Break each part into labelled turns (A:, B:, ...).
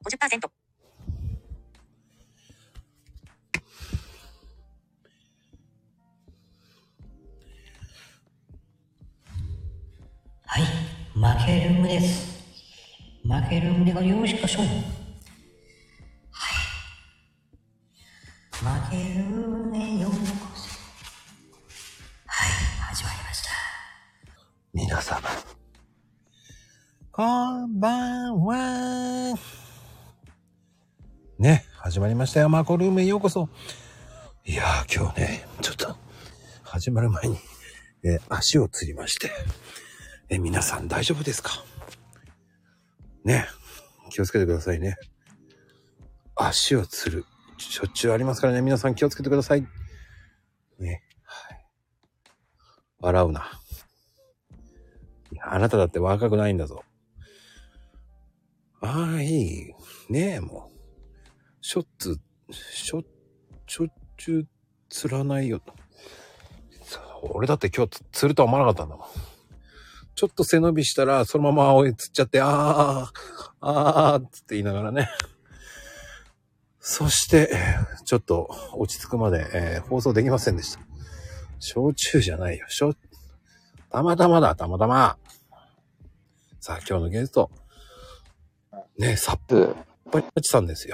A: 50%。
B: はい、負けルームです。負けルームでごよろしくしょう。はい。負けルームへようこそ。はい、始まりました。
C: 皆様、こんばんは。ね、始まりましたよ。マコルームへようこそ。いやー、今日ね、ちょっと、始まる前に、足をつりまして、皆さん大丈夫ですかね、気をつけてくださいね。足をつる。しょっちゅうありますからね、皆さん気をつけてください。ね、はい。笑うな。あなただって若くないんだぞ。ああ、いい。ねえ、もう。しょっちゅうつらないよ。俺だって今日つるとは思わなかったんだもん。ちょっと背伸びしたら、そのまま青いつっちゃって、あーつって言いながらね。そして、ちょっと落ち着くまで、放送できませんでした。焼酎じゃないよ。たまたまだ、たまたま。さあ、今日のゲスト。ね、さっぱりパチさんですよ。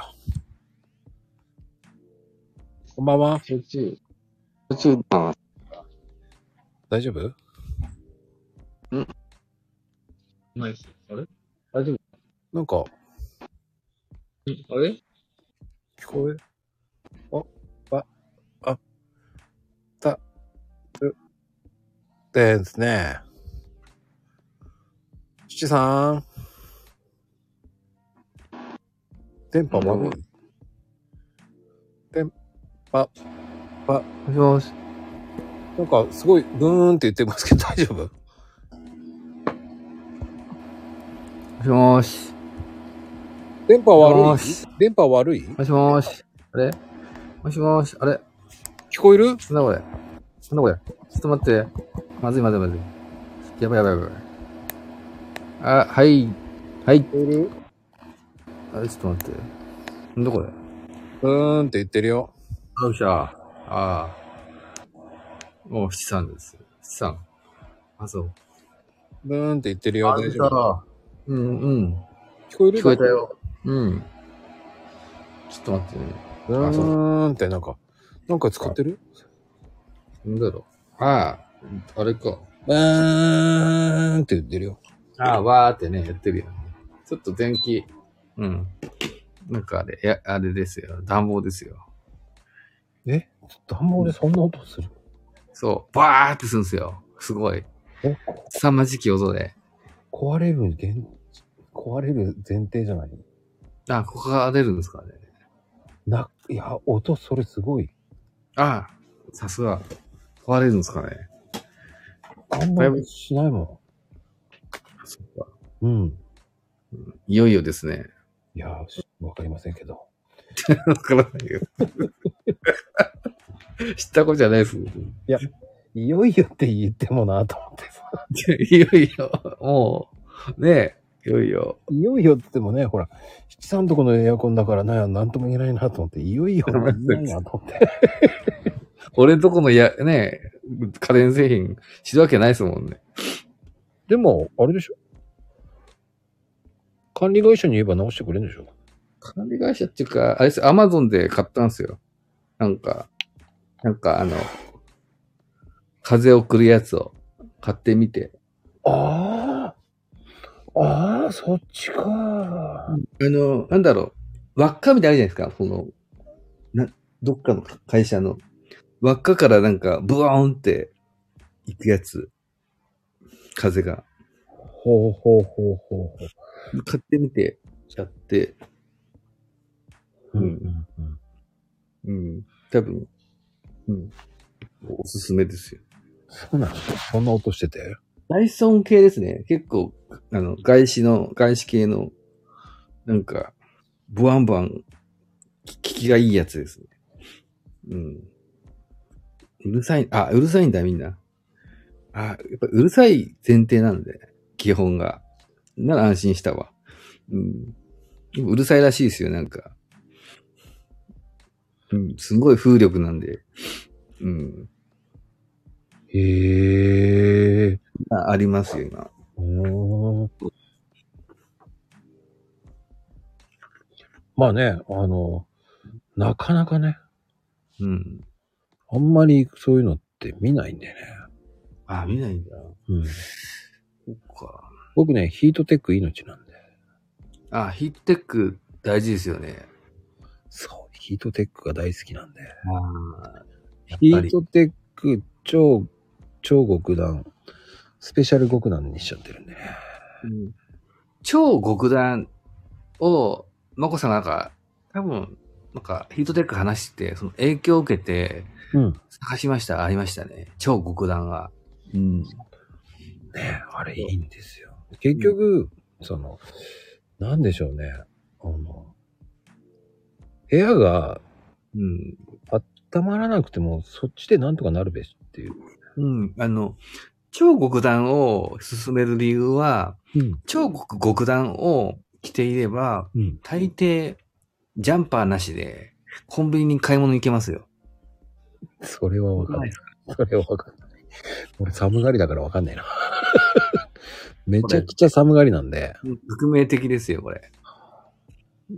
C: こんばんは。
D: 焼酎さん。
C: 大丈夫？
D: ないっす。あれ大丈夫？
C: なんか、
D: あれ
C: 聞こえ？ですね。七さん。電波悪い？電波、
D: もしもし。
C: なんかすごいブーンって言ってますけど大丈夫？
D: もしもし。
C: 電波悪い？
D: もし
C: 電波悪い？
D: もしもし。あれもしもし。あれ
C: 聞こえる？
D: なんだこれ。なんだこれ。ちょっと待って。まずい。やばい。あ、はい。はい。
C: 聞こえる？
D: あれちょっと待って。なんだこれ。
C: ブーンって言ってるよ。
D: よっしゃ。ああ。もう七さんです。七さん。あ、そう。
C: ブーンって言ってるよ。大丈夫？
D: うん。
C: 聞こえる？
D: 聞こえたよ。うん。ちょっと待ってね。
C: ブーンってなんか使ってる？
D: なんだろう。あれか。
C: ブーンって言ってるよ。
D: わーってね、やってるよね。ちょっと電気、なんかあれですよ。暖房ですよ。
C: 暖房でそんな音する？
D: そう。バーってするんですよ。すごい。凄まじき音で。
C: 壊れる前提じゃない？
D: ここが出るんですかね。
C: いや、音それすごい。
D: さすが。壊れるんですかね。
C: あんまりしないもん。
D: そっか。
C: うん。
D: いよいよですね。
C: いや、わかりませんけど。
D: わからないよ。知ったことじゃないです。
C: いや、いよいよって言ってもなと思ってさ。
D: いよいよ、もう、ねえ、いよいよ。
C: いよいよって言ってもね、ほら、七三とこのエアコンだからなんとも言えないなと思って、いよいよって言えないなと思って。
D: 俺んとこの家電製品知るわけないですもんね。
C: でも、あれでしょ？管理会社に言えば直してくれるんでしょ？
D: 管理会社っていうか、あれです、アマゾンで買ったんですよ。なんか風を送るやつを買ってみて。
C: そっちか。
D: なんだろう、輪っかみたいなのあるじゃないですか、どっかの会社の。輪っかからなんか、ブワーンって行くやつ。風が。
C: ほう。
D: 買ってみて、やって。多分、おすすめですよ。
C: そうなの？そんな音してて？
D: ダイソン系ですね。結構、外資系の、なんか、ブワン、効きがいいやつですね。うるさいんだ、みんな。やっぱうるさい前提なんで、基本が。なら安心したわ。 うるさいらしいですよ、なんか。うん、すごい風力なんで。うん。
C: へえ。
D: ありますよ、今。
C: まあね、なかなかね、
D: うん。
C: あんまりそういうのって見ないんだよね。
D: あ、見ないんだ。
C: うん。
D: そっか。
C: 僕ね、ヒートテック命なんで。
D: あ、ヒートテック大事ですよね。
C: そう、ヒートテックが大好きなんで。
D: ああ。
C: ヒートテック超極暖、スペシャル極暖にしちゃってるんでね。
D: うん、超極暖を、まこさんがなんか、多分、なんかヒートテック話して、その影響を受けて、
C: うん。
D: 探しました、ありましたね。超極暖が。うん。
C: ねあれいいんですよ。結局、なんでしょうね。部屋が、
D: うん。
C: 温まらなくても、そっちでなんとかなるべしっていう。
D: うん。超極暖を進める理由は、
C: うん。
D: 超極暖を着ていれば、
C: うん。
D: 大抵、ジャンパーなしで、コンビニに買い物行けますよ。
C: それはわかんない。
D: ですか？
C: それはわかんない。俺寒がりだからわかんないな。めちゃくちゃ寒がりなんで。
D: 革命的ですよ、これ。うん。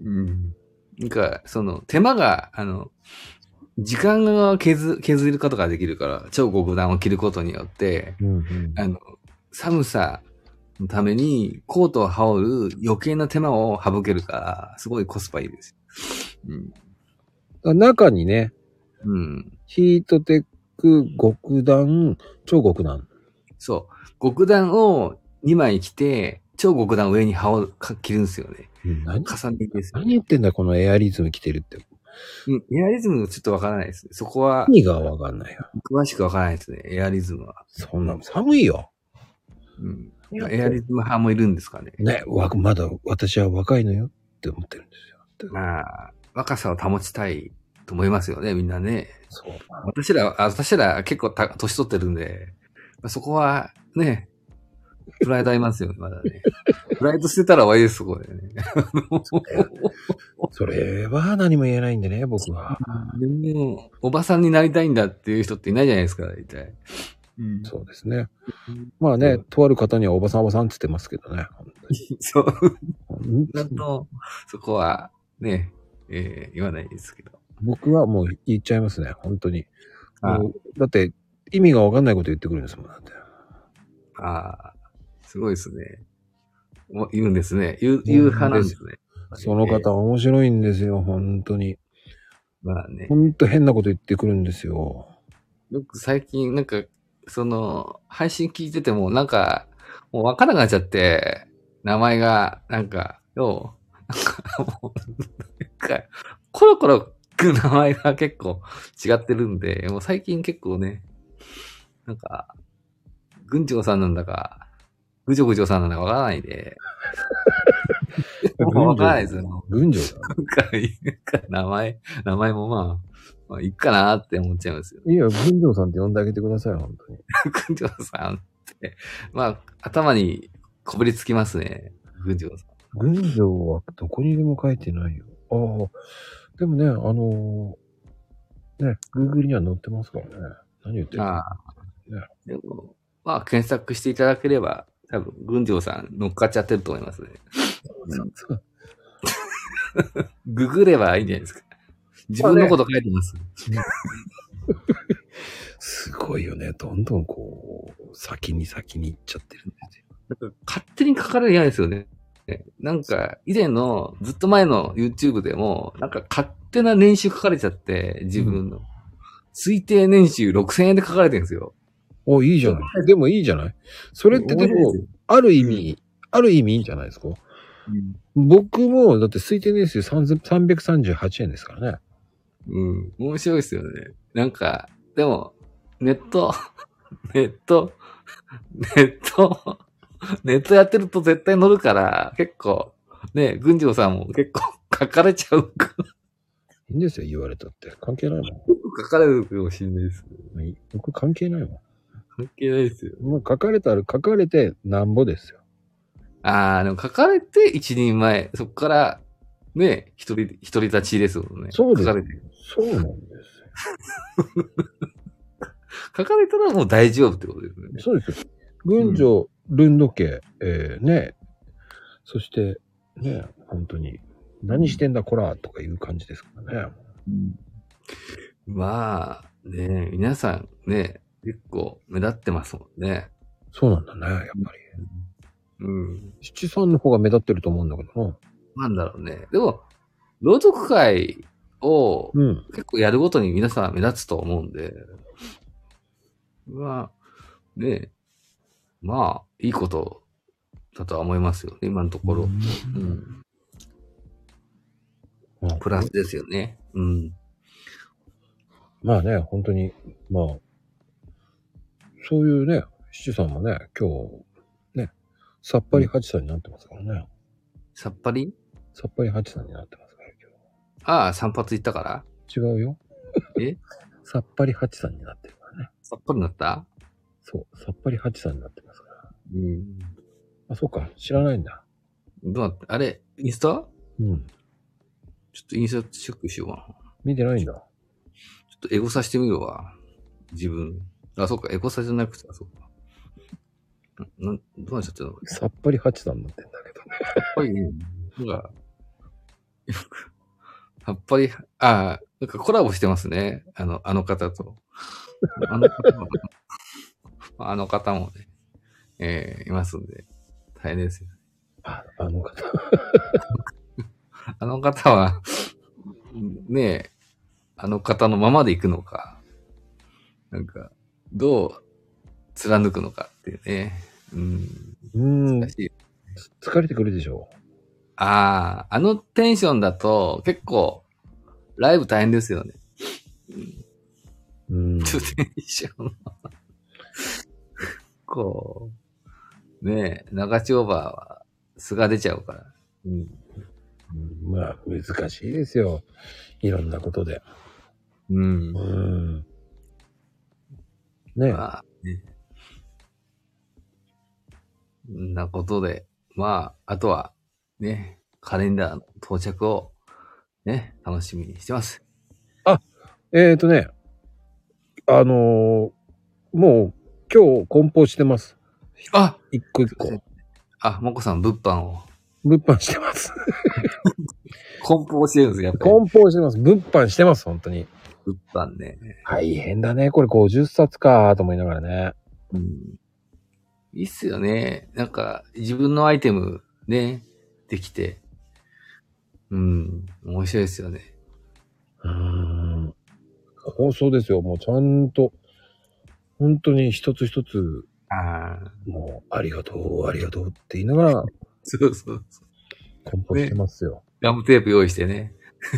D: なんか、手間が、時間が削ることができるから、超極暖を着ることによって、
C: うんうん、
D: 寒さのためにコートを羽織る余計な手間を省けるから、すごいコスパいいです。
C: うん。中にね、
D: うん。
C: ヒートテック、極暖、超極暖。
D: そう。極暖を2枚着て、超極暖を上に着るんですよね。重ね着ですよね。
C: 何言ってんだ、このエアリズム着てるって。
D: うん、エアリズムちょっとわからないですね。そこは。
C: 意味がわかんないよ。
D: 詳しくわからないですね。エアリズムは。
C: そんなの寒いよ。
D: うん。エアリズム派もいるんですかね。
C: ね、まだ私は若いのよって思ってるんですよ。
D: まあ、若さを保ちたいと思いますよね、みんなね。
C: そう。
D: 私ら結構年取ってるんで、そこはね、プライドありますよね、まだね。プライド捨てたら終わりです、そこでね。
C: それは何も言えないんでね、僕は。
D: でも、おばさんになりたいんだっていう人っていないじゃないですか、大体。
C: うん、そうですね。まあね、とある方にはおばさんって言ってますけどね。
D: そう。なんと、そこはね、言わないですけど。
C: 僕はもう言っちゃいますね、本当に。だって、意味がわかんないこと言ってくるんですもん、だって。
D: ああ、すごいですね。言うんですね。言う派なんですね。
C: その方面白いんですよ、本当に。
D: まあね。
C: 本当変なこと言ってくるんですよ。
D: よく最近、なんか、配信聞いてても、なんか、もうわからなくなっちゃって、名前が、なんか、もう、なんか、コロコロく名前が結構違ってるんで、もう最近結構ね、なんか、群青さんなんだか、ぐじょぐじょさんなんだかわからないで、もうわからないですよ。
C: 群青さん
D: 名前もまあ、いいかなって思っちゃいますよ。
C: いや、群青さんって呼んであげてください、本当に。
D: 群青さんって、まあ、頭にこびりつきますね。群青さん。
C: 群青はどこにでも書いてないよ。ああ。でもね、Google には載ってますからね。何言ってる
D: ああ。ね、でも、まあ、検索していただければ、多分、群青さん乗っかっちゃってると思いますね。ググればいいんじゃないですか。自分のこと書いてます。
C: すごいよね。どんどんこう、先に行っちゃってるんですよ。
D: なんか勝手に書かれる嫌ですよね。なんか、以前の、ずっと前の YouTube でも、なんか勝手な年収書かれちゃって、自分の。推定年収6000円で書かれてるんですよ。
C: お、いいじゃない。でもいいじゃない。それってでも、ある意味いいんじゃないですか。僕も、だって推定年収338円ですからね。
D: うん。面白いですよね。なんか、でも、ネットやってると絶対乗るから、結構、ね、群青さんも結構書かれちゃうか。
C: いいんですよ、言われたって。関係ないもん。
D: 書かれるかもしれないです。
C: 僕関係ないもん。
D: 関係ないですよ。
C: もう書かれてなんぼですよ。
D: ああ、でも書かれて一人前。そこからね、独り立ちですもんね。
C: そうです
D: 書かれてる。
C: そうなんです
D: 書かれたらもう大丈夫ってことですよね。
C: よ。そうですよ。群青、ルンド家、ね、そして、ね、本当に、何してんだこら、とかいう感じですからね。
D: まあ、ね、皆さんね、結構目立ってますもんね。
C: そうなんだね、やっぱり。
D: うん。
C: 七さんの方が目立ってると思うんだけどな。
D: なんだろうね。でも、朗読会を
C: うん。
D: 結構やるごとに皆さん目立つと思うんで、まあ、ね、まあ、いいことだとは思いますよね、今のところ。うん。プラスですよね。うん。
C: まあね、本当に、まあ、そういうね、七さんもね、今日、ね、さっぱり八さんになってますからね。
D: さっぱり
C: さっぱり八さんになってますから、今
D: ああ、散髪行ったから
C: 日。違うよ。
D: え
C: さっぱり八さんになってるからね。
D: さっぱりになった？
C: そう、さっぱり八さんになってますから。
D: うん。
C: あ、そうか、知らないんだ。
D: どうなって、あれ、インスタ
C: うん。
D: ちょっとインスタチェックしようかな。
C: 見てないんだ。
D: ちょっとエゴサしてみるわ。自分。あ、そうか、エゴサじゃなくて、あ、そうか。どうなっちゃったの？
C: さっぱり八さんになってんだけどね。
D: やっぱりね、なんか、やっぱり、なんかコラボしてますね。あの方と。あの方も、あの方もね、いますんで、大変ですよ。
C: あの方。
D: あの方は、ね、あの方のままで行くのか、なんか、どう貫くのかっていうね。難しい。
C: 疲れてくるでしょ。
D: あのテンションだと結構、ライブ大変ですよね。
C: うん。
D: テンション。こう、ねえ、長丁場は素が出ちゃうから。
C: まあ、難しいですよ。いろんなことで。ね。
D: まあ、ね。そんなことで、まあ、あとは、ね、カレンダーの到着を、ね、楽しみにしてます。
C: ね、もう、今日梱包してます。
D: あ
C: 一個一個。
D: もこさん、物販を。
C: 物販してます。
D: 梱包してるんです、やっぱり。
C: 梱包してます。物販してます、本当に。
D: 物販ね。
C: 大変だね。これ50冊かと思いながらね。
D: いいっすよね。なんか、自分のアイテムね、できて。面白いですよね。
C: 放送ですよ。もうちゃんと、本当に一つ一つ、もう、ありがとう、ありがとうって言いながら、
D: そうそうそう。
C: 梱包してますよ。
D: ガムテープ用意してね。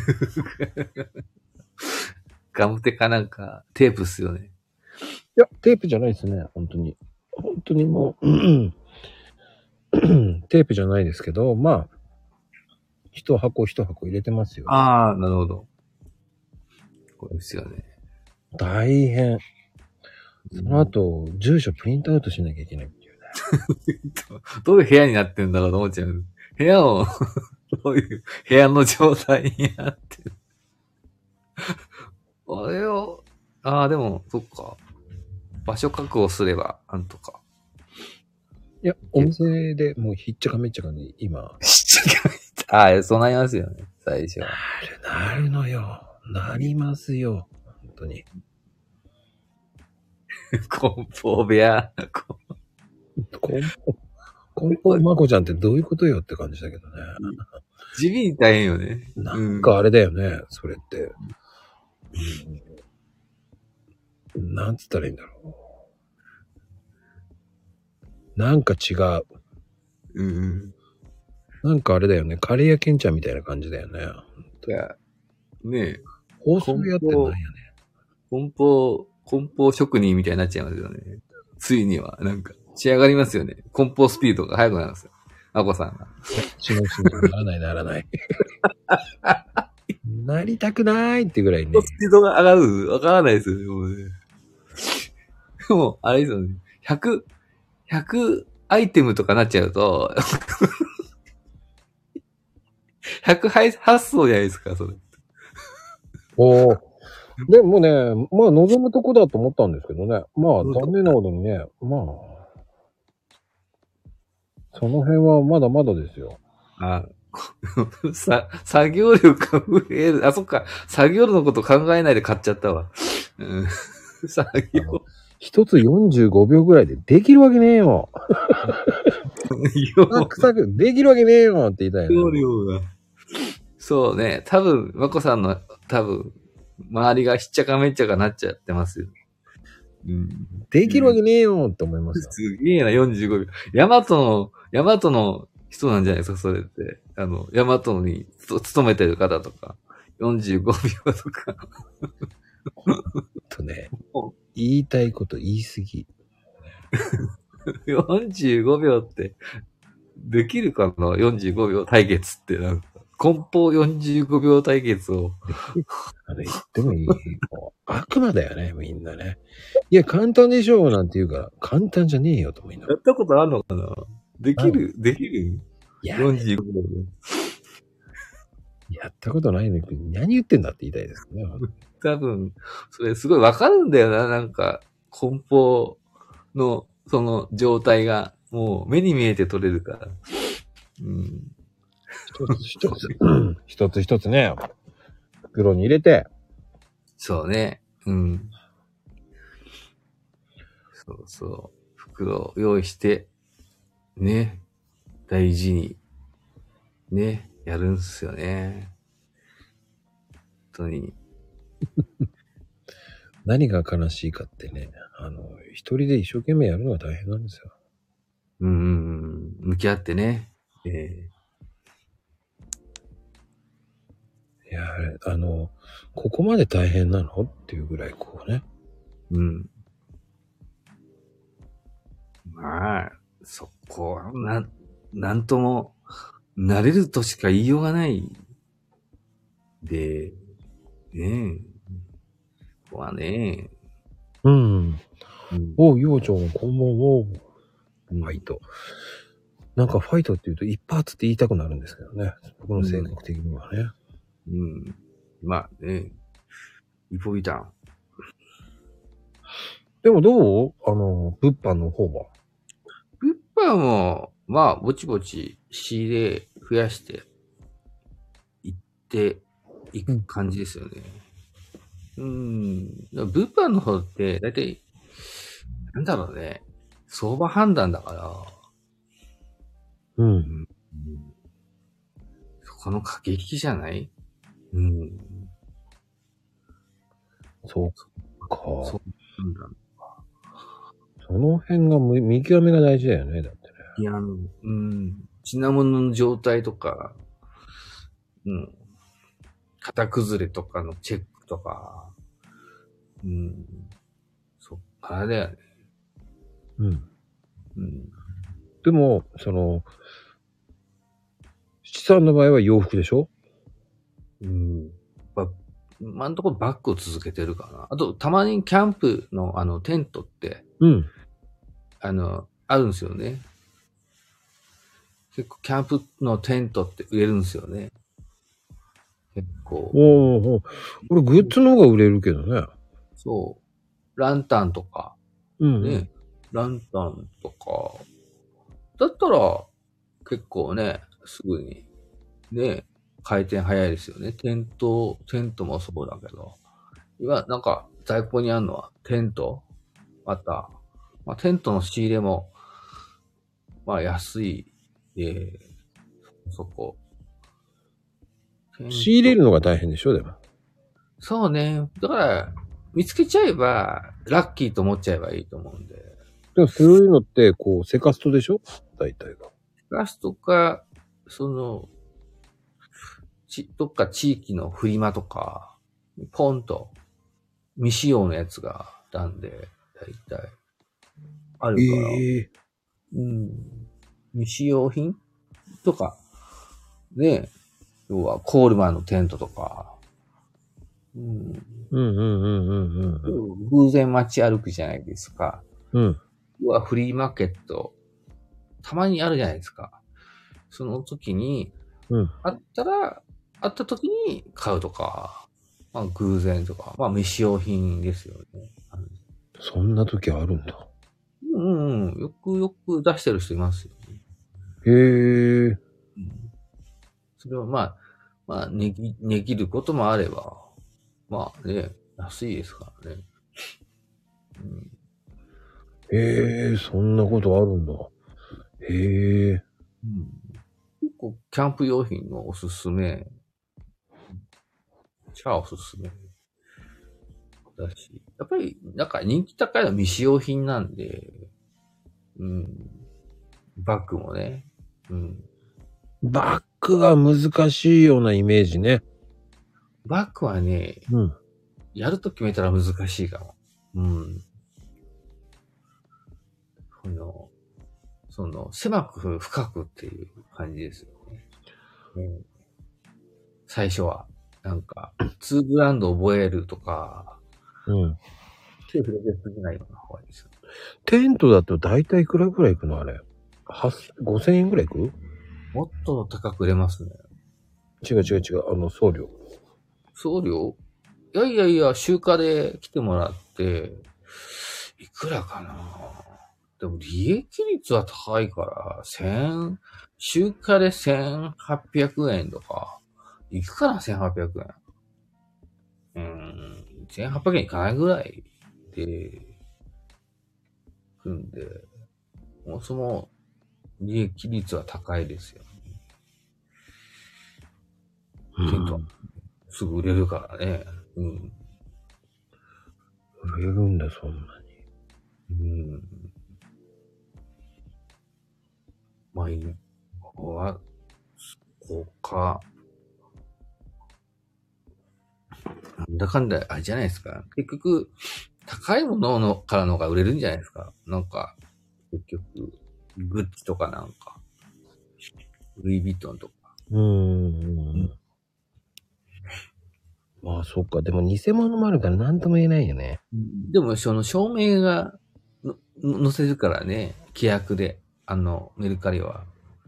D: ガムテかなんか、テープっすよね。
C: いや、テープじゃないですね。本当に。本当にもう、テープじゃないですけど、まあ、一箱一箱入れてますよ。
D: なるほど。これですよね。
C: 大変。その後、住所プリントアウトしなきゃいけないっていうね。
D: どういう部屋になってるんだろうと思っちゃう。部屋を、どういう部屋の状態になってる。あれを、でも、そっか。場所確保すれば、なんとか。
C: いや、お店でもうひっちゃかめっちゃかに今。
D: そうなりますよね、最初。
C: なるのよ。なりますよ。本当に。
D: 梱包部屋。
C: 梱包まこちゃんってどういうことよって感じだけどね。
D: 地味に大変よね。
C: なんかあれだよね、それって。なんつったらいいんだろう。なんか違う。なんかあれだよね。カレー屋ケンちゃんみたいな感じだよね。
D: いや、ねえ。
C: 放送やってないよね。
D: 梱包職人みたいになっちゃいますよね。ついには、なんか、仕上がりますよね。梱包スピードが速くなるんですよ。あこさんが。
C: ならない。なりたくないってぐらいね。
D: スピードが上がるわからないですよね、もうね。でも、あれですよね。100アイテムとかなっちゃうと、 宅配発送じゃないですか、それ。
C: おー。でもね、まあ望むとこだと思ったんですけどね。まあ残念なことにね、まあ、その辺はまだまだですよ。
D: あ、作業量が増える。あ、そっか。作業量のこと考えないで買っちゃったわ。うん、作業
C: 一つ45秒ぐらいでできるわけねえよ。サクサクできるわけねえよって言いたい
D: 作業
C: ね。
D: 量が。そうね。多分、まこさんの、周りがひっちゃかめっちゃかなっちゃってますよ。うん。
C: できるわけねえよって思いますよ。
D: すげえな、45秒。ヤマトの人なんじゃないですか、それって。ヤマトに勤めてる方とか、45秒とか。
C: ね、言いたいこと言いすぎ。
D: 45秒って、できるかな ?45 秒対決ってなんか、梱包45秒対決を。
C: 言ってもいい。もう悪魔だよね、みんなね。いや、簡単でしょうなんて言うから、簡単じゃねえよと思いながら。
D: やったことあるのかなできる
C: いや、
D: ?45 秒で。
C: やったことないのに、何言ってんだって言いたいですね。
D: 多分、それすごいわかるんだよな、なんか、梱包の、その状態が、もう目に見えて取れるから。うん。
C: 一つ一つね、袋に入れて。
D: そうね。うん。そうそう。袋を用意して、ね。大事に、ね。やるんすよね。本当に。
C: 何が悲しいかってね、一人で一生懸命やるのが大変なんですよ。
D: 向き合ってね。
C: いや、ここまで大変なのっていうぐらいこうね。
D: うん。まあ、そこは、なんとも、慣れるとしか言いようがない。で、ねえ。ここはね。
C: うん。おう、ようちゃん、こんばんは。ファイト。なんかファイトって言うと一発って言いたくなるんですけどね。僕の性格的にはね。
D: うん。まあね。リポビタン。
C: でもどう物販の方は。
D: 物販も、まあ、ぼちぼち仕入れ増やしていっていく感じですよね。物販の方って、だいたい、なんだろうね。相場判断だから、そこの駆け引きじゃない？
C: そうか。
D: そうなんだ。
C: その辺が見極めが大事だよね、だってね。
D: いや、品物の状態とか、型崩れとかのチェックとか、そっからだよね。
C: でも、七さんの場合は洋服でしょ？
D: 今のところバッグを続けてるかな。あと、たまにキャンプのテントって、あるんですよね。結構キャンプのテントって売れるんですよね。結構。
C: これグッズの方が売れるけどね。
D: そう。ランタンとか。ね。ランタンとか。だったら、結構ね、すぐに、ね、回転早いですよね。テントもそうだけど。今、なんか、在庫にあるのはテント。また、テントの仕入れも、安い。そこ。
C: 仕入れるのが大変でしょ、でも。
D: そうね。だから、見つけちゃえば、ラッキーと思っちゃえばいいと思うんで。
C: でもそういうのって、セカストでしょ？大体が。
D: セカストか、どっか地域のフリマとか、ポンと、未使用のやつがあったんで、大体、あるから。未使用品とか、ね、要はコールマンのテントとか、偶然街歩くじゃないですか。要はフリーマーケット、たまにあるじゃないですか。その時に、あったら、 あった時に買うとか、まあ偶然とか、まあ未使用品ですよね。
C: そんな時あるんだ。
D: うんうん。よくよく出してる人いますよね。
C: へえ。
D: うん、それはまあ、値切ることもあれば、まあね、安いですからね。うん、
C: へえ、そんなことあるんだ。へえ。
D: うん、結構、キャンプ用品のおすすめ、おすすめだし、やっぱり、なんか人気高いのは未使用品なんで、うん、バッグもね、うん。
C: バッグは難しいようなイメージね。
D: バッグはね、
C: うん。
D: やると決めたら難しいかも。うん。狭く深くっていう感じですよね。うん、最初は。なんか、2ブランド覚えるとか、
C: うん。
D: 手触れてすぎないような方がいいですよ。
C: テントだと大体いくらぐらい行くのあれ。5000円ぐらい行く？
D: もっと高く売れますね。
C: 違う。送料。
D: 送料？いやいや、集荷で来てもらって、いくらかな。でも利益率は高いから、集荷で1800円とか、いくかな、1800円。1800円いかないぐらいで、くんで、もうその利益率は高いですよ。テントはすぐ売れるからね。うん。
C: 売れるんだ、そんなに。
D: うん。まあいい。は、他、なんだかんだ、あれじゃないですか。結局、高いもののからのが売れるんじゃないですか。なんか、結局、グッチとかなんか、ルイ・ヴィトンとか。
C: まあ、そっか。でも、偽物もあるから何とも言えないよね。
D: でも、その証明が載せるからね、規約で、メルカリは。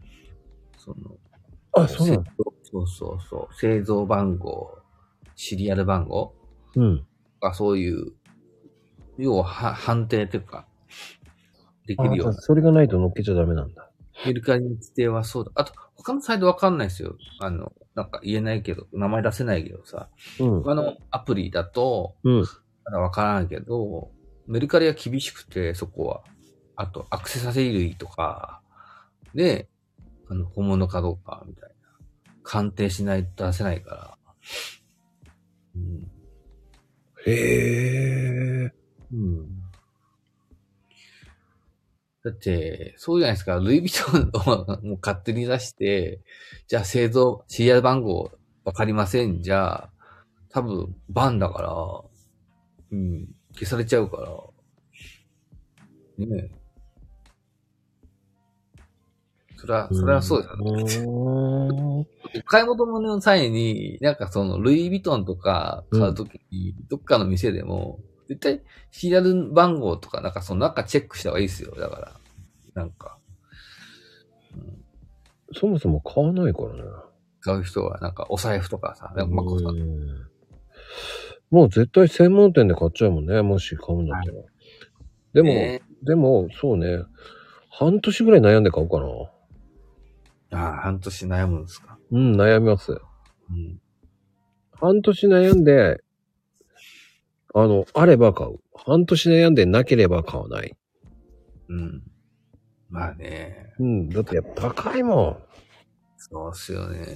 C: あ、そうなの？
D: そう。製造番号、シリアル番号
C: うん。
D: そういう、要は判定というか、できるような。
C: それがないと乗っけちゃダメなんだ。
D: メルカリの規定はそうだ。あと、他のサイトわかんないですよ。なんか言えないけど、名前出せないけどさ。
C: うん。
D: 他のアプリだと、
C: うん。
D: まだわからんけど、メルカリは厳しくて、そこは。あと、アクセサリー類とか、で、本物かどうか、みたいな。鑑定しないと出せないから。うん、
C: へえ。
D: うん。だって、そうじゃないですか。ルイ・ヴィトンをもう勝手に出して、じゃあ製造、シリアル番号わかりません。じゃあ、多分、バンだから、うん、消されちゃうから、ねえ。それはそうですよね。お買い物の際に、なんかルイ・ヴィトンとか買うときに、どっかの店でも、絶対、シリアル番号とか、なんか中チェックした方がいいですよ。だから、なんか。
C: そもそも買わないからね。
D: 買う人は、なんかお財布とかさ、なんか
C: もう絶対専門店で買っちゃうもんね。もし買うんだったら。でも、そうね。半年ぐらい悩んで買おうかな。
D: ああ、半年悩むんですか。
C: うん、悩みます。
D: うん。
C: 半年悩んで、あれば買う。半年悩んでなければ買わない。
D: うん。まあね。
C: うん、だってやっぱ高いもん。
D: そうっすよね。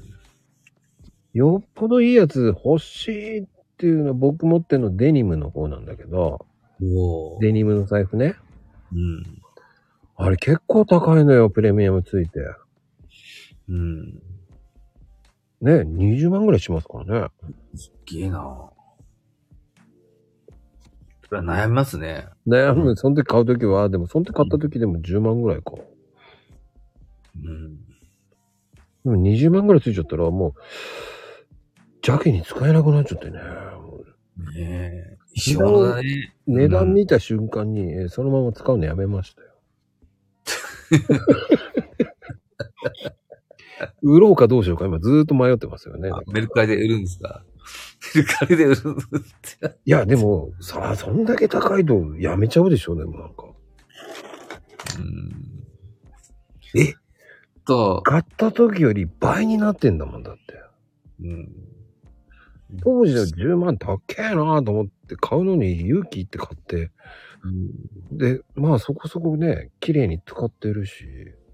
C: よっぽどいいやつ欲しいっていうのは僕持ってるのデニムの方なんだけど、デニムの財布ね。
D: うん。
C: あれ結構高いのよ、プレミアムついて。
D: うん。
C: ね、20万ぐらいしますからね。
D: すっげえな。それは悩みますね。
C: 悩む、その時買う時は、でもその時買った時でも10万ぐらいか。
D: うん。
C: でも20万ぐらいついちゃったらもう、邪気に使えなくなっちゃってね。
D: ねえ。一緒のだね。
C: 値段見た瞬間に、そのまま使うのやめましたよ。 売ろうかどうしようか今ずーっと迷ってますよね。
D: メルカリで売るんですか？メルカリで売るんですか？
C: いや、でも、さあ、そんだけ高いとやめちゃうでしょ、でもなんか。え買った時より倍になってんだもん、だって。当時で10万高えなと思って買うのに勇気って買って、で、まあそこそこね、綺麗に使ってるし、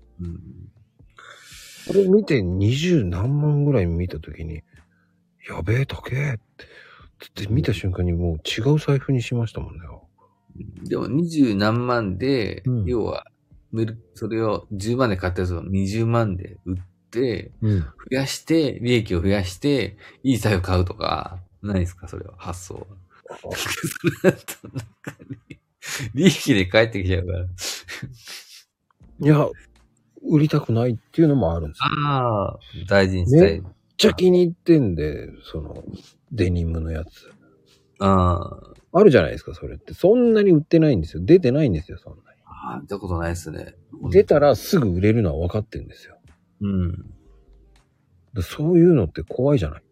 C: これ見て20何万ぐらい見た時に、やべえ、高えって見た瞬間にもう違う財布にしましたもんね。
D: でも20何万で、要は、それを10万で買ったやつを20万で売って、増やして、利益を増やして、いい財布買うとか、ないですかそれは、発想は。それだとなんか、利益で返ってきちゃうから。
C: いや、売りたくないっていうのもあるんですよ。
D: ああ、大事にしたい。
C: めっちゃ気に入ってんで、その、デニムのやつ。あるじゃないですか、それって。そんなに売ってないんですよ。出てないんですよ、そんなに。
D: 見たことないですね。
C: 出たらすぐ売れるのは分かってるんですよ。そういうのって怖いじゃない。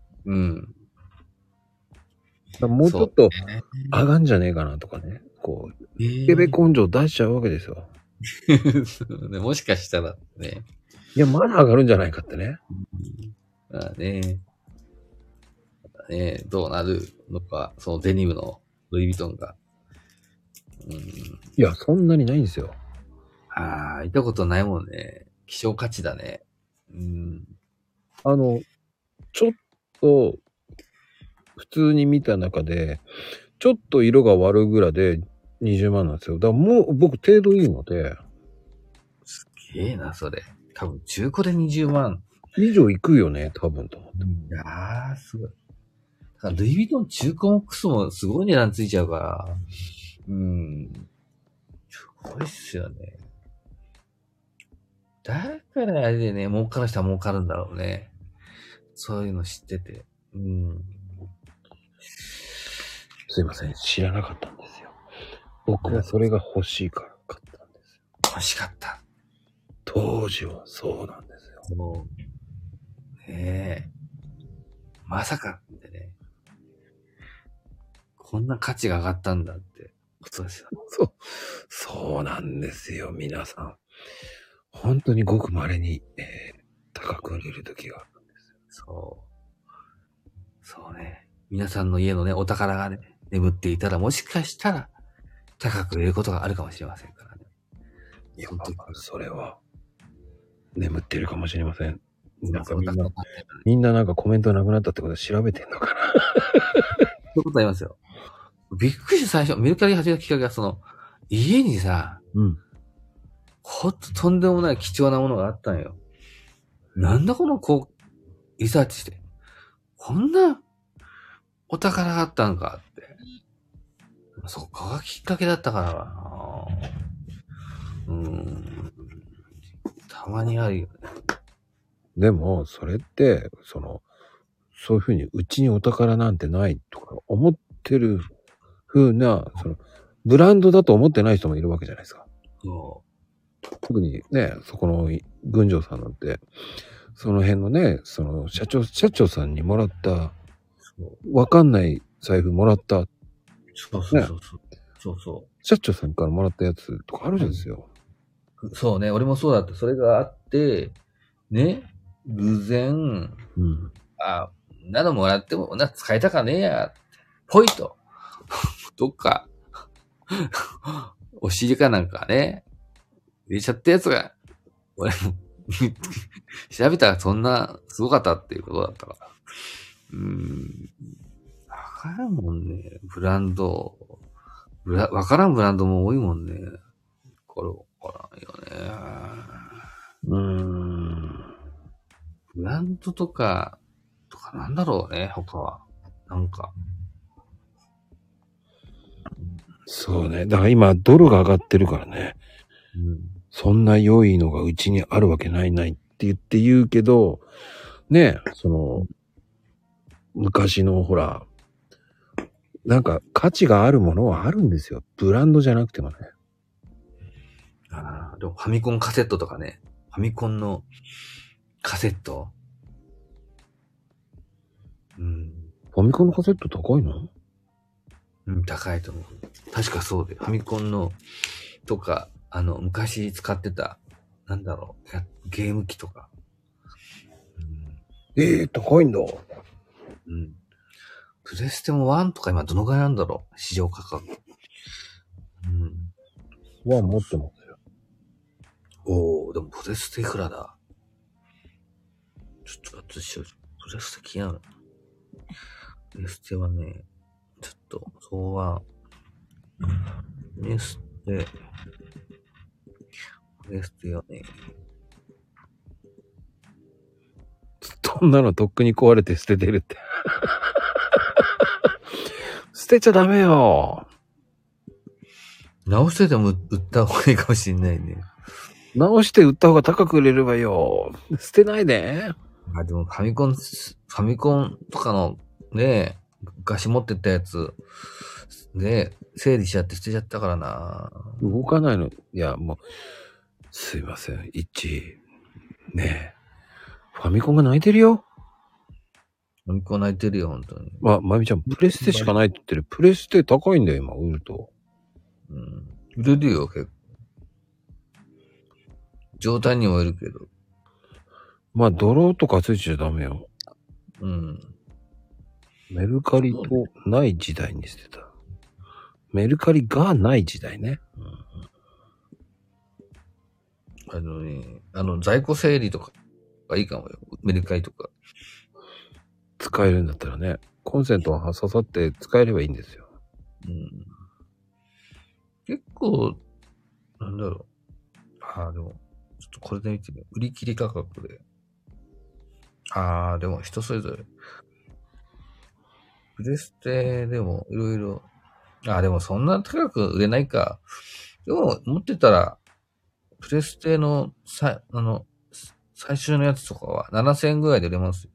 C: もうちょっと上がんじゃねえかなとかね。こう、イケベ根性出しちゃうわけですよ。
D: もしかしたらね。
C: いや、まだ上がるんじゃないかってね。
D: どうなるのか、そのデニムのルイ・ヴィトンが。
C: いや、そんなにないんですよ。
D: 見たことないもんね。希少価値だね。
C: ちょっと、普通に見た中で、ちょっと色が悪いぐらいで20万なんですよ。だからもう僕程度いいので。
D: すげえな、それ。多分中古で20万。
C: 以上いくよね、多分と思って。
D: すごい。だからルイ・ヴィトン中古もクソもすごい値段ついちゃうから。すごいっすよね。だからあれでね、儲かる人は儲かるんだろうね。そういうの知ってて。
C: すいません、知らなかったんですよ。僕はそれが欲しいから買ったんですよ。
D: 欲しかった。
C: 当時はそうなんですよ。
D: まさかってね。こんな価値が上がったんだってことですよ。
C: そうなんですよ、皆さん。本当にごく稀に、高く売れる時があるんですよ。
D: そうね。皆さんの家のね、お宝がね、眠っていたら、もしかしたら、高く売れることがあるかもしれませんからね。
C: いや、それは、眠っているかもしれません。なんかみんななんかコメントなくなったってことで調べてんのかな。
D: そういうことありますよ。びっくりした最初、メルカリ始めたきっかけが、家にさ、ほんととんでもない貴重なものがあったんよ。なんだこのリサーチして。こんなお宝があったんかって。そこがきっかけだったからな。たまにあるよね。
C: でも、それって、そういうふうに、うちにお宝なんてないとか思ってる風な、ブランドだと思ってない人もいるわけじゃないですか。特にね、そこの群青さんなんて、その辺のね、社長さんにもらった、わかんない財布もらった。社長さんからもらったやつとかあるじゃんですよ。
D: そうね、俺もそうだった。それがあって、ね、偶然、なのもらっても、使いたかねえや、ぽいと。どっか、お尻かなんかね、入れちゃったやつが、俺も、調べたらそんな、すごかったっていうことだったから。わからんもんね。ブランド。わからんブランドも多いもんね。これわからんよね。ブランドとかなんだろうね、他は。なんか。
C: そうね。だから今、ドルが上がってるからね。そんな良いのがうちにあるわけないって言うけど、ね、昔のほら、なんか価値があるものはあるんですよ。ブランドじゃなくてもね。
D: でもファミコンカセットとかね。ファミコンのカセット。うん。
C: ファミコンのカセット高いの？
D: うん、高いと思う。確かそうで。ファミコンの、とか、昔使ってた、なんだろう、ゲーム機とか。
C: 高いんだ。
D: うん。プレステも1とか今どのぐらいなんだろう、市場価格。うん。
C: は持ってますよ。
D: おー、でもプレステいくらだ？ちょっと私、プレステ気になる。プレステはね、ちょっと、そうは、プレステはね、
C: そんなのとっくに壊れて捨ててるって。捨てちゃダメよ。
D: 直してでも売った方がいいかもしれないね。
C: 直して売った方が高く売れるわよ。捨てないで。
D: あ、でもファミコンとかのね、昔持ってたやつ、で、整理しちゃって捨てちゃったからな。
C: 動かないの。いや、もう、すいません。ねえ。ファミコンが泣いてるよ。
D: ファミコン泣いてるよ、本当に。
C: まゆみちゃん、プレステしかないって言ってる。プレステ高いんだよ、今、売ると。
D: うん。売れるよ、結構。状態にもよるけど。
C: まあ、泥とかついちゃダメよ。
D: うん。
C: メルカリとない時代にしてた。メルカリがない時代ね。
D: 在庫整理とかがいいかもよ。メルカリとか。
C: 使えるんだったらね。コンセントは刺さって使えればいいんですよ。
D: うん。結構、なんだろう。でも、ちょっとこれで見てみよう。売り切り価格で。でも人それぞれ。プレステでもいろいろ。でもそんな高く売れないか。でも持ってたら、プレステの最終のやつとかは7000円ぐらいで売れますよ。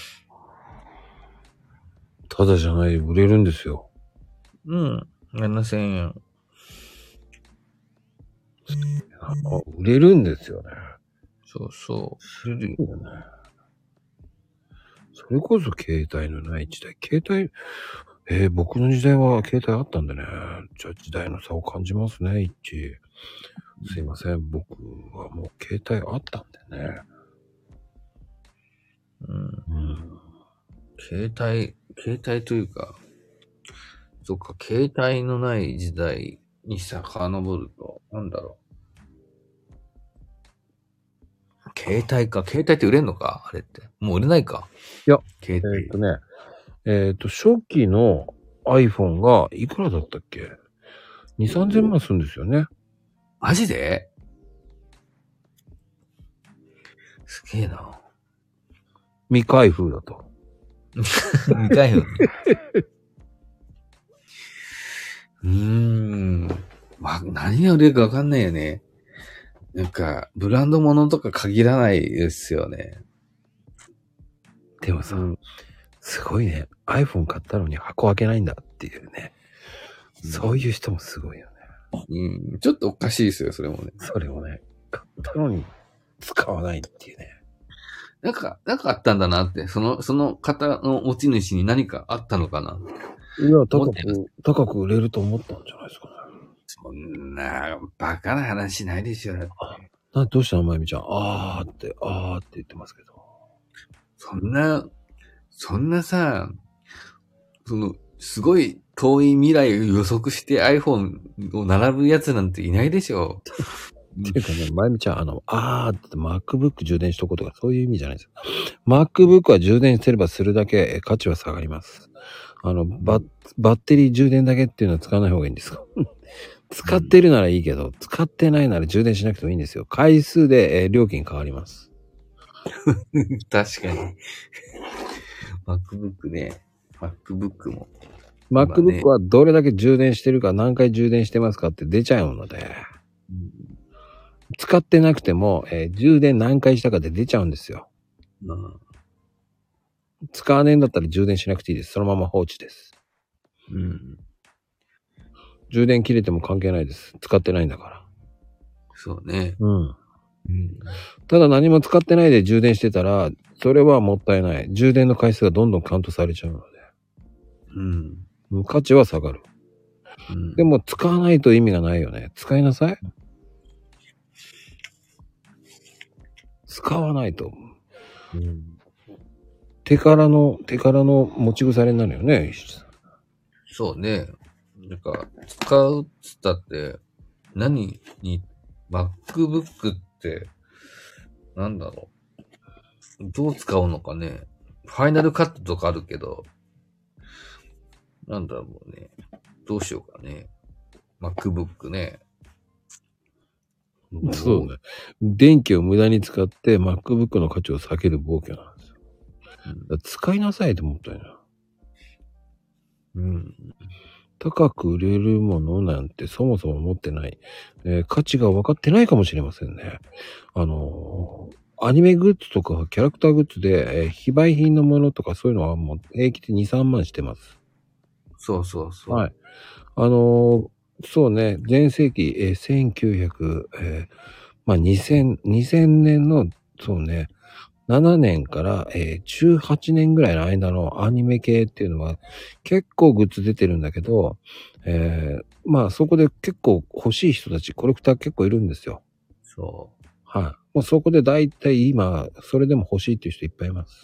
C: ただじゃない、売れるんですよ。
D: うん。7000円。
C: 売れるんですよね。
D: そうそう。売れるよ。
C: それこそ携帯のない時代。僕の時代は携帯あったんでね。じゃあ時代の差を感じますね、すいません。僕はもう携帯あったんでね。
D: うん。携帯というか、そっか、携帯のない時代に遡ると、なんだろう。携帯って売れんのかあれって。もう売れないか。
C: いや、
D: 携帯。
C: 初期の iPhone がいくらだったっけ？ 2、3000万するんですよね。
D: マジで？すげえな。
C: 未開封だと。
D: 未開封。何が売れるかわかんないよね。なんか、ブランド物とか限らないですよね。
C: でもさ、すごいね。iPhone 買ったのに箱開けないんだっていうね。そういう人もすごいよ
D: ね。ちょっとおかしいですよ、それもね。
C: それをね、買ったのに使わないっていうね。
D: なんかあったんだなって、その方の持ち主に何かあったのかな。
C: いや、高く売れると思ったんじゃないですかね。
D: そんな、バカな話ないでしょ。
C: どうしたのまゆみちゃん。あーって言ってますけど。
D: そんなさ、すごい遠い未来を予測して iPhone を並ぶやつなんていないでしょ。
C: っていうかね、まゆみちゃん、って MacBook 充電しとこうとかそういう意味じゃないですよ。MacBook は充電すればするだけ価値は下がります。バッテリー充電だけっていうのは使わない方がいいんですか？使ってるならいいけど、使ってないなら充電しなくてもいいんですよ。回数で、料金変わります。
D: 確かに。MacBook ね。MacBook も。
C: MacBook はどれだけ充電してるか、何回充電してますかって出ちゃうので、使ってなくても、充電何回したかで出ちゃうんですよ。使わねえんだったら充電しなくていいです。そのまま放置です。充電切れても関係ないです。使ってないんだから。
D: そうね。
C: ただ何も使ってないで充電してたら、それはもったいない。充電の回数がどんどんカウントされちゃうので。価値は下がる。でも使わないと意味がないよね。使いなさい。使わないと。手からの持ち腐れになるよね。
D: そうね。なんか、使うっつったって、何に、MacBook って、なんだろう。どう使うのかね。ファイナルカットとかあるけど、なんだろうね。どうしようかね。MacBook ね。
C: そうね。電気を無駄に使って MacBook の価値を下げる暴挙なんですよ。使いなさいと思ったよな。高く売れるものなんてそもそも持ってない。価値が分かってないかもしれませんね。アニメグッズとかキャラクターグッズで、非売品のものとかそういうのはもう平気で2、3万してます。
D: そうそうそう。
C: はい。そうね、前世紀、1900、2000年の、そうね、7年から、18年ぐらいの間のアニメ系っていうのは結構グッズ出てるんだけど、そこで結構欲しい人たち、コレクター結構いるんですよ。
D: そう。
C: はい。もうそこで大体今、それでも欲しいっていう人いっぱいいます。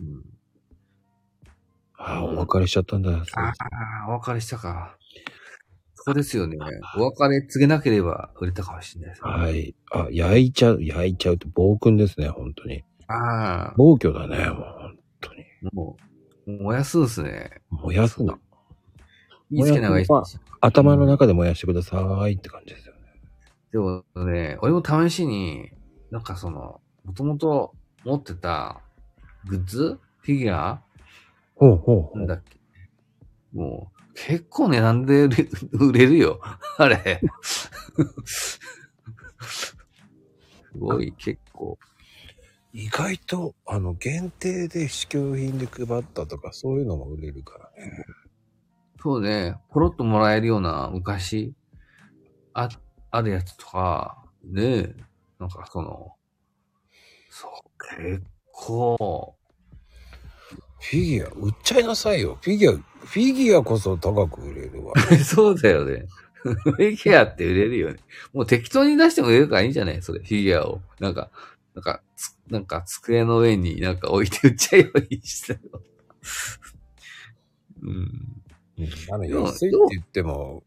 C: お別れしちゃったんだ。
D: お別れしたか。そうですよね。お別れ告げなければ売れたかもしれないですね。
C: はい。焼いちゃうって暴君ですね、本当に。暴挙だね、もう本当に。
D: もう、燃やすんすね。
C: 燃やすな。
D: いいつけ長い
C: 頭の中で燃やしてくださいって感じですよね。で
D: もね、俺も試しに、なんかもともと持ってたグッズフィギュアなんだっけもう、結構値段で売れるよ。あれ。すごい、結構。
C: 意外と、限定で試供品で配ったとか、そういうのも売れるからね。
D: そうね、ポロッともらえるような昔、あるやつとか、ねなんか結構。
C: フィギュア、売っちゃいなさいよ。フィギュアこそ高く売れるわ。
D: そうだよね。フィギュアって売れるよね。もう適当に出しても売れるからいいんじゃないそれ、フィギュアを。なんか机の上になんか置いて売っちゃえばいいしだよ。
C: 安いって言っても、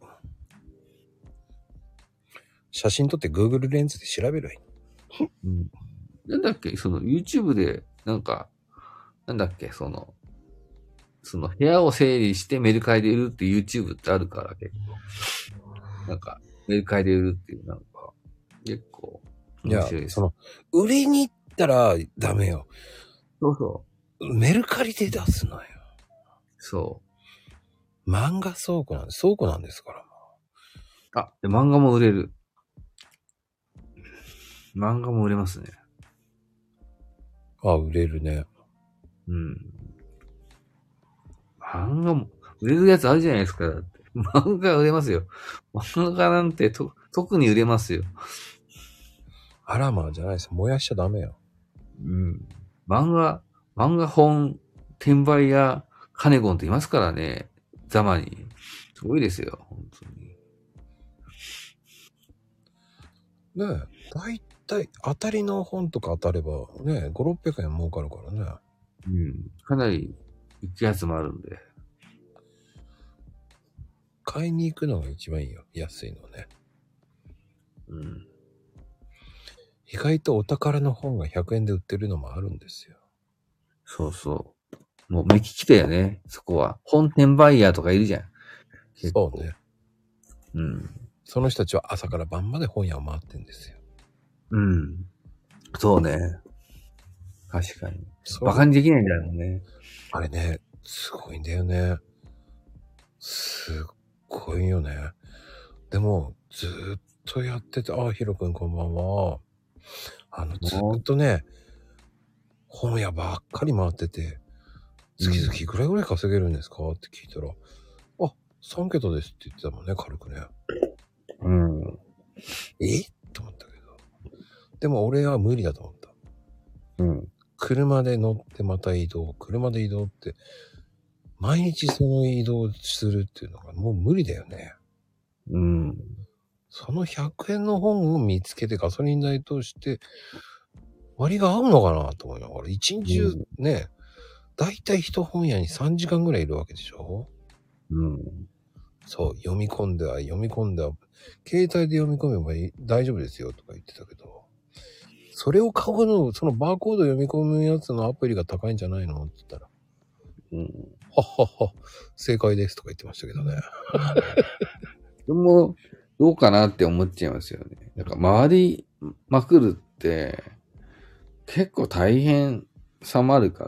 C: 写真撮って Google レンズで調べるわいい。
D: なんだっけYouTube で、なんだっけ部屋を整理してメルカリで売るって YouTube ってあるから結構。メルカリで売るっていう結構面白いです。
C: 売りに行ったらダメよ。
D: そうそう。
C: メルカリで出すのよ。
D: そう。
C: 漫画倉庫なんですから。
D: で、漫画も売れる。漫画も売れますね。
C: 売れるね。
D: 漫画も、売れるやつあるじゃないですか。だって漫画売れますよ。漫画なんて特に売れますよ。
C: あらまあじゃないです。燃やしちゃダメよ。
D: 漫画本、転売屋、カネゴンっていますからね。ざまに。すごいですよ。本当
C: に。ねえ、だいたい当たりの本とか当たればね、5、600円儲かるからね。
D: かなり行くやつもあるんで。
C: 買いに行くのが一番いいよ。安いのね。意外とお宝の本が100円で売ってるのもあるんですよ。
D: そうそう。もう目利きだよね。そこは。本転売ヤーとかいるじゃん。
C: そうね。その人たちは朝から晩まで本屋を回ってんですよ。
D: そうね。確かに。馬鹿にできないんだよね。
C: あれね、すごいんだよね。すっごいよね。でも、ずっとやってて、ヒロくんこんばんは。ずっとね、本屋ばっかり回ってて、月々いくらぐらい稼げるんですかって聞いたら、3桁ですって言ってたもんね、軽くね。と思ったけど。 でも俺は無理だと思った。
D: うん。
C: 車で乗ってまた移動、車で移動って、毎日その移動するっていうのがもう無理だよね。
D: うん。
C: その100円の本を見つけてガソリン代として割が合うのかなと思いながら、一日中ね、だいたい一本屋に3時間ぐらいいるわけでしょ。
D: うん。
C: そう、読み込んでは、携帯で読み込めば大丈夫ですよとか言ってたけど、それを買うの、そのバーコード読み込むやつのアプリが高いんじゃないのって言ったら、
D: うん。
C: はっはっは、正解ですとか言ってましたけどね。
D: でも、どうかなって思っちゃいますよね。なんか回りまくるって、結構大変さもあるから、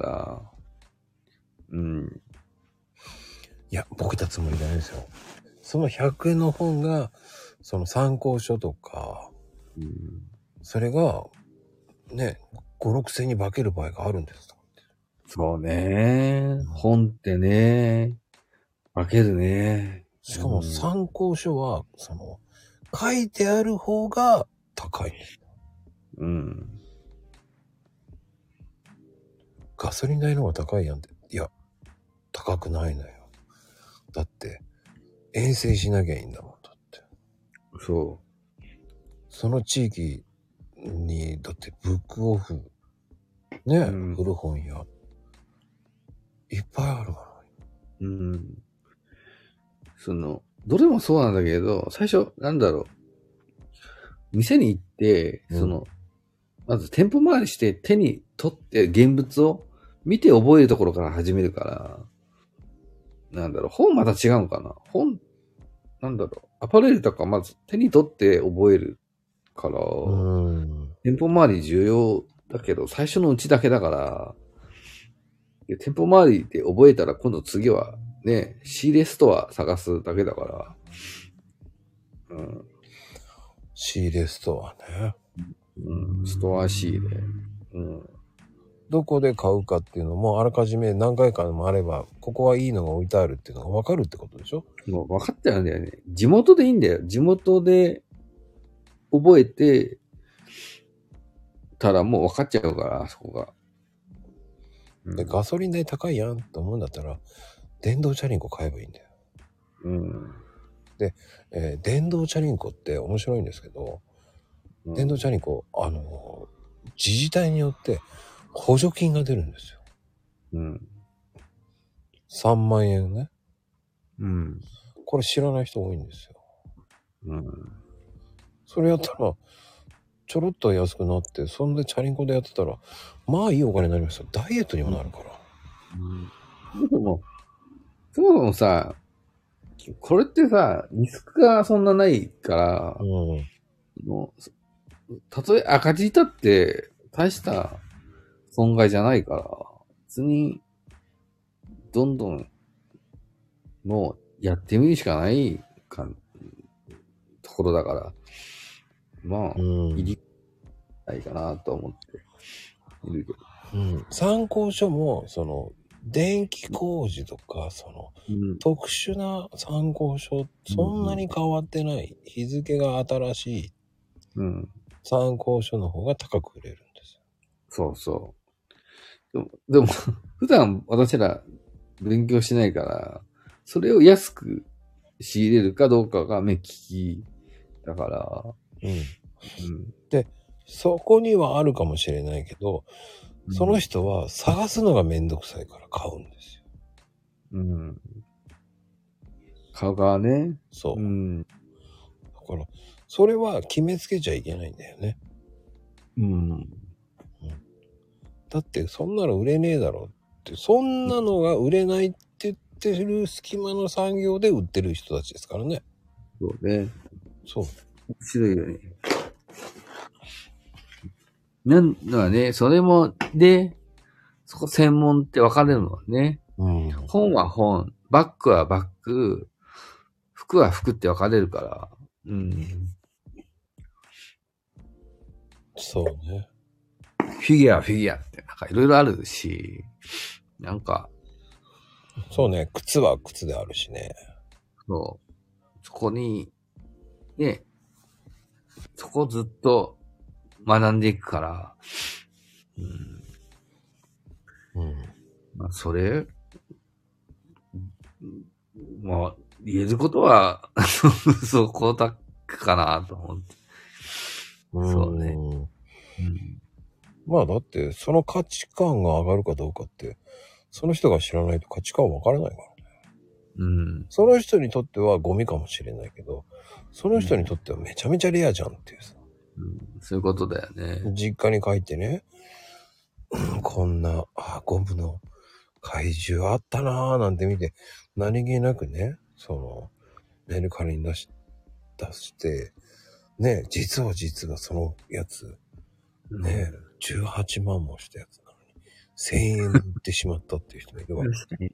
D: うん。
C: いや、ボケたつもりじゃないですよ。その100円の本が、その参考書とか、
D: うん、
C: それが、ね、5、6千に化ける場合があるんです。
D: そうね。本ってね、化けるね。
C: しかも参考書は、書いてある方が高い。
D: うん。
C: ガソリン代の方が高いやんって。いや、高くないのよ。だって、遠征しなきゃいいんだもん、だって。
D: そ
C: その地域に、だってブックオフ、ね、古本屋、いっぱいあるから。
D: うん。どれもそうなんだけど、最初、なんだろう。店に行って、まず店舗回りして手に取って現物を見て覚えるところから始めるから、なんだろう、本また違うのかな。なんだろう、アパレルとかまず手に取って覚えるから、店舗回り重要だけど、最初のうちだけだから、店舗回りで覚えたら今度次はね、仕入れストア探すだけだから、うん。
C: 仕入れストアね。
D: うん、ストア仕入れ。うん。
C: どこで買うかっていうのもあらかじめ何回かもあれば、ここはいいのが置いてあるっていうのが分かるってことでしょ？
D: もう分かってるんだよね。地元でいいんだよ。地元で覚えてたらもう分かっちゃうから、そこが。
C: で、ガソリン代高いやんって思うんだったら、電動チャリンコ買えばいいんだよ。
D: うん。
C: で、電動チャリンコって面白いんですけど、電動チャリンコ、自治体によって補助金が出るんですよ。
D: うん。
C: 3万円ね。
D: うん。
C: これ知らない人多いんですよ。
D: うん。そ
C: れやったら、ちょろっと安くなって、そんでチャリンコでやってたら、まあいいお金になりますよ。ダイエットにもなるから。
D: うん。でも、そもそもさ、これってさ、リスクがそんなないから、もう、たとえ赤字いたって、大した損害じゃないから、別に、どんどん、もう、やってみるしかないところだから、まあ、いりないかなと思っているけど。
C: 参考書も、電気工事とか、特殊な参考書、そんなに変わってない、日付が新しい、参考書の方が高く売れるんですよ。
D: そうそう。でも普段私ら勉強しないから、それを安く仕入れるかどうかが目利きだから。
C: で、そこにはあるかもしれないけど、その人は探すのがめんどくさいから買うんですよ。
D: 買う側ね。
C: そう。だから、それは決めつけちゃいけないんだよね。だって、そんなの売れねえだろって、そんなのが売れないって言ってる隙間の産業で売ってる人たちですからね。
D: そうね。
C: そう。
D: 面白いよね。なんだね、それも、で、そこ専門って分かれるのね。本は本、バッグはバッグ、服は服って分かれるから。
C: そうね。
D: フィギュアはフィギュアってなんかいろいろあるし、なんか。
C: そうね、靴は靴であるしね。
D: そう。そこに、ね、そこずっと学んでいくから、まあ、まあ、言えることは、そこだけかなと思って。そうね。
C: まあだって、その価値観が上がるかどうかって、その人が知らないと価値観は分からないからね。その人にとってはゴミかもしれないけど、その人にとってはめちゃめちゃレアじゃんっていうさ。
D: そういうことだよね。
C: 実家に帰ってね、こんな、ゴムの怪獣あったなーなんて見て、何気なくね、メルカリに出して、ね、実はそのやつ、ね、18万もしたやつなのに、1000円で売ってしまったっていう人もいるわけ。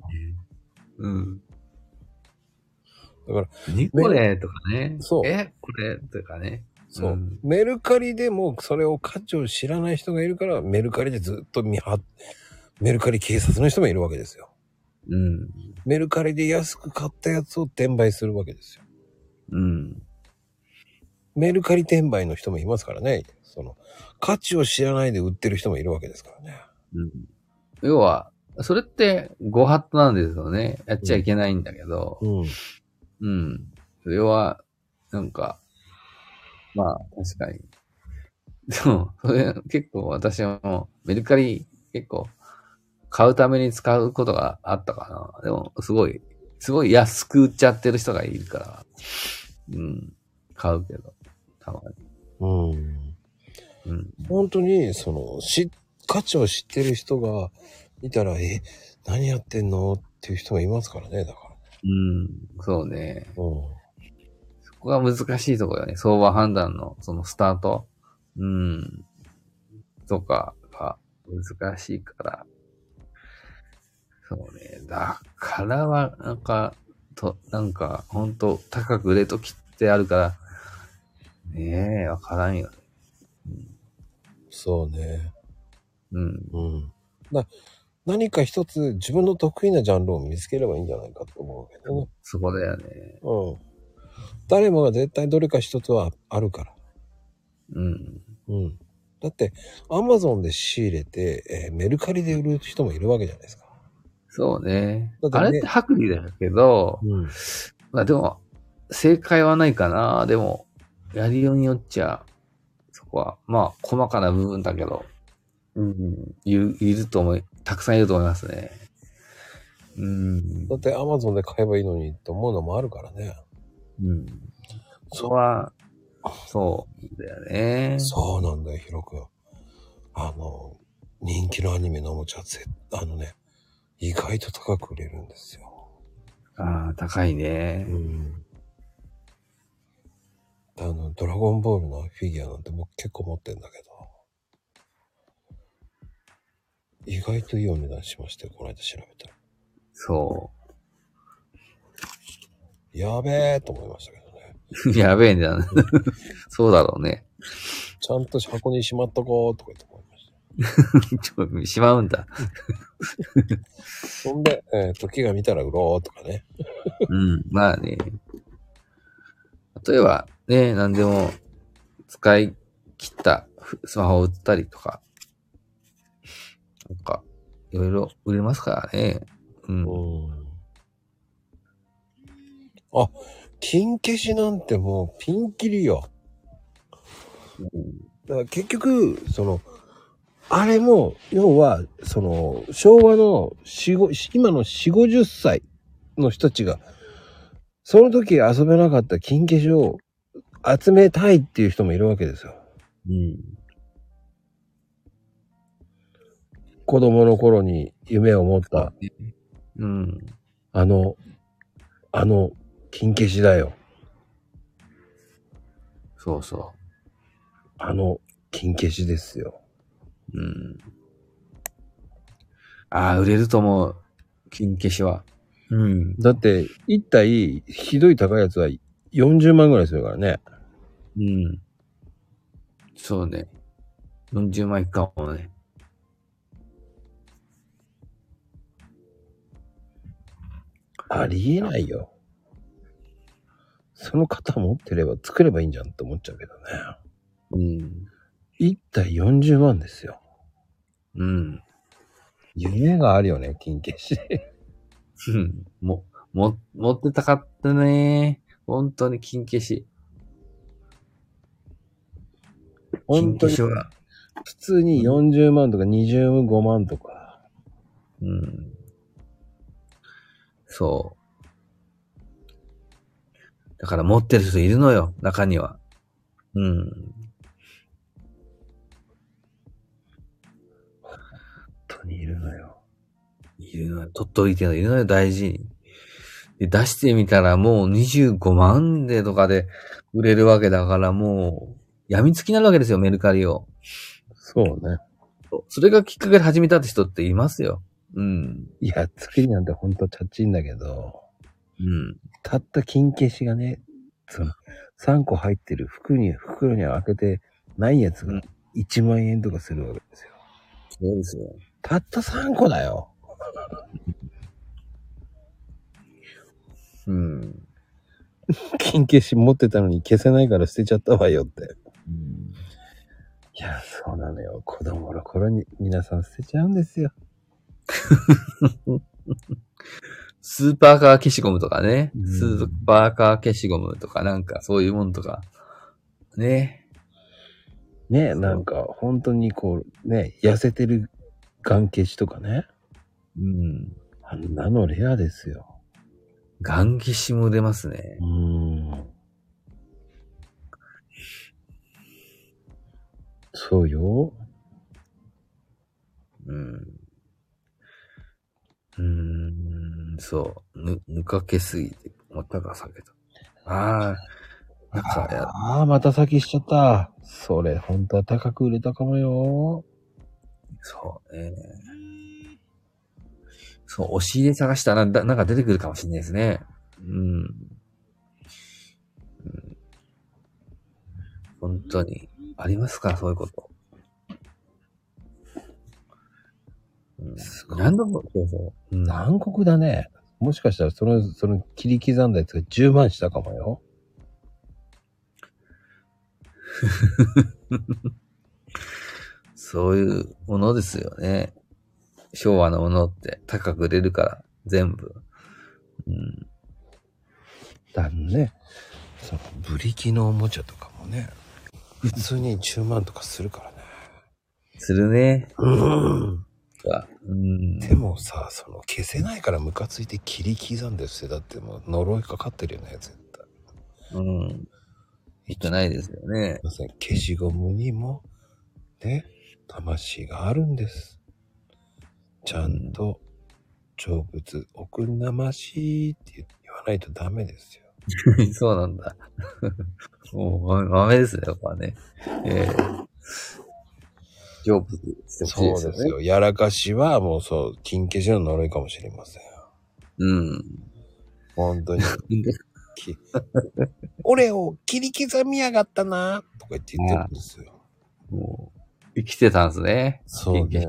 C: だから、
D: これとかね。
C: そう。
D: これとかね。
C: そう、メルカリでもそれを価値を知らない人がいるから、メルカリでずっとメルカリ警察の人もいるわけですよ。メルカリで安く買ったやつを転売するわけですよ。メルカリ転売の人もいますからね。価値を知らないで売ってる人もいるわけですからね。
D: 要は、それってご法度なんですよね。やっちゃいけないんだけど。それは、なんか、まあ、確かに。でも、それ結構私もメルカリ結構買うために使うことがあったかな。でも、すごい安く売っちゃってる人がいるから、買うけど、たまに。
C: 本当に、価値を知ってる人がいたら、何やってんのっていう人がいますからね、だから。
D: そうね。そこが難しいところよね。相場判断の、スタート。とかが難しいから。そうね。だからは、なんか、ほんと、高く売れときってあるから、ねえ、わからんよね。
C: そうね。何か一つ自分の得意なジャンルを見つければいいんじゃないかと思うけどね。
D: そこだよね。
C: 誰もが絶対どれか一つはあるから。だって、アマゾンで仕入れて、メルカリで売る人もいるわけじゃないですか。
D: そうね。あれって薄利だけど、まあでも、正解はないかな。でも、やりようによっちゃ、そこは、まあ、細かな部分だけど、たくさんいると思いますね。
C: だってアマゾンで買えばいいのにと思うのもあるからね。
D: そこは、そうだよね。
C: そうなんだよ、ヒロ君。人気のアニメのおもちゃ意外と高く売れるんですよ。
D: 高いね。
C: ドラゴンボールのフィギュアなんて僕結構持ってんだけど。意外といいお値段しましたよ、この間調べたら。やべえと思いましたけど
D: ね。やべえんじゃん。そうだろうね。
C: ちゃんと箱にしまっとこうとか言って思いま
D: した。しまうんだ。
C: そんで、時が見たら売ろうとかね。
D: まあね。例えば、ね、何でも使い切ったスマホを売ったりとか、なんか、いろいろ売れますからね。
C: 金消しなんてもうピンキリよ。だから結局、あれも、要は、昭和の今の4、50歳の人たちが、その時遊べなかった金消しを集めたいっていう人もいるわけですよ。子供の頃に夢を持った、金消しだよ。
D: そうそう。
C: 金消しですよ。
D: 売れると思う。金消しは。
C: だって、一体、ひどい高いやつは40万ぐらいするからね。
D: そうね。40万いくかもね。
C: ありえないよ。その型持ってれば作ればいいんじゃんって思っちゃうけどね。 1体40万ですよ。
D: うん。
C: 夢があるよね、金消し。
D: 持ってたかったね。本当に金消し。金
C: 本当に
D: 消しは。
C: 普通に40万とか25万とか。
D: うん。そう。だから持ってる人いるのよ、中には。うん。
C: 本当にいるのよ。
D: いるのよ。取っといているのよ、大事に。で、出してみたらもう25万でとかで売れるわけだからもう、病みつきになるわけですよ、メルカリを。
C: そうね。
D: それがきっかけで始めたって人っていますよ。うん。
C: いや、月なんてほんとチャッチいんだけど、
D: うん。
C: たった金消しがね、3個入ってる袋に開けてないやつが1万円とかするわけですよ。
D: そうですよ。
C: たった3個だよ。
D: うん。
C: 金消し持ってたのに消せないから捨てちゃったわよって。いや、そうなのよ。子供の頃に皆さん捨てちゃうんですよ。
D: スーパーカー消しゴムとかね。
C: うん
D: スーパーカー消しゴムとかなんかそういうもんとか。ね。
C: ね、なんか本当にこう、ね、痩せてるガン消しとかね。
D: うん。
C: あんなのレアですよ。
D: ガン消しも出ますね。
C: そうよ。
D: そう。ぬかけすぎて、またが避けた。ああ、なんか
C: ああ、また先しちゃった。それ、本当は高く売れたかもよ。
D: そうね。そう、押し入れ探したらなんか出てくるかもしれないですね。本当に。ありますかそういうこと。何度も、そうそう。
C: 南国だね。もしかしたらその切り刻んだやつが10万したかもよ。
D: そういうものですよね。昭和のものって高く売れるから、全部。
C: だね。そのブリキのおもちゃとかもね、普通に10万とかするからね。
D: するね。
C: でもさ、消せないからムカついて切り刻んで捨てたってもう呪いかかってるよね、絶対。
D: いけないですよね。
C: 消しゴムにも、ね、魂があるんです。ちゃんと、成仏、送りなましって言わないとダメですよ。
D: そうなんだ。もう、豆ですね、やっぱね。成仏してほしいですよね。そうですよ。
C: やらかしはもうそう、金消しの呪いかもしれません。本当に。俺を切り刻みやがったなとか言ってるんですよ。
D: もう、生きてたんですね。
C: そうね。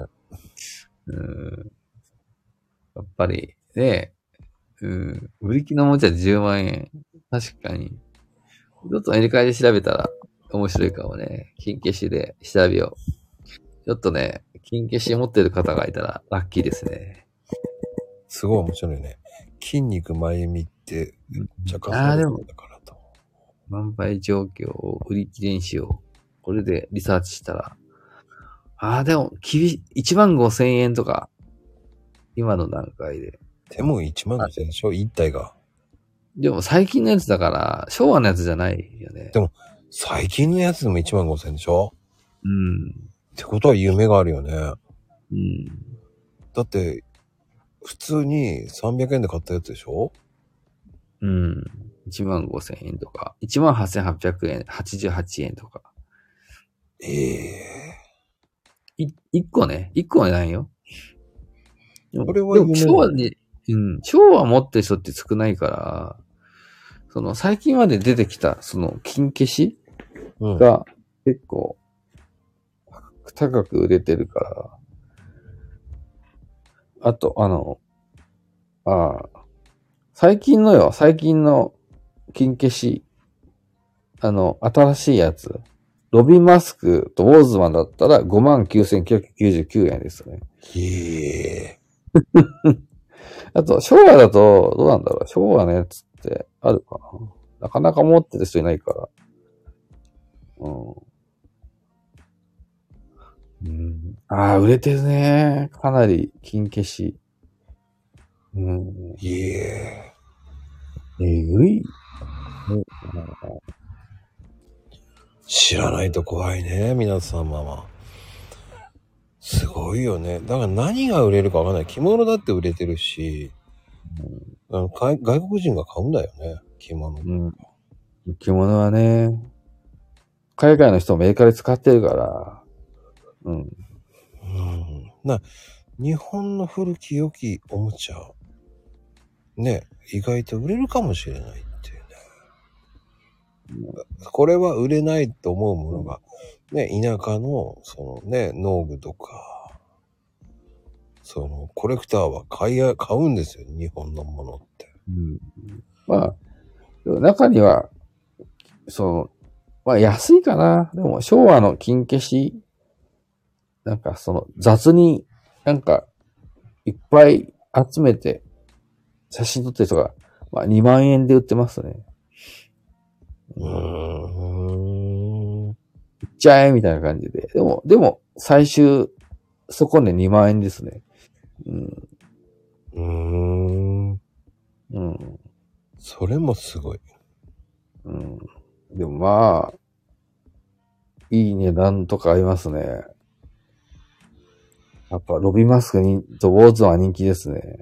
D: やっぱり、ね、売り切のおもちゃで10万円。確かに。ちょっと入れ替えで調べたら面白いかもね。金消しで調べよう。ちょっとね、金消し持ってる方がいたらラッキーですね。
C: すごい面白いね。筋肉前見って茶化されるんだからと。
D: 万倍状況を売り切れにしよう。これでリサーチしたら。でも、15,000円とか。今の段階で。
C: でも15,000円でしょ ?1 体が。
D: でも最近のやつだから、昭和のやつじゃないよね。
C: でも、最近のやつでも15,000円でしょってことは夢があるよね。だって、普通に300円で買ったやつでしょ
D: 15,000円とか。18,800円、88円とか。1個ね。1個はないよ。
C: これは夢
D: 昭和に、昭和持ってる人って少ないから、最近まで出てきた、金消しが結構高く売れてるから。あと、最近の金消し、新しいやつ、 ロビンマスクとウォーズマンだったら59,999円ですね。
C: へえ。
D: あと、昭和だと、どうなんだろう。昭和のやつってあるかな。なかなか持ってる人いないから。ああ、売れてるね。かなり、金消し。
C: いえ。
D: えぐい。
C: 知らないと怖いね、皆様は。すごいよね。だから何が売れるかわかんない。着物だって売れてるし、外国人が買うんだよね、着物。
D: 着物はね、海外の人もメーカーで使ってるから、
C: 日本の古き良きおもちゃ、ね、意外と売れるかもしれないっていうね。これは売れないと思うものが、ね、田舎の、そのね、農具とか、その、コレクターは買うんですよ、日本のものって。
D: まあ、中には、まあ安いかな。でも昭和の金消し、なんか雑になんかいっぱい集めて写真撮ってる人が、まあ2万円で売ってますね。いっちゃえみたいな感じで。でも最終、そこで2万円ですね。
C: それもすごい。
D: でもまあ、いい値段とかありますね。やっぱロビンマスクとウォーズは人気ですね。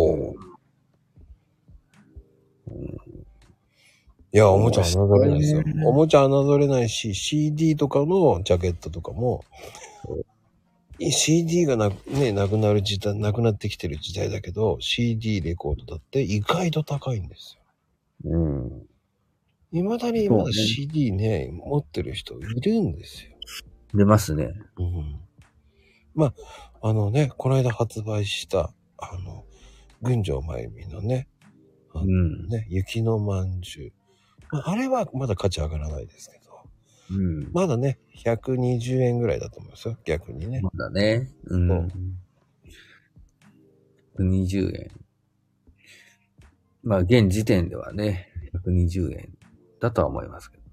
C: いや、おもちゃ侮れないですよ。おもちゃ侮れないし、CD とかのジャケットとかも、CD がなくなる時代、なくなってきてる時代だけど、CD レコードだって意外と高いんですよ。未だにまだ CD ね、持ってる人いるんですよ。
D: 出ますね。
C: まあ、この間発売した、群青まゆみのね、雪のまんじゅう。あれはまだ価値上がらないですけど。まだね、120円ぐらいだと思いますよ、逆にね。
D: まだね。120円。まあ、現時点ではね、120円だとは思いますけど。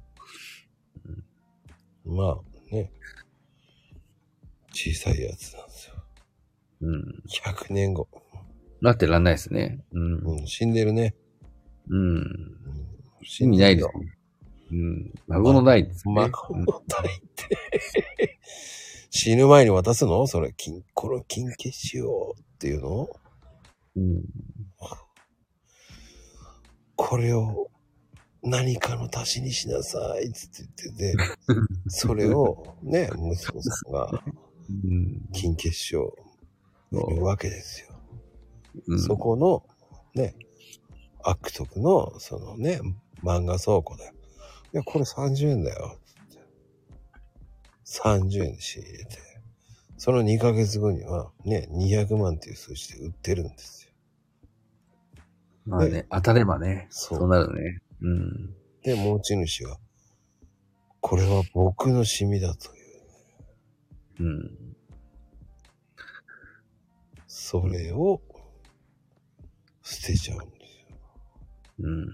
C: まあね、小さいやつなんですよ。100年後。
D: なってらんないですね。
C: 死んでるね。
D: 意味ないです。孫の代ですね。
C: 孫の代って。死ぬ前に渡すのそれ、この金消しをっていうのこれを何かの足しにしなさいって言ってて、それをね、息子さんが金消しを売るわけですよ。そこのね、悪徳のそのね、漫画倉庫だよ。いや、これ30円だよ。30円で仕入れて、その2ヶ月後にはね、200万っていう数字で売ってるんですよ。
D: まあね、当たればね、そうなるね。
C: で、持ち主は、これは僕のシミだという。それを捨てちゃうんですよ。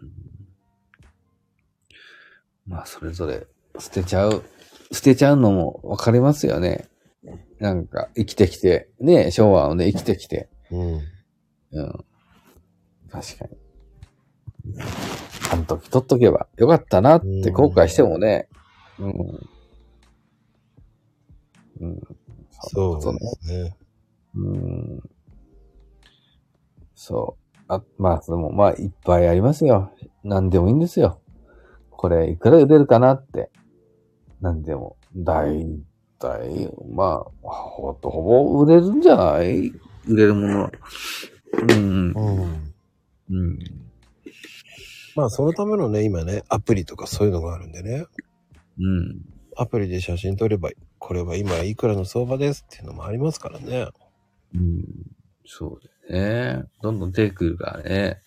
D: まあ、それぞれ捨てちゃうのもわかりますよね。なんか、生きてきて、ね、昭和をね、生きてきて。確かに。あの時取っとけばよかったなって後悔してもね。
C: そうですね。
D: そう。まあ、でも、まあ、いっぱいありますよ。何でもいいんですよ。これ、いくら売れるかなって。何でも。大体、まあ、ほぼ売れるんじゃない？売れるものは。
C: まあ、そのためのね、今ね、アプリとかそういうのがあるんでね。アプリで写真撮れば、これは今いくらの相場ですっていうのもありますからね。
D: そうだよね。どんどん出てくるからね。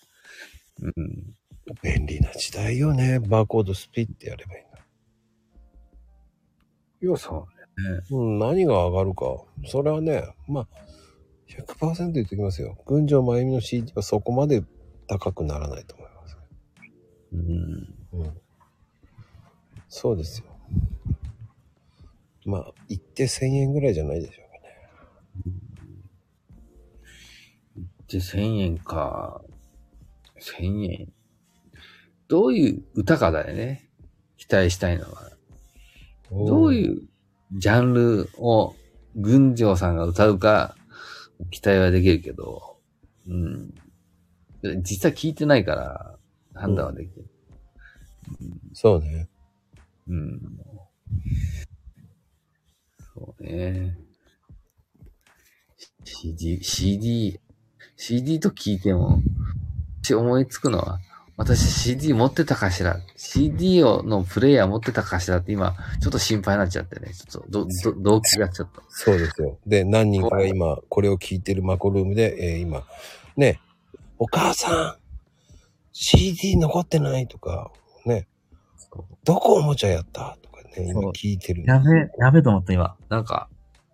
C: 便利な時代よね。バーコードスピッてやればいいんだ。 いや、何が上がるか。それはね、まあ、100% 言ってきますよ。群青真由美の CD はそこまで高くならないと思います。うん。そうですよ。まあ、行って1000円ぐらいじゃないでしょうかね。
D: で、1000円か。1000円。どういう歌かだよね。期待したいのは。どういうジャンルを群青さんが歌うか期待はできるけど、実際聞いてないから判断はできる。
C: そうね。
D: そうね。CD と聞いても、思いつくのは、私 CD 持ってたかしら ?CD のプレイヤー持ってたかしらって今、ちょっと心配になっちゃってね。ちょっと、動機がちょっと。
C: そうですよ。で、何人かが今、これを聞いてるマコルームで、今、ね、お母さん、CD 残ってないとか、ね、どこおもちゃやったとかね、今聞いてる。
D: やべと思った今。なんか、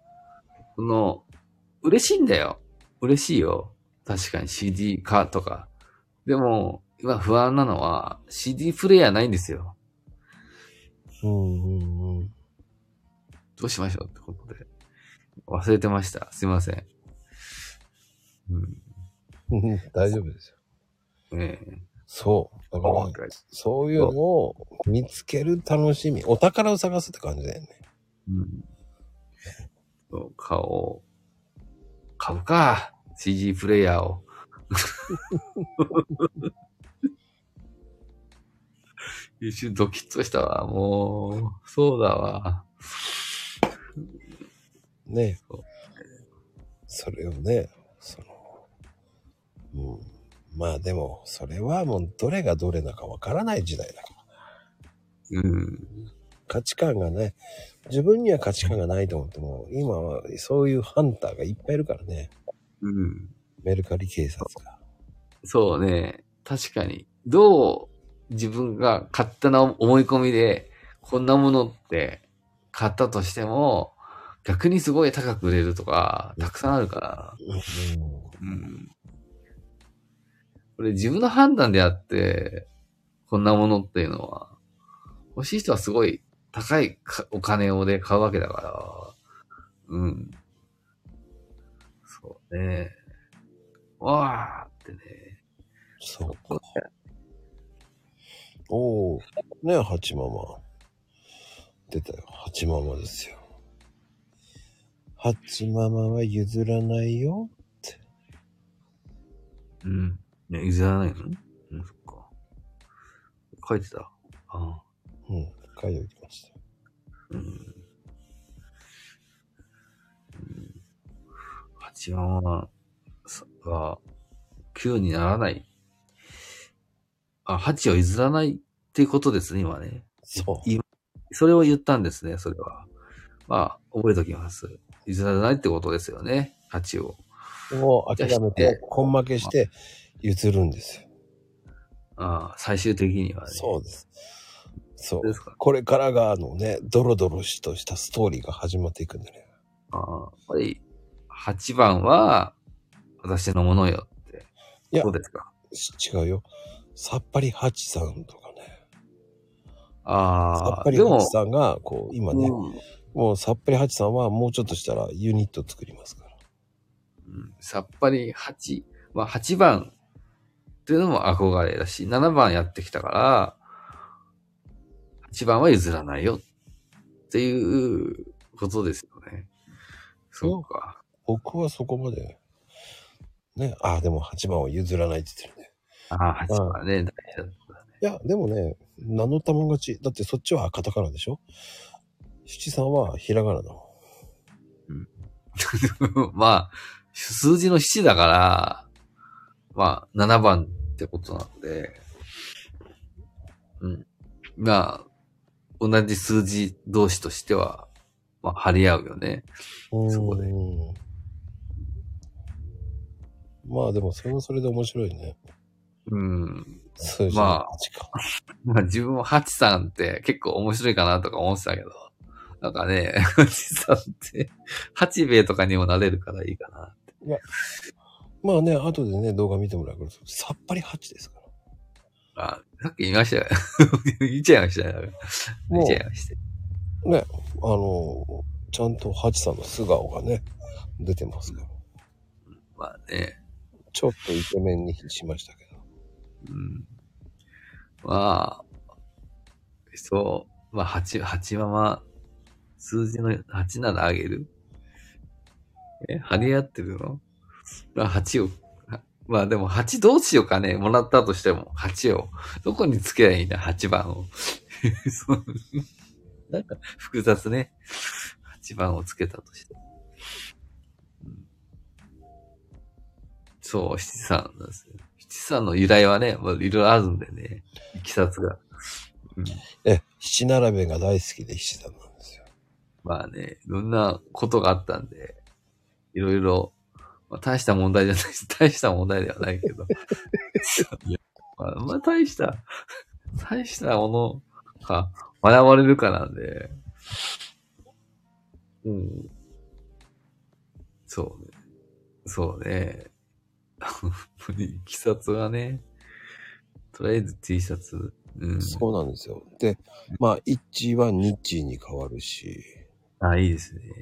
D: 嬉しいんだよ。嬉しいよ。確かに CD かとか。でも、今不安なのは CD プレイヤーないんですよ。どうしましょうってことで。忘れてました。すいません。
C: 大丈夫ですよ。そう。だから、そういうのを見つける楽しみ。お宝を探すって感じだよね。
D: 買うか。CG プレイヤーを。一瞬ドキッとしたわ。もう、そうだわ。
C: ねえ。それをね、まあでも、それはもうどれがどれだかわからない時代だから。価値観がね、自分には価値観がないと思っても、今はそういうハンターがいっぱいいるからね。メルカリ警察が。
D: そうね。確かに。どう自分が勝手な思い込みで、こんなものって買ったとしても、逆にすごい高く売れるとか、たくさんあるから。これ自分の判断であって、こんなものっていうのは、欲しい人はすごい高いお金をで買うわけだから、そうね。わーってね。
C: そうか。おー、ねえ、ハチママ。出たよ。ハチママですよ。ハチママは譲らないよって。
D: ね、譲らないの？そっか。書いてた。
C: 書いておきました。
D: ハチママは、9にならない。ハチを譲らないっていうことですね、今ね。
C: そう。
D: それを言ったんですね、それは。まあ、覚えときます。譲らないってことですよね、ハチを。
C: もう諦めて、根負けして譲るんですよ。
D: 最終的にはね。
C: そうです。そう。これからがドロドロとしたストーリーが始まっていくんだね。
D: やっぱり、8番は、私のものよって。
C: いや、
D: そうですか。
C: 違うよ。さっぱりハチさんとかね。
D: さ
C: っぱりハチさんが、今ね、もうさっぱりハチさんはもうちょっとしたらユニット作りますから。
D: さっぱり8、8番っていうのも憧れだし、7番やってきたから、8番は譲らないよっていうことですよね。そうか。
C: 僕はそこまで、ね、でも8番は譲らないって言ってるね。
D: 8番ね、大事だったね。
C: いや、でもね、何の玉勝ち。だってそっちはカタカナでしょ？七さんはひらがなだも
D: ん。数字の7だから、7番ってことなので、同じ数字同士としては、張り合うよね。そこで。
C: でもそれもそれで面白いね。数字の8か。
D: 自分も8さんって結構面白いかなとか思ってたけど、 なんかね、富士山って、八兵衛とかにもなれるからいいかな。
C: まあね、後でね、動画見てもらうけど、さっぱり8ですから。
D: あ、さっき言いましたよ。言っちゃいましたよ。言っちゃいました。
C: ね、ちゃんとハチさんの素顔がね、出てますから。
D: まあね。
C: ちょっとイケメンにしましたけど。
D: うん。まあ、そう。まあ、8ママ、数字の8ならあげる？張り合ってるの？まあ、8を、まあでも8どうしようかね。もらったとしても、8を。どこにつけりゃいいんだ、8番を。そうなんか、複雑ね。8番をつけたとして。そう、七三なんですよ。七三の由来はね、まあ、いろいろあるんでね。いきさつが。うん、
C: 七並べが大好きで七段なんですよ。
D: まあね、いろんなことがあったんで、いろいろ、まあ、大した問題じゃない、大した問題ではないけど。いやまあ、大したものが学ばれるかなんで、うん。そうね。そうね。いきさつはね、とりあえず T シャツ。うん。
C: そうなんですよ。で、まあ、一は日に変わるし。
D: あ、いいですね。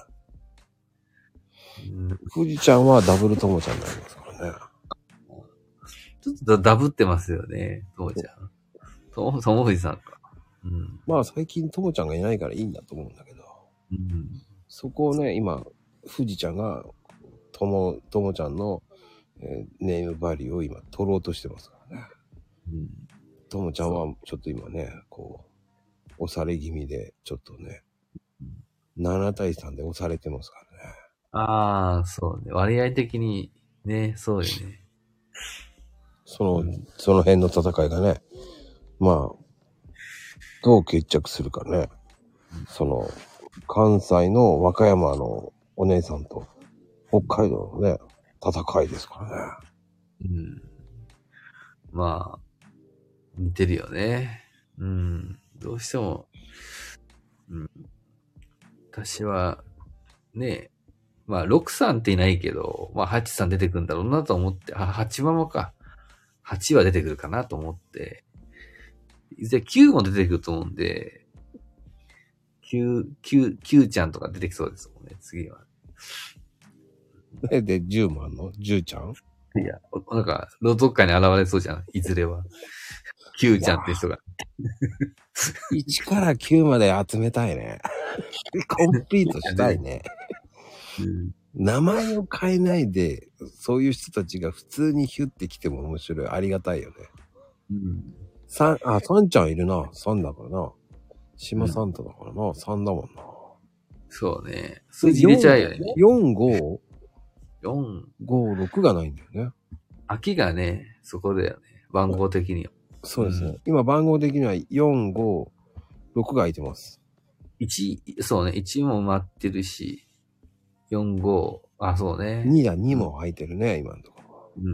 D: うん、
C: 富士ちゃんはダブルともちゃんになりますからね。
D: ちょっとダブってますよね、ともちゃん。ともふじさんか。うん。
C: まあ、最近ともちゃんがいないからいいんだと思うんだけど。
D: うん。
C: そこをね、今、富士ちゃんが、ともちゃんの、ネームバリューを今取ろうとしてますからね。
D: うん。
C: ともちゃんはちょっと今ね、こう、押され気味で、ちょっとね、7対3で押されてますからね。
D: ああ、そうね。割合的に、ね、そうよね。
C: その辺の戦いがね、まあ、どう決着するかね。関西の和歌山のお姉さんと、北海道のね、戦いですからね。
D: うん。まあ、似てるよね。うん。どうしても、うん。私は、ね、まあ、6さんっていないけど、まあ、8さん出てくるんだろうなと思って、8ママか。8は出てくるかなと思って、で、9も出てくると思うんで、9ちゃんとか出てきそうですもんね、次は。
C: で、10もあんの ?10 ちゃん
D: いや、なんか、どっかに現れそうじゃん、いずれは。9ちゃんって人が。
C: 1から9まで集めたいね。コンプリートしたいね。
D: うん、
C: 名前を変えないで、そういう人たちが普通にヒュッて来ても面白い。ありがたいよね。
D: うん。
C: サンちゃんいるな。3だからな。島サンタだからな。3だもんな。
D: そうね。数字入れちゃうよね。
C: 4、5、
D: 4。
C: 5、6がないんだよね。
D: 秋がね、そこだよね。番号的には。
C: そうですね。今番号的には4、5、6が空いてます。
D: 1、そうね。1も埋まってるし、4、5、あ、そうね。
C: 2や2も空いてるね、今のところ。
D: うん。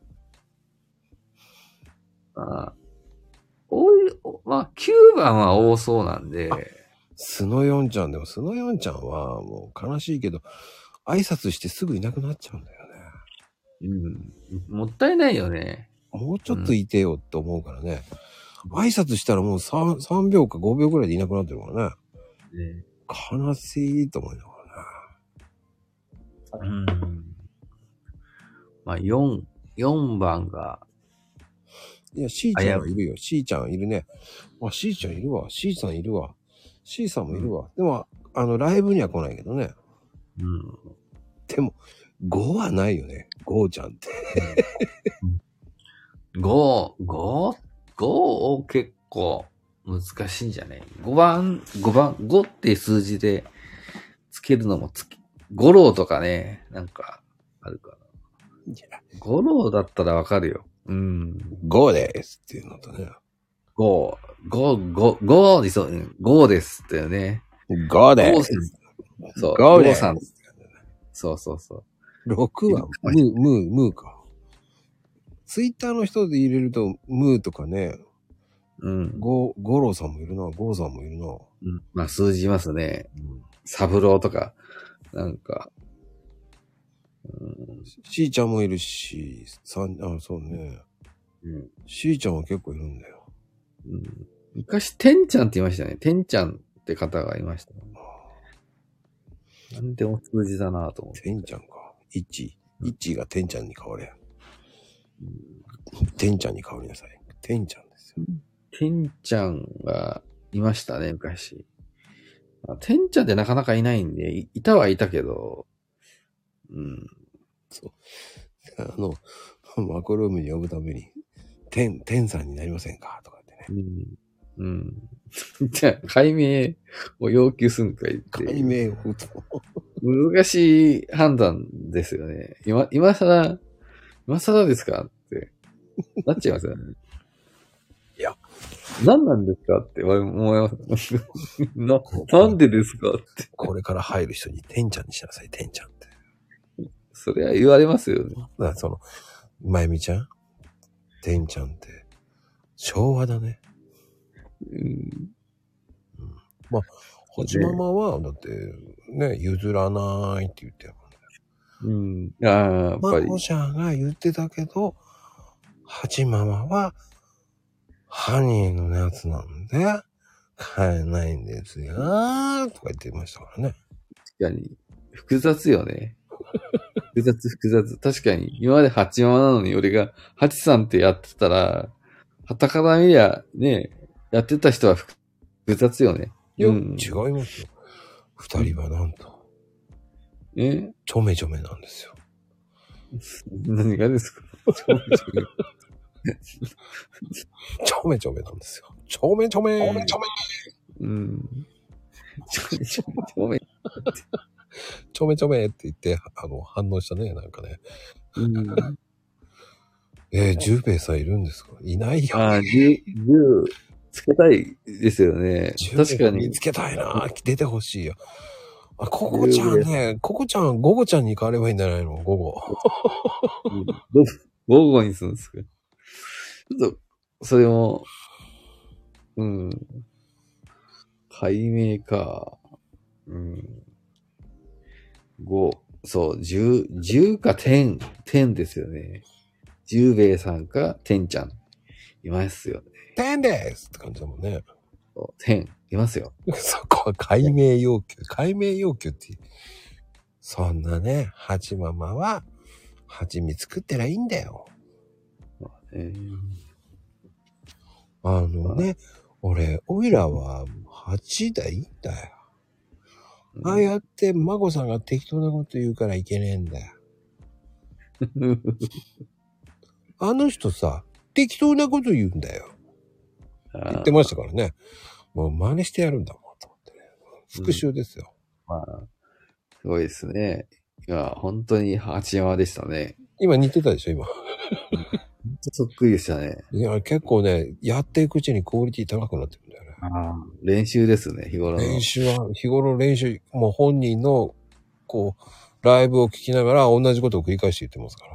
D: まあ、多い、まあ、9番は多そうなんで。
C: スノヨンちゃんでも、スノヨンちゃんはもう悲しいけど、挨拶してすぐいなくなっちゃうんだよね。
D: うん。もったいないよね。
C: もうちょっといてよって思うからね。挨拶したらもう 3秒か5秒くらいでいなくなってるからね。
D: ね、
C: 悲しいと思いながらね。
D: うん。まあ、4番が。
C: いや、C ちゃんはいるよ。C ちゃんいるね。あ、C ちゃんいるわ。C さんいるわ。C さんもいるわ。でも、ライブには来ないけどね。
D: うん。
C: でも、5はないよね。5ちゃんって。
D: 5結構難しいんじゃない？ 5って数字でつけるのも五郎とかね、なんか、あるかな。五郎だったらわかるよ。うん。
C: 5ですっていうのとね。
D: 5にそう、5ですってよね。
C: 5です。
D: そう。
C: 5です。
D: そうそうそう。
C: 6はムーか。ツイッターの人で入れるとムーとかね、
D: うん。
C: 五郎さんもいるな、ゴーさんもいるな。
D: まあ、数字いますね。
C: うん。
D: サブローとか、なんか、
C: しーちゃんもいるし、そうね。しーちゃんは結構いるんだよ。
D: 昔、てんちゃんって言いましたね。てんちゃんって方がいました。なんでも数字だなと思って。
C: てんちゃんか。イッチがてんちゃんに変われ。てんちゃんに変わりなさい。てんちゃんですよ。
D: てんちゃんがいましたね、昔。てんちゃんってなかなかいないんで、いたはいたけど、
C: そう。マクロームに呼ぶために、てんさんになりませんかとかってね。
D: じゃあ、解明を要求するんか言って。
C: 解明を
D: 難しい判断ですよね。今更ですかってなっちゃいますよね。
C: いや。
D: 何なんですかって思います。なんでですかって。
C: これから入る人にてんちゃんにしなさい、てんちゃんって。
D: それは言われますよね。
C: だからまゆみちゃんてんちゃんって、昭和だね。まあ、はちママは、だって、ね、譲らないって言ってるもんね。
D: やっぱり。
C: マコちゃんが言ってたけど、はちママは、ハニーのやつなんで、買えないんですよ、とか言ってましたからね。
D: 確かに、複雑よね。複雑。確かに、今までハチママなのに俺がハチさんってやってたら、旗から見りゃ、ね、やってた人は複雑よね。
C: いや、違いますよ。二人はなんと。ちょめちょめなんですよ。
D: 何がですか？
C: ちょめちょめなんですよ。ちょめちょめ。ちょめちょめ。ちょめちょめって言って、反応したね、なんかね。ジュウベイさんいるんですか？いないよ。
D: つけたいですよね。確かに。
C: 見つけたいな。出てほしいよ。ココちゃんね、ゴゴちゃんに変わればいいんじゃないの？ゴゴ。
D: ゴゴにするんですか？ちょっと、それも、解明か。そう、10か10ですよね。10兵衛さんか10ちゃん。いますよね。
C: 10ですって感じだもんね。
D: 10、いますよ。
C: そこは解明要求。解明要求って、そんなね、ハチママは、蜂蜜作ってりゃいいんだよ。俺、オイラは8でいいんだよ。ああやって孫さんが適当なこと言うからいけねえんだよ。あの人さ、適当なこと言うんだよ。言ってましたからね。もう真似してやるんだもん、と思ってね。復習ですよ。
D: すごいですね。いや、本当に八山でしたね。
C: 今似てたでしょ、今。
D: そっくりでしたね。
C: いや、結構ね、やっていくうちにクオリティ高くなってくるんだよね。
D: 練習ですね、日頃の。
C: 日頃練習、もう本人の、ライブを聞きながら同じことを繰り返して言ってますから。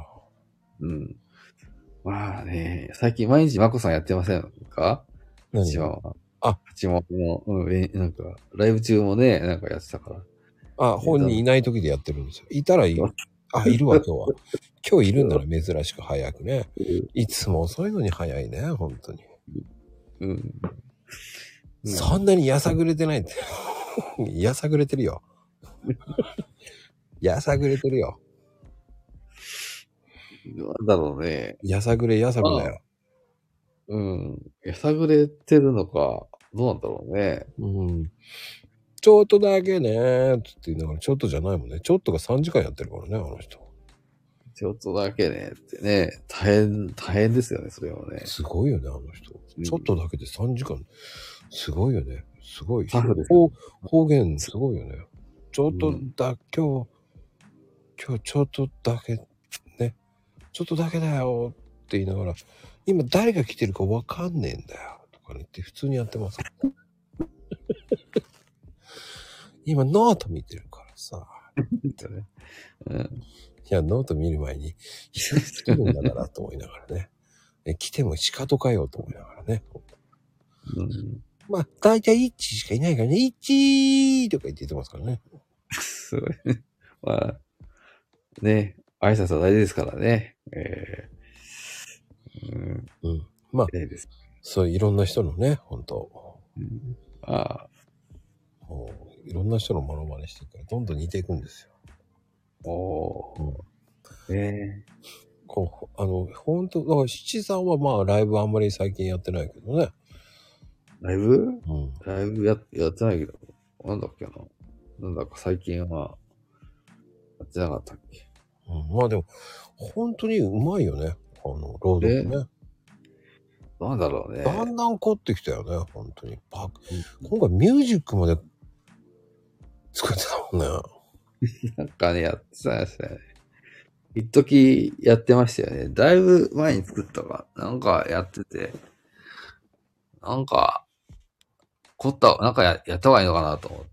D: まあね、最近毎日マコさんやってませんか？八幡は。八幡の、なんか、ライブ中もね、なんかやってたから。
C: 本人いない時でやってるんですよ。いたらいい。いるわ、今日は。今日いるんなら珍しく早くね。いつも遅いのに早いね、本当に。そんなにやさぐれてないって。やさぐれてるよ。やさぐれてるよ。
D: なんだろうね。
C: やさぐれだよ。
D: やさぐれてるのか、どうなんだろうね。
C: ちょっとだけねーって言いながら、ちょっとじゃないもんね。ちょっとが3時間やってるからね、あの人。
D: ちょっとだけねってね、大変ですよね、それはね。
C: すごいよね、あの人。ちょっとだけで3時間。すごいよね。すごい。
D: タフです。
C: 方言すごいよね。ちょっとだ、今日ちょっとだけ、ね。ちょっとだけだよって言いながら、今誰が来てるかわかんねえんだよ。とか言って普通にやってます。今ノート見てるからさ。いや、ノート見る前に、人来てるんだからと思いながらね。来ても仕方かよと思いながらね。
D: うん。
C: まあ、大体1しかいないからね、1とか言ってますからね。
D: すごい。まあ、ね、挨拶は大事ですからね。
C: うん。まあ、
D: いいです。
C: そう、いろんな人のね、本当
D: ああ、
C: もういろんな人のモノマネしていくから、どんどん似ていくんですよ。
D: おー。ね
C: こう、本当だから七さんはまあ、ライブあんまり最近やってないけどね。
D: ライブ
C: うん。
D: ライブやってないけど、なんだっけな。なんだか最近は、やってなかったっけ。
C: うん、まあでも、本当にうまいよね。朗読ね。
D: なんだろうね。
C: だんだん凝ってきたよね、本当に。今回ミュージックまで作ってたもんね。
D: なんかね、やってたんですね。一時やってましたよね。だいぶ前に作ったか。なんかやってて、なんか、なんかやった方がいいのかなと思って。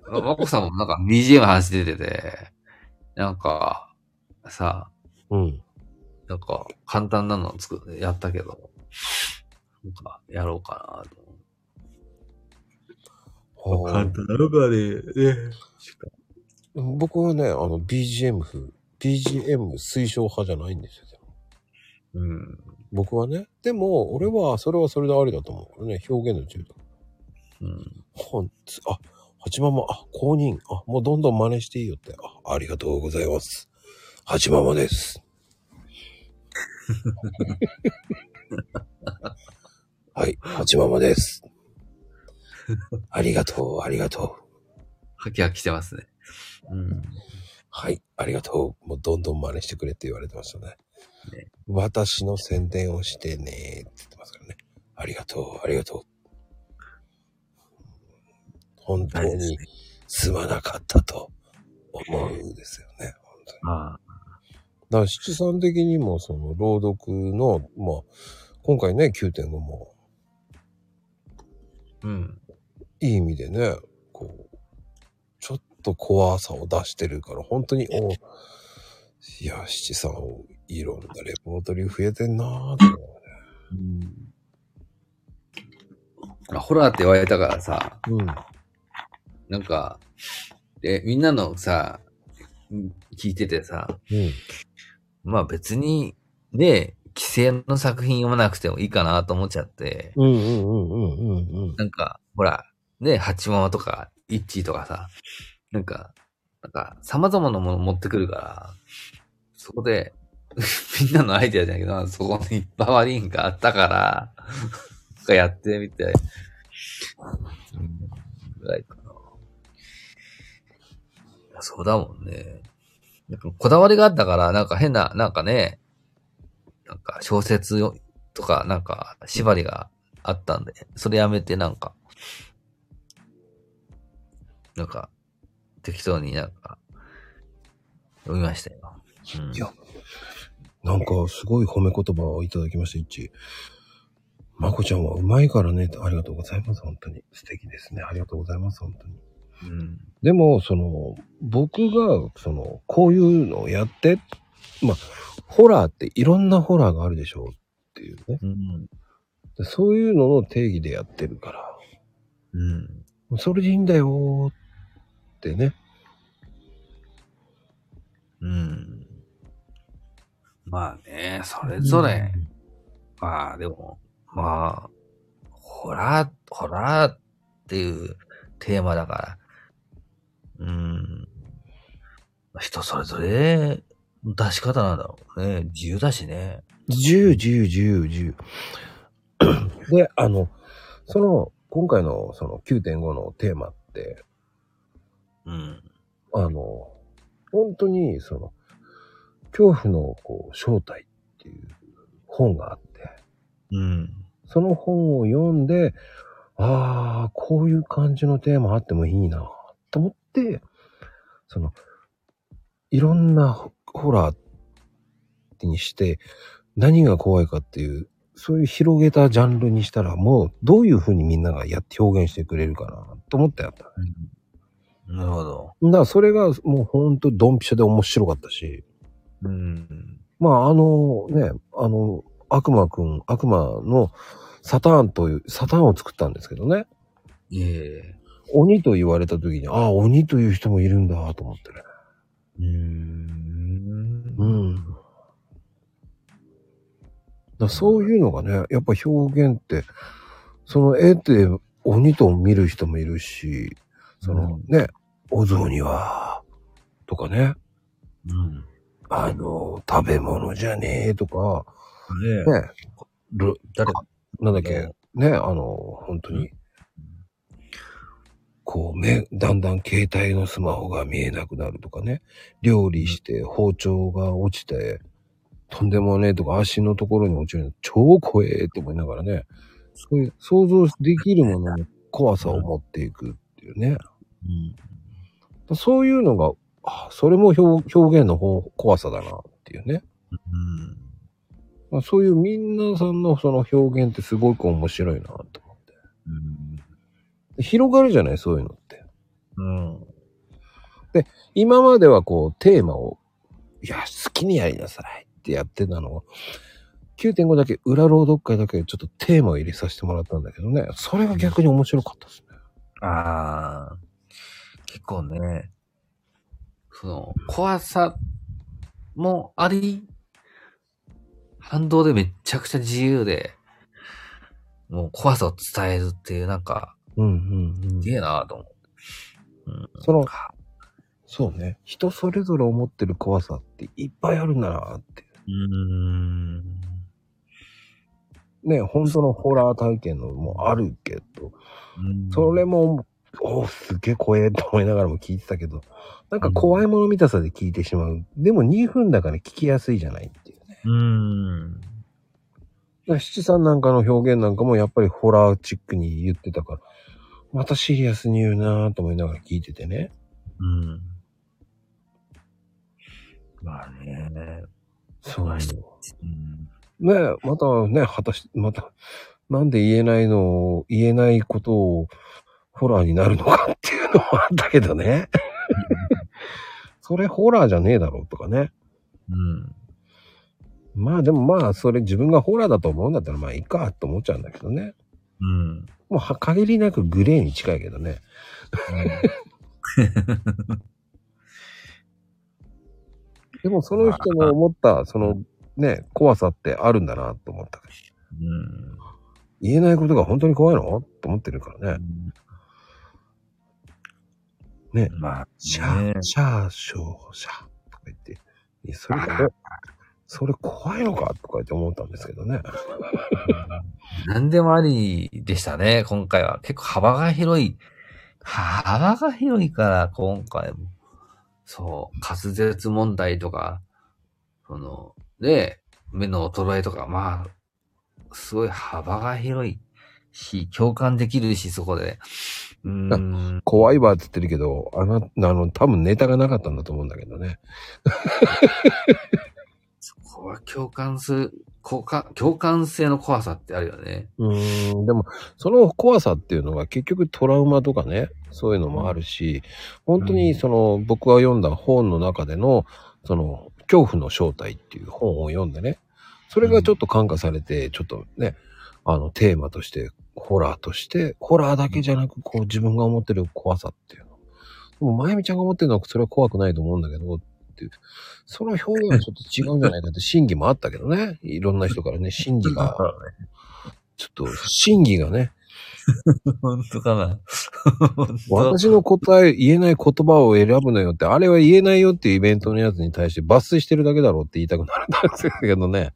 D: まこさんもなんか BGM 話出てて、なんか、さ、
C: うん。
D: なんか簡単なのやったけど、なんかやろうかなと思って。簡単なのかね。
C: 僕はね、BGM 推奨派じゃないんですよ。
D: うん。
C: 僕はね。でも、俺はそれはそれでありだと思うからね。表現の自由だ。
D: うん。
C: 八ママ、公認。もうどんどん真似していいよって。ありがとうございます。八ママです。はい、八ママです。ありがとう、ありがとう。
D: はきはきしてますね。うん。
C: はい、ありがとう。もうどんどん真似してくれって言われてましたね。
D: ね、
C: 私の宣伝をしてねって言ってますからね。ありがとう、ありがとう。本当にすまなかったと思うんですよね。本当に。
D: ああ。
C: だから七さん的にもその朗読の、まあ、今回ね、9.5 も、
D: うん。
C: いい意味でね、こう、ちょっと怖さを出してるから、本当に、いや、七さん、いろんなレポートリー増えてんなぁと思うね。
D: うん。ホラーって言われたからさ、
C: うん。
D: なんか、みんなのさ、聞いててさ、
C: うん。
D: まあ別に、ね、規制の作品読まなくてもいいかなと思っちゃって、
C: うんうんうんうんうんうん。
D: なんか、ほら、ね、ハチママとか、イッチーとかさ、なんか、様々なもの持ってくるから、そこで、みんなのアイデアじゃないけど、そこにババリンがあったから、やってみて、ぐらいかな。そうだもんね。なんかこだわりがあったから、なんか変な、なんかね、なんか小説とか、なんか縛りがあったんで、それやめてなんか適当になんか読みましたよ。うん、
C: いや、なんかすごい褒め言葉をいただきました、一致。まこちゃんはうまいからね、ありがとうございます、本当に。素敵ですね。ありがとうございます、本当に。
D: うん、
C: でも、僕が、こういうのをやって、まあ、ホラーっていろんなホラーがあるでしょうっていうね。
D: うん、
C: そういうのの定義でやってるから。
D: うん、
C: それでいいんだよってね。
D: うん。まあね、それぞれ、まあでも、まあ、ホラーっていうテーマだから、人それぞれ出し方なんだろうね。自由だしね。
C: 自由。で、今回のその 9.5 のテーマって、
D: うん。
C: 本当に恐怖の正体っていう本があって、
D: うん。
C: その本を読んで、こういう感じのテーマあってもいいなと思って、いろんなホラーにして、何が怖いかっていう、そういう広げたジャンルにしたら、もうどういう風にみんなが表現してくれるかなと思ってやった。
D: なるほど。
C: だからそれがもうほんとドンピシャで面白かったし、
D: うん。
C: まあ悪魔のサターンを作ったんですけどね。
D: ええ。
C: 鬼と言われた時に、ああ、鬼という人もいるんだと思ってね。うん。そういうのがね、やっぱ表現って、その絵って鬼と見る人もいるし、そのね、お雑煮は、とかね、食べ物じゃねえとか、ね、なんだっけ、ね、本当に、こうだんだん携帯のスマホが見えなくなるとかね、料理して包丁が落ちて、とんでもねえとか足のところに落ちるの超怖えって思いながらね、そういう想像できるものの怖さを持っていくっていうね。そういうのが、それも表現の怖さだなっていうね。そういうみんなさんのその表現ってすごく面白いなと思って。広がるじゃない、そういうのって。で、今まではこうテーマを、いや、好きにやりなさいってやってたのを、9.5 だけ、裏朗読会だけちょっとテーマを入れさせてもらったんだけどね。それが逆に面白かったですね。
D: ああ。結構ね、その、怖さもあり、反動でめっちゃくちゃ自由で、もう怖さを伝えるっていう、なんか、すげえなぁと思う。
C: そうね。人それぞれ思ってる怖さっていっぱいあるんだなって。ね、本当のホラー体験のもあるけど、それも、すげえ怖えと思いながらも聞いてたけど、なんか怖いもの見たさで聞いてしまう。でも2分だから聞きやすいじゃないっていうね。七さんなんかの表現なんかもやっぱりホラーチックに言ってたから、またシリアスに言うなぁと思いながら聞いててね。
D: まあね。
C: そう。ねえ、またね、果たして、また、なんで言えないことをホラーになるのかっていうのもあったけどね。それホラーじゃねえだろうとかね。まあでもまあ、それ自分がホラーだと思うんだったらまあいいかと思っちゃうんだけどね。もう限りなくグレーに近いけどね。でもその人の思った、そのね、怖さってあるんだなと思ったから。言えないことが本当に怖いのと思ってるからね。ね。まあ、シャー、シャー、ショー、シャーとか言って、それ怖いのかとか言って思ったんですけどね。
D: 何でもありでしたね、今回は。結構幅が広いから、今回も。そう、滑舌問題とか、目の衰えとか、まあ、すごい幅が広いし、共感できるし、そこで。
C: 怖いわって言ってるけど、多分ネタがなかったんだと思うんだけどね。
D: そこは共感性の怖さってあるよね。
C: でも、その怖さっていうのが結局トラウマとかね、そういうのもあるし、本当に僕が読んだ本の中での、恐怖の正体っていう本を読んでね、それがちょっと感化されて、ちょっとね、テーマとして、ホラーだけじゃなく、こう自分が思ってる怖さっていうの。でも、まゆみちゃんが思ってるのはそれは怖くないと思うんだけど、っていう。その表現はちょっと違うんじゃないかって審議もあったけどね。いろんな人からね、審議が。審議がね。
D: 本当かな。
C: 私の言えない言葉を選ぶのよって、あれは言えないよっていうイベントのやつに対して抜粋してるだけだろうって言いたくなるんですけどね。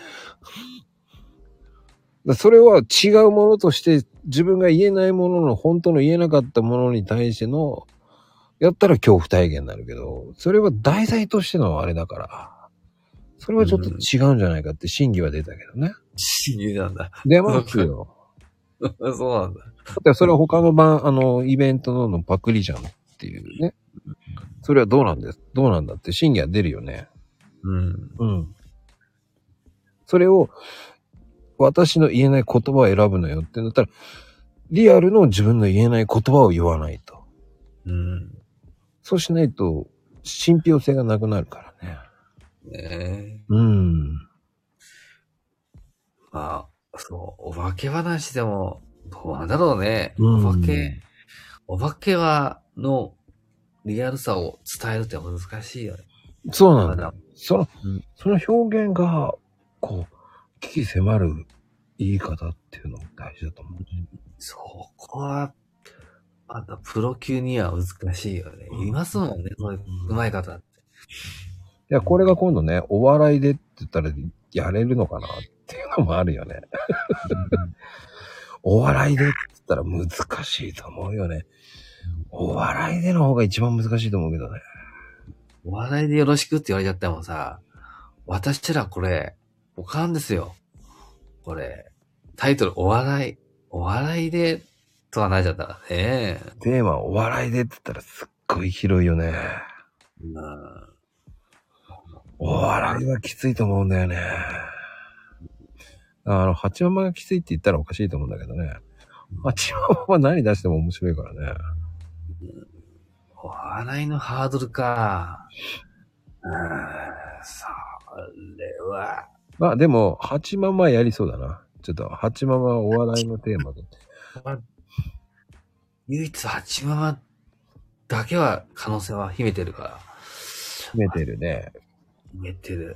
C: それは違うものとして自分が言えないものの本当の言えなかったものに対してのやったら恐怖体験になるけど、それは題材としてのあれだから、それはちょっと違うんじゃないかって審議は出たけどね。
D: 審議なんだ。
C: 出ますよ。
D: そうなんだ。
C: だってそれは他のイベントのパクリじゃんっていうね。それはどうなんだって審議は出るよね。それを私の言えない言葉を選ぶのよってなったら、リアルの自分の言えない言葉を言わないと。そうしないと、信憑性がなくなるからね。
D: まあ、 そう、お化け話でも、どうなんだろうね。
C: うん
D: お化けのリアルさを伝えるって難しいよね。
C: そうなんだよ。
D: うん
C: その表現が、こう、危機迫る言い方っていうのが大事だと思う。
D: そこは、プロ級には難しいよね。いますもんね、そういう上手い方って。
C: いや、これが今度ね、お笑いでって言ったらやれるのかなっていうのもあるよね。お笑いでって言ったら難しいと思うよね。お笑いでの方が一番難しいと思うけどね。
D: お笑いでよろしくって言われちゃってもさ、私らこれ、おかんですよ。これ、タイトルお笑いで、とはなっちゃったからね。
C: テーマお笑いでって言ったらすっごい広いよね。お笑いはきついと思うんだよね。八ママがきついって言ったらおかしいと思うんだけどね。八ママは何出しても面白いからね。
D: お笑いのハードルか。それは。
C: まあでも、八ママやりそうだな。ちょっと、八ママはお笑いのテーマで。
D: 唯一八ママだけは可能性は秘めてるから。
C: 決めてるね。
D: 秘めてる。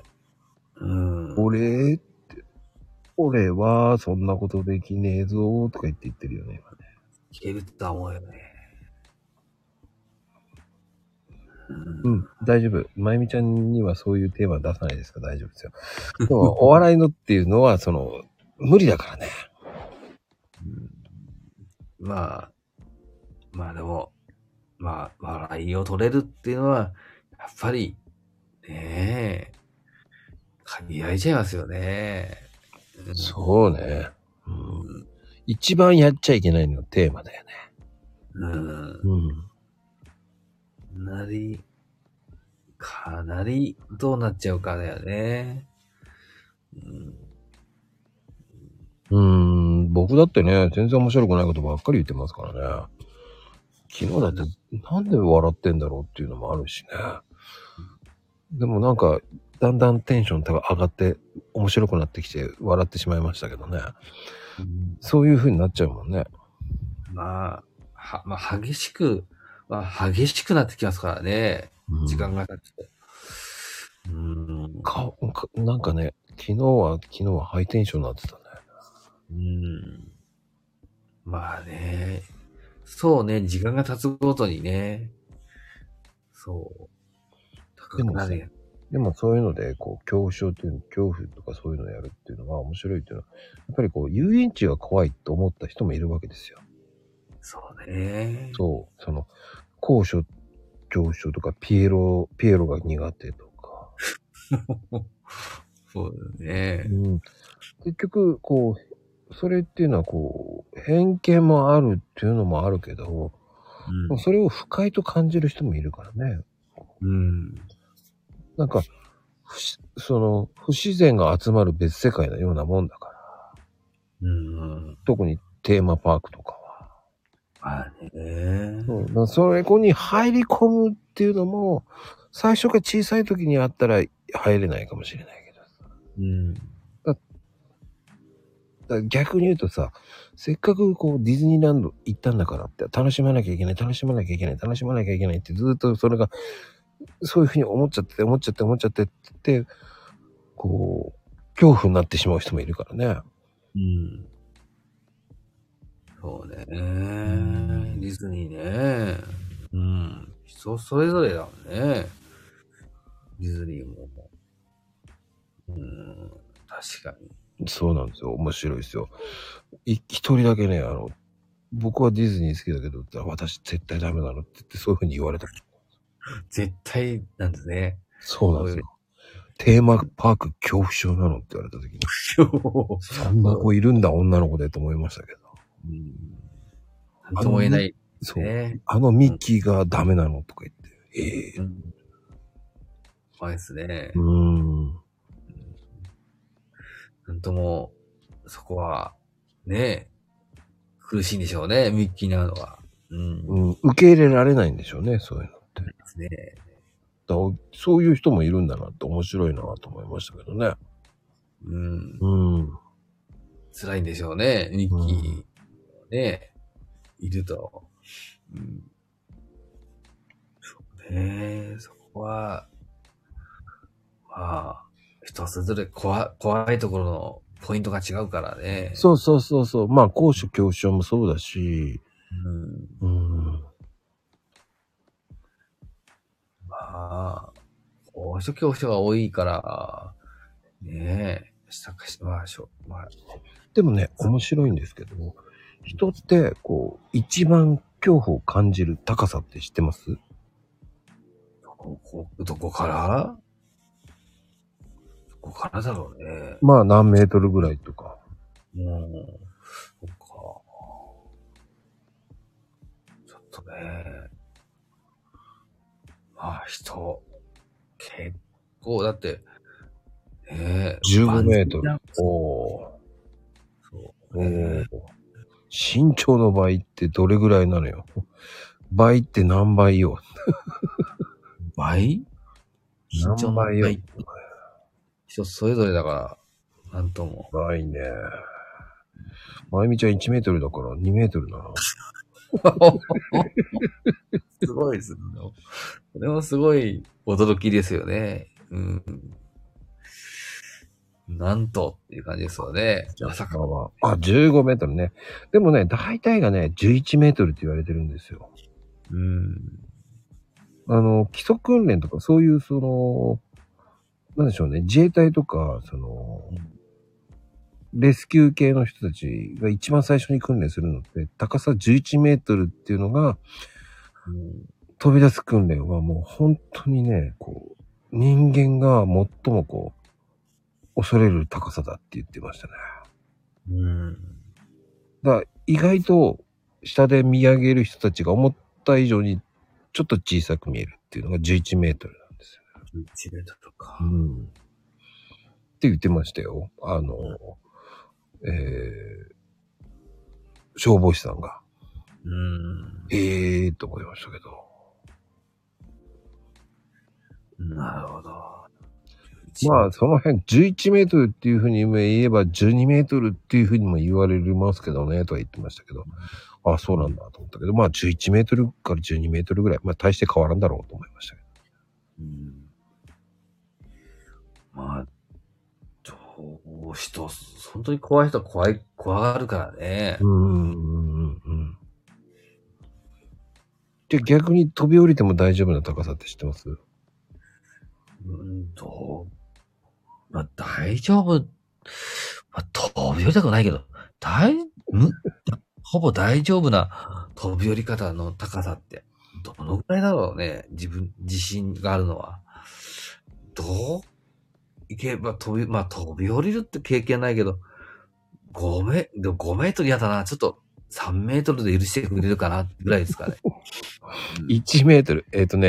C: 俺はそんなことできねえぞとか言ってるよね、今ね。
D: いけるとは思うよね。
C: 大丈夫。まゆみちゃんにはそういうテーマ出さないですか？大丈夫ですよ。でも、お笑いのっていうのは、無理だからね。
D: まあでも、笑いを取れるっていうのは、やっぱり、ねえ、限られちゃいますよね。
C: そうね。一番やっちゃいけないのテーマだよね。
D: かなりどうなっちゃうかだよね。
C: 僕だってね、全然面白くないことばっかり言ってますからね。昨日だってなんで笑ってんだろうっていうのもあるしね。でもなんか、だんだんテンション上がって面白くなってきて笑ってしまいましたけどね。そういう風になっちゃうもんね。
D: 激しくなってきますからね。時間が経って。
C: なんかね、昨日はハイテンションになってたね。
D: まあね。そうね、時間が経つごとにね。そう。高くなるやん。
C: でもそういうので、こう、恐怖症っていうの、恐怖とかそういうのをやるっていうのは面白いっていうのは、やっぱりこう、遊園地が怖いと思った人もいるわけですよ。
D: そうね。
C: そう、高所恐怖症とか、ピエロが苦手とか。
D: そうだね。
C: 結局、こう、それっていうのはこう、偏見もあるっていうのもあるけど、それを不快と感じる人もいるからね。なんか、不自然が集まる別世界のようなもんだから。特にテーマパークとかは。それに入り込むっていうのも、最初が小さい時にあったら入れないかもしれないけど。だ逆に言うとさ、せっかくこうディズニーランド行ったんだからって、楽しまなきゃいけないってずっとそれが、そういうふうに思っちゃってって、こう、恐怖になってしまう人もいるからね。
D: そうね。ディズニーね。人それぞれだもんね。ディズニーも。確かに。
C: そうなんですよ。面白いですよ。一人だけね、僕はディズニー好きだけど、私絶対ダメなのって言ってそういうふうに言われた。
D: 絶対なんですね。
C: そうなんですよ。テーマパーク恐怖症なのって言われた時に。そんな子いるんだ、女の子でと思いましたけど。
D: なんとも言えない。
C: そう。ミッキーがダメなのとか言って。
D: 怖いですね。なんとも、そこは、ね、苦しいんでしょうね、ミッキーなのは。
C: 受け入れられないんでしょうね、そういうのって。
D: ですね。
C: そういう人もいるんだなって面白いなと思いましたけどね。
D: 辛いんでしょうね。日記、ね、いると。うん。そうね。そこは、まあ、人それぞれ怖いところのポイントが違うからね。
C: そうそうそうそう。まあ、高所恐怖症もそうだし、
D: うん。
C: うん。
D: まあ、高所恐怖症が多いから、ねえ、まあ、まあ、
C: でもね、面白いんですけど、人って、こう、一番恐怖を感じる高さって知ってます？
D: どこからどこからだろうね。
C: まあ、何メートルぐらいとか。
D: うん。そっか。ちょっとね。まあ、結構、だって、
C: 15メートル。
D: おー。そう。
C: 身長の倍ってどれぐらいなのよ。倍って何倍よ。
D: 倍身長の
C: 何倍よ。
D: 人それぞれだから、なんとも。
C: 倍ね。まゆみちゃん1メートルだから2メートルだな。
D: すごいですね。これもすごい驚きですよね。うん。なんとっていう感じですよね。まさか。
C: 15メートルね。でもね、大体がね、11メートルって言われてるんですよ。基礎訓練とか、そういう、なんでしょうね、自衛隊とか、レスキュー系の人たちが一番最初に訓練するのって、高さ11メートルっていうのが、飛び出す訓練はもう本当にね、こう、人間が最もこう、恐れる高さだって言ってましたね。だから意外と下で見上げる人たちが思った以上にちょっと小さく見えるっていうのが11メートルなんですよね。
D: 11メートルか。
C: って言ってましたよ。消防士さんが。と思いましたけど。
D: なるほど。
C: まあ、その辺11メートルっていうふうに言えば12メートルっていうふうにも言われますけどね、とは言ってましたけど。あ、そうなんだと思ったけど、まあ11メートルから12メートルぐらい、まあ大して変わらんだろうと思いましたけど。
D: まあ、本当に怖い人は怖がるからね。
C: じゃあ逆に飛び降りても大丈夫な高さって知ってます？
D: まあ大丈夫。まあ飛び降りたくないけど、ほぼ大丈夫な飛び降り方の高さって、どのぐらいだろうね。自信があるのは。どう行けば飛び降りるって経験ないけど、5メートルやだな。ちょっと3メートルで許してくれるかなぐらいですかね。
C: 1メートル。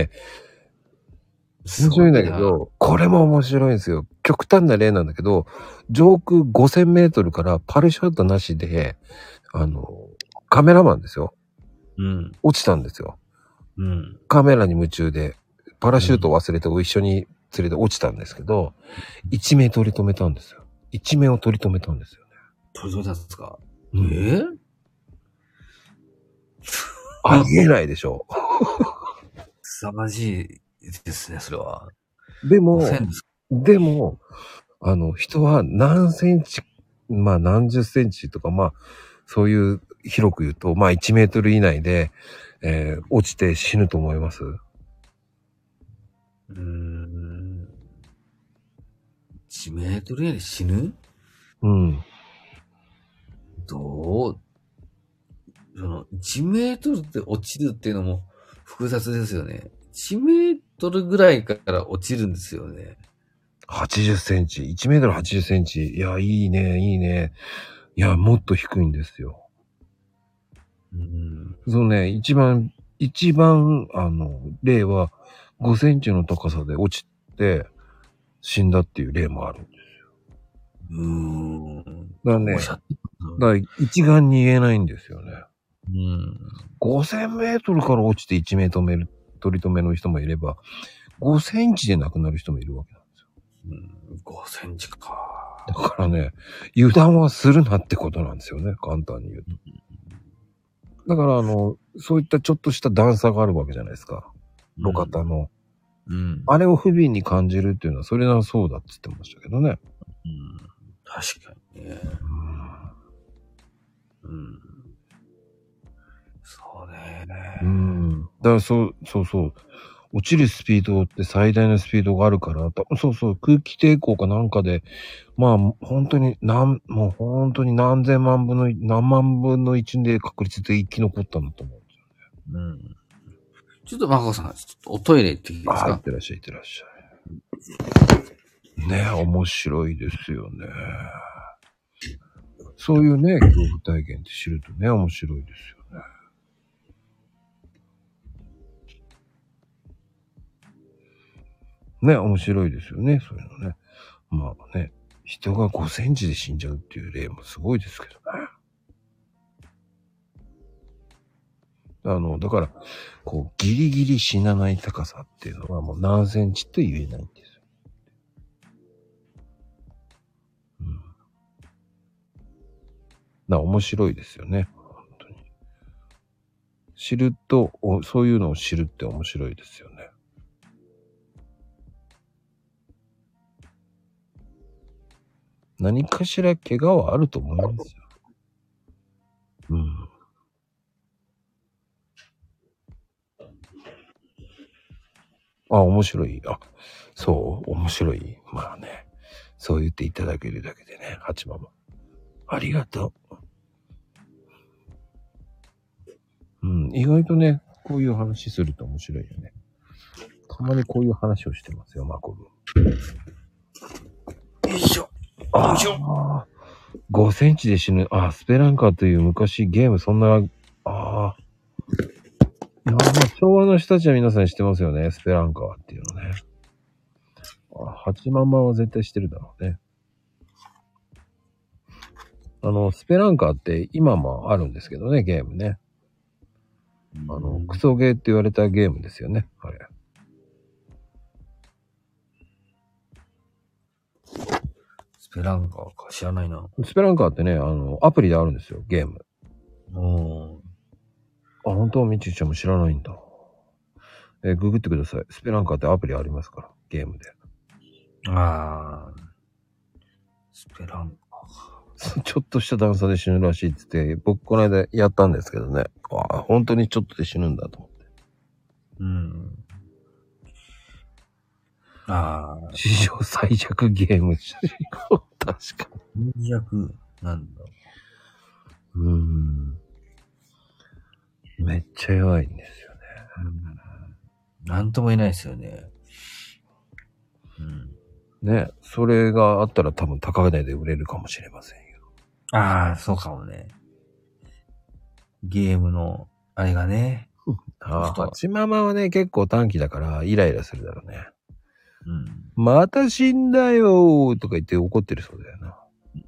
C: 面白いんだけど、これも面白いんですよ。極端な例なんだけど、上空5000メートルからパルシャートなしで、カメラマンですよ。落ちたんですよ。カメラに夢中で、パラシュートを忘れて一緒に連れて落ちたんですけど、1名取り留めたんですよ。1名を取り留めたんですよね。
D: 取り留めたんですか？
C: ありえないでしょ。
D: 凄まじいですね、それは。
C: でも、人は何センチ、まあ何十センチとか、まあ、そういう広く言うと、まあ1メートル以内で、落ちて死ぬと思います
D: ？1メートル以内で死ぬ？1メートルで落ちるっていうのも複雑ですよね。1メートルぐらいから落ちるんですよね。
C: 80センチ。1メートル80センチ。いや、いいね、いいね。いや、もっと低いんですよ。そのね、一番、例は5センチの高さで落ちて死んだっていう例もあるんですよ。だからね、一概に言えないんですよね。5000メートルから落ちて1メートル取り留めの人もいれば、5センチで亡くなる人もいるわけなんですよ。
D: 5センチか。
C: だからね、油断はするなってことなんですよね。簡単に言うと。だからそういったちょっとした段差があるわけじゃないですか。路肩の。あれを不憫に感じるっていうのは、それはそうだって言ってましたけどね。
D: 確かにね。そうね。
C: だからそう。落ちるスピードって最大のスピードがあるから、そう、空気抵抗かなんかで、まあ、本当にもう本当に何万分の1で確率で生き残ったんだと思うんですよね。
D: ちょっとマコさん、ちょっとおトイレ行ってきていいですか？
C: 行ってらっしゃい。ね、面白いですよね。そういうね、恐怖体験って知るとね、面白いですよね。ね、面白いですよね、そういうのね。まあね、人が5センチで死んじゃうっていう例もすごいですけどね。だから、こう、ギリギリ死なない高さっていうのはもう何センチと言えないんですよ。面白いですよね。本当に。知ると、そういうのを知るって面白いですよね。何かしら怪我はあると思いますよ。面白い。そう、面白い。まあね。そう言っていただけるだけでね、八ママ。ありがとう。意外とね、こういう話すると面白いよね。たまにこういう話をしてますよ、マコブ。
D: よいしょ。
C: 5センチで死ぬ。スペランカーという昔ゲームそんな、昭和の人たちは皆さん知ってますよね、スペランカーっていうのね。8万は絶対知ってるだろうね。スペランカーって今もあるんですけどね、ゲームね。クソゲーって言われたゲームですよね、あれ。
D: スペランカーか知らないな。
C: スペランカーってね、アプリであるんですよ、ゲーム。本当はみちちゃんも知らないんだ。ググってください。スペランカーってアプリありますから、ゲームで。
D: スペランカ
C: ー。ちょっとした段差で死ぬらしいって言って、僕この間やったんですけどね。本当にちょっとで死ぬんだと思って。史上最弱ゲーム。確か
D: に。最弱なんだ。
C: めっちゃ弱いんですよね。
D: なんとも言えないですよね。
C: ね、それがあったら多分高値で売れるかもしれませんよ。
D: そうかもね。ゲームの、あれがね。
C: 八ママはね、結構短期だからイライラするだろうね。また死んだよーとか言って怒ってるそうだよな。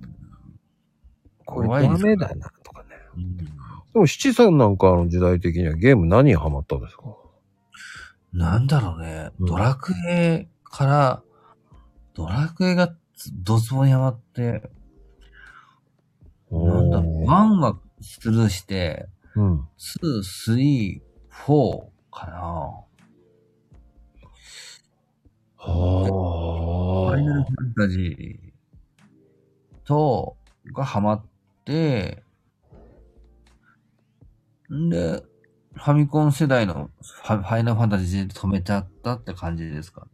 C: これダメだなとかね。でも七さんなんかの時代的にはゲーム何にハマったんですか？
D: なんだろうね。ドラクエがドツボにハマって、なんだろう、1はスルーして、2、3、4かな。ファイナルファンタジーがハマって、で、ファミコン世代のファイナルファンタジーで止めちゃったって感じですか。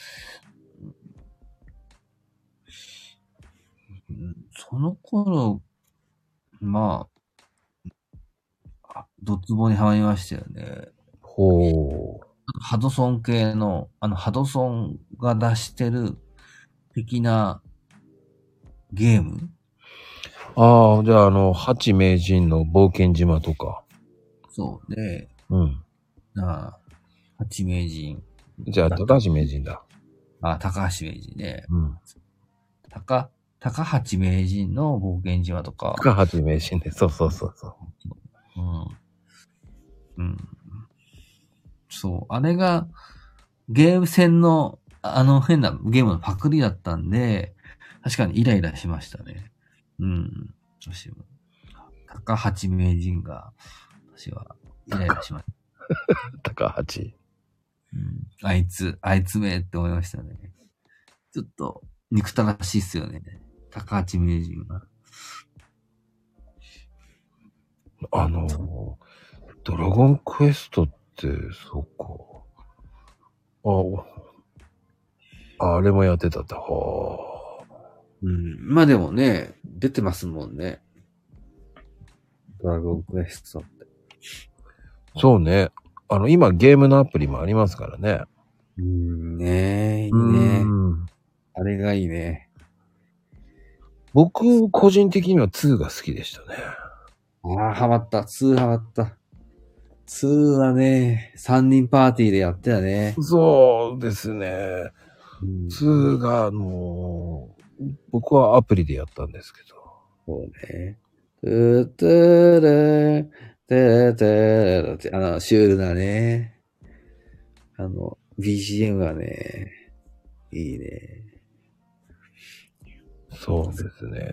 D: その頃、ドツボにハマりましたよね。ハドソン系の、ハドソンが出してる的なゲーム？
C: じゃあ八名人の冒険島とか。
D: そうね。八名人。
C: じゃあ、高橋名人だ。
D: 高橋名人ね。高橋名人の冒険島とか。
C: 高橋名人ね。そう。
D: そう。あれが、ゲーム戦の、変なゲームのパクリだったんで、 確かにイライラしましたね。うん。私も。高八名人が、私はイライラしました。
C: 高八。
D: うん、あいつめって思いましたね。ちょっと、憎たらしいっすよね。高八名人が。
C: ドラゴンクエストって、そっか。あれもやってたって、はあ。
D: うん。まあでもね、出てますもんね。ドラゴンクエストって。
C: そうね。今ゲームのアプリもありますからね。
D: ねえ、いいね。あれがいいね。
C: 僕、個人的には2が好きでしたね。
D: ああ、ハマった。2ハマった。2はね、3人パーティーでやってたね。
C: そうですね。2が、僕はアプリでやったんですけど。
D: そうね。トゥートゥールー、トゥートゥールって、シュールなね。BGM がね、いいね。
C: そうですね。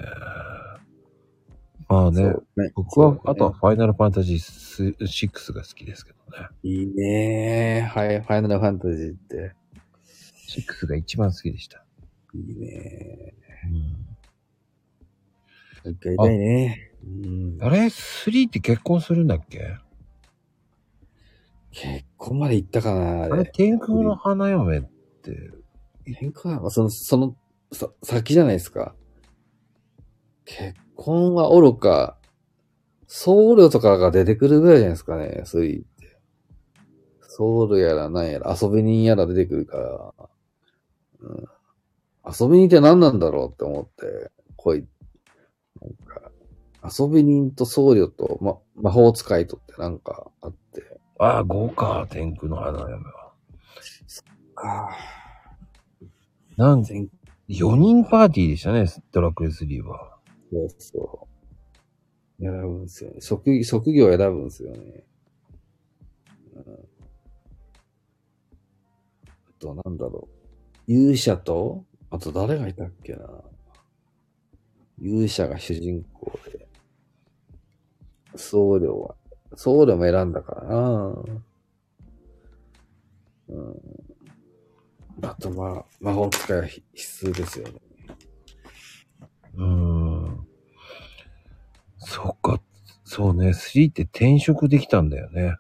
C: まあね、
D: ね
C: 僕は、あとはファイナルファンタジー6が好きですけどね。
D: いいね。はい、ファイナルファンタジーって。
C: 6が一番好きでした。
D: いいね。
C: うん。
D: 一回痛いね。
C: あれ ?3 って結婚するんだっけ？
D: 結婚まで行ったかな、
C: あれ、天空の花嫁って。
D: 天空は、先じゃないですか。結婚はおろか、僧侶とかが出てくるぐらいじゃないですかね、3って。僧侶やら何やら、遊び人やら出てくるから、遊び人って何なんだろうって思って、なんか、遊び人と僧侶と、魔法使いとってなんかあって。
C: ああ、豪華、天空の花嫁は。なんか、4人パーティーでしたね、ドラクエ3は。
D: そうそう。選ぶんですよね。職業選ぶんですよね。あと、なんだろう。勇者と、あと誰がいたっけな。勇者が主人公で。僧侶も選んだからな。あと、魔法使いは必須ですよね。
C: そっか。そうね。3って転職できたんだよね。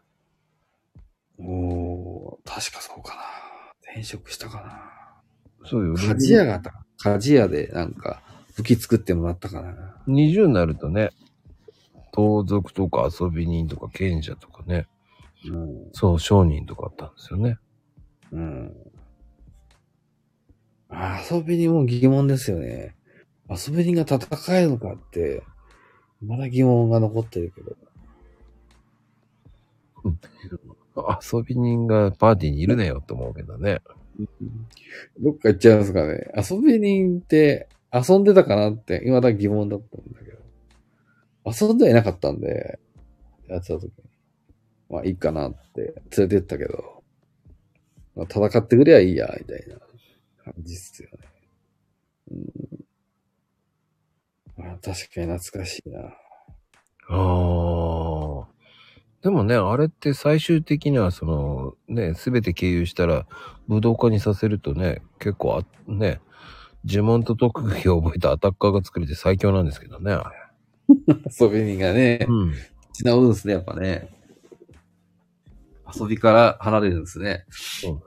D: 確かそうかな。転職したかな。
C: そうよ。
D: 鍛冶屋があったか。鍛冶屋でなんか武器作ってもらったかな。
C: 20になるとね、盗賊とか遊び人とか賢者とかね。そう、商人とかあったんですよね。
D: 遊び人も疑問ですよね。遊び人が戦えるのかって、まだ疑問が残ってるけど。
C: 遊び人がパーティーにいるなよと思うけどね。
D: どっか行っちゃうんですかね。遊び人って遊んでたかなって未だ疑問だったんだけど。遊んではいなかったんで、やってた時に。まあいいかなって連れてったけど、戦ってくればいいや、みたいな感じっすよね。確かに懐かしいな。
C: でもね、あれって最終的にはすべて経由したら武道家にさせるとね、結構ね、呪文と特技を覚えたアタッカーが作れて最強なんですけどね、あれ。
D: 遊び人がね、血直るんですね、やっぱね。遊びから離れるんですね。
C: そう。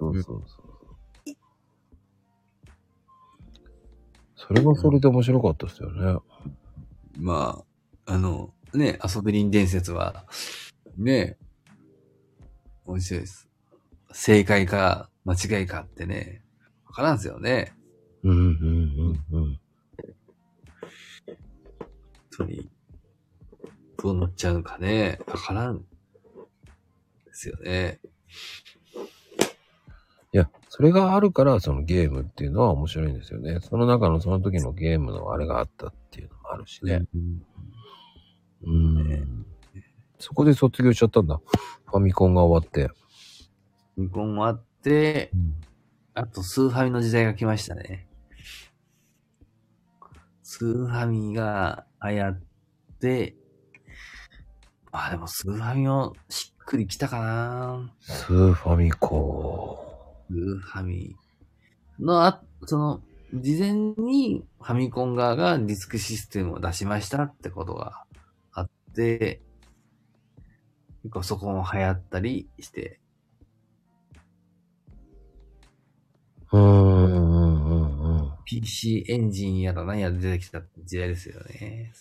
C: それもそれで面白かったですよね。
D: まあ、遊び人伝説は、ね、面白いです。正解か間違いかってね、わからんすよね。本当に、どうなっちゃうのかね、わからんですよね。
C: いや、それがあるからそのゲームっていうのは面白いんですよね。その中のその時のゲームのあれがあったっていうのもあるしね。そこで卒業しちゃったんだ。ファミコンが終わって。
D: ファミコンもあって、あとスーファミの時代が来ましたね。 スーファミが流行って、でもスーファミもしっくりきたかな。
C: スーファミか。
D: スーファミの、事前にファミコン側がディスクシステムを出しましたってことがあって、結構そこも流行ったりして。PC エンジンやら何やら出てきた時代ですよね。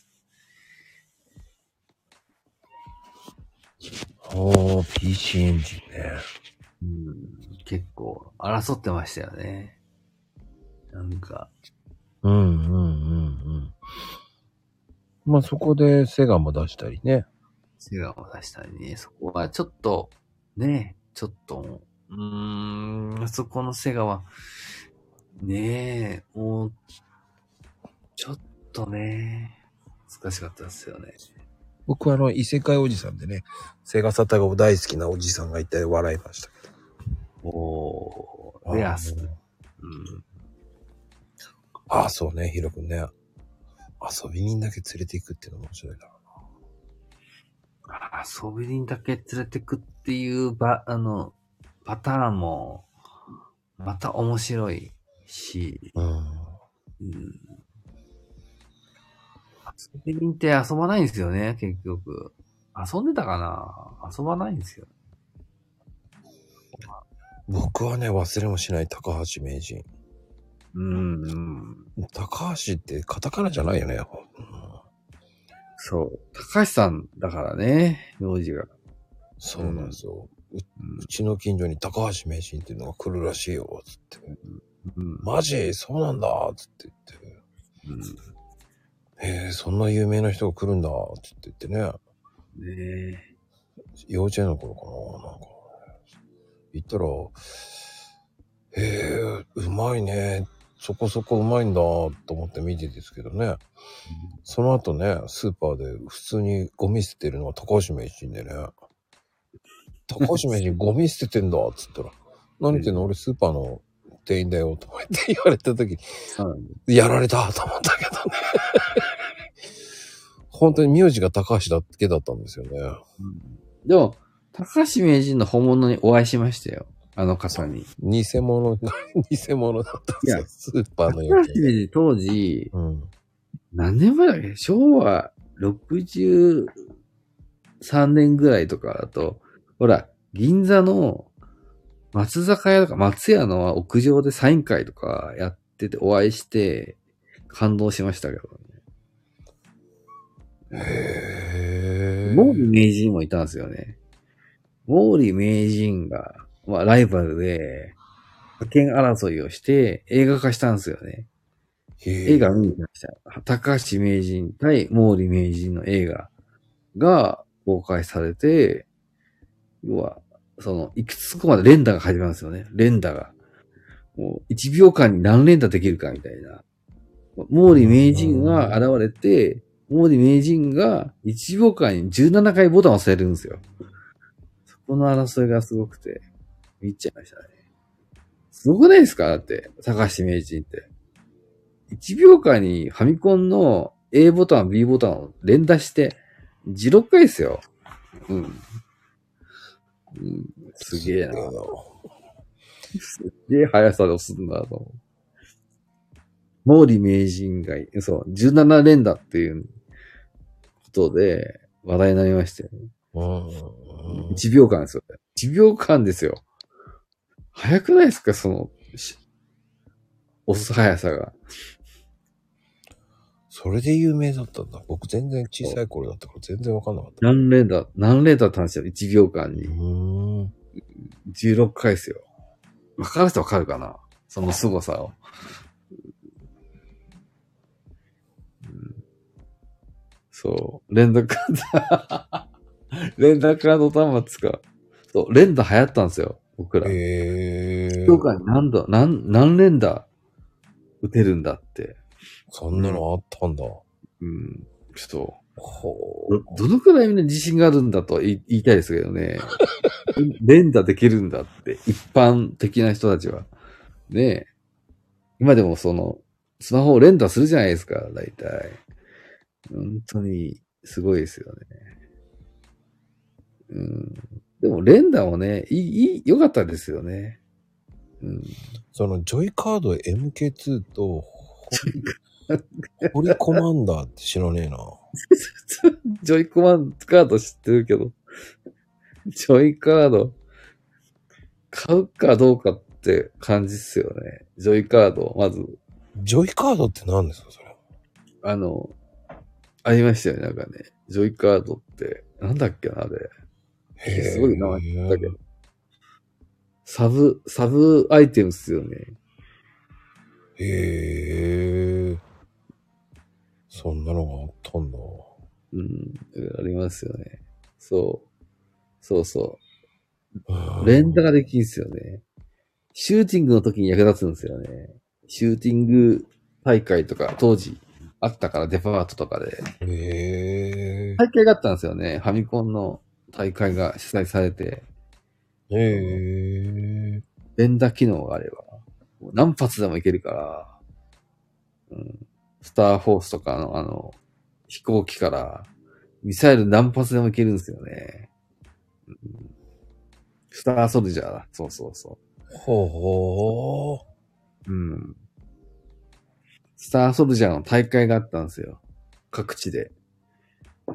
C: PC エンジンね。
D: 結構争ってましたよね。なんか。
C: まあそこでセガも出したりね。
D: セガも出したりね。そこはちょっと、ね、そこのセガは、ねえ、もう、ちょっとね、難しかったですよね。
C: 僕は異世界おじさんでね、セガサタが大好きなおじさんがいて笑いましたけど。
D: レアス。
C: そうね、ヒロ君ね。遊び人だけ連れて行くっていうのも面白いだろうな。
D: 遊び人だけ連れてくっていうパターンも、また面白いし、遊び人って遊ばないんですよね、結局。遊んでたかな？遊ばないんですよ。
C: 僕はね、忘れもしない高橋名人。高橋ってカタカナじゃないよね。
D: そう。高橋さんだからね、名字が。
C: そうなんですよ。うちの近所に高橋名人っていうのが来るらしいよ、つって。マジそうなんだ、つって言って。そんな有名な人が来るんだ、つって言ってね。幼稚園の頃かな、なんか。行ったら、うまいね。そこそこうまいんだと思って見てですけどね。その後ね、スーパーで普通にゴミ捨ててるのが高橋名人でね。高橋名人ゴミ捨ててんだっつったら、何言ってんの俺スーパーの店員だよとか言って言われた時に、やられたと思ったけどね。本当に名字が高橋だけだったんですよね。
D: でも、高橋名人の本物にお会いしましたよ。あの方に。
C: 偽物だったんですよ。スーパーの
D: 高橋名人当時、何年前だっけ？昭和63年ぐらいとかだと、ほら、銀座の松坂屋とか松屋の屋上でサイン会とかやっててお会いして感動しましたけどね。毛利名人もいたんですよね。毛利名人が、ライバルで、覇権争いをして映画化したんですよね。映画見に来ました。高橋名人対毛利名人の映画が公開されて、要は、いくつまで連打が始まるんですよね。連打が。もう、1秒間に何連打できるかみたいな。毛利名人が現れて、毛利名人が1秒間に17回ボタンを押せるんですよ。そこの争いがすごくて、見ちゃいましたね。すごくないですか？だって、高橋名人って。1秒間にファミコンの A ボタン、B ボタンを連打して、16回ですよ。すげえな。すげえ速さで押すんだと。毛利名人が、17連打っていうことで話題になりましたよね。1秒間ですよ。1秒間ですよ。早くないですか？押す速さが。
C: それで有名だったんだ。僕全然小さい頃だったから全然わかんなかった。
D: 何連打ったんですよ。1秒間に。16回ですよ。わかる人わかるかな？その凄さを。そう。連打カード端末が。そう。連打流行ったんですよ。僕ら。1秒間に何連打打てるんだって。
C: そんなのあったんだ。
D: ちょっと、どのくらいみんな自信があるんだと言いたいですけどね。連打できるんだって、一般的な人たちは。ねえ。今でもスマホを連打するじゃないですか、大体。本当に、すごいですよね。うん。でも、連打もね、良かったですよね。うん。
C: そのジョイカード MK2 とホリコマンダーって知らねえな。
D: ジョイコマンカード知ってるけど、ジョイカード、買うかどうかって感じっすよね。ジョイカード、まず、
C: ジョイカードって何ですかそれ。
D: ありましたよね、なんかね。ジョイカードって、なんだっけな、あれ。すごい名前だけど。サブアイテムっすよね。
C: へえ。そんなのがあったんだ。
D: うん、ありますよね。そう。そうそう。連打ができんすよね。シューティングの時に役立つんですよね。シューティング大会とか当時あったからデパートとかで。
C: へえ。
D: 大会があったんですよね。ファミコンの大会が主催されて。
C: へえ。
D: 連打機能があれば。何発でもいけるから。うん、スターフォースとかの飛行機からミサイル何発でもいけるんですよね。うん、スターソルジャーだ。そうそうそう。
C: ほ
D: うん。スターソルジャーの大会があったんですよ。各地で。うん。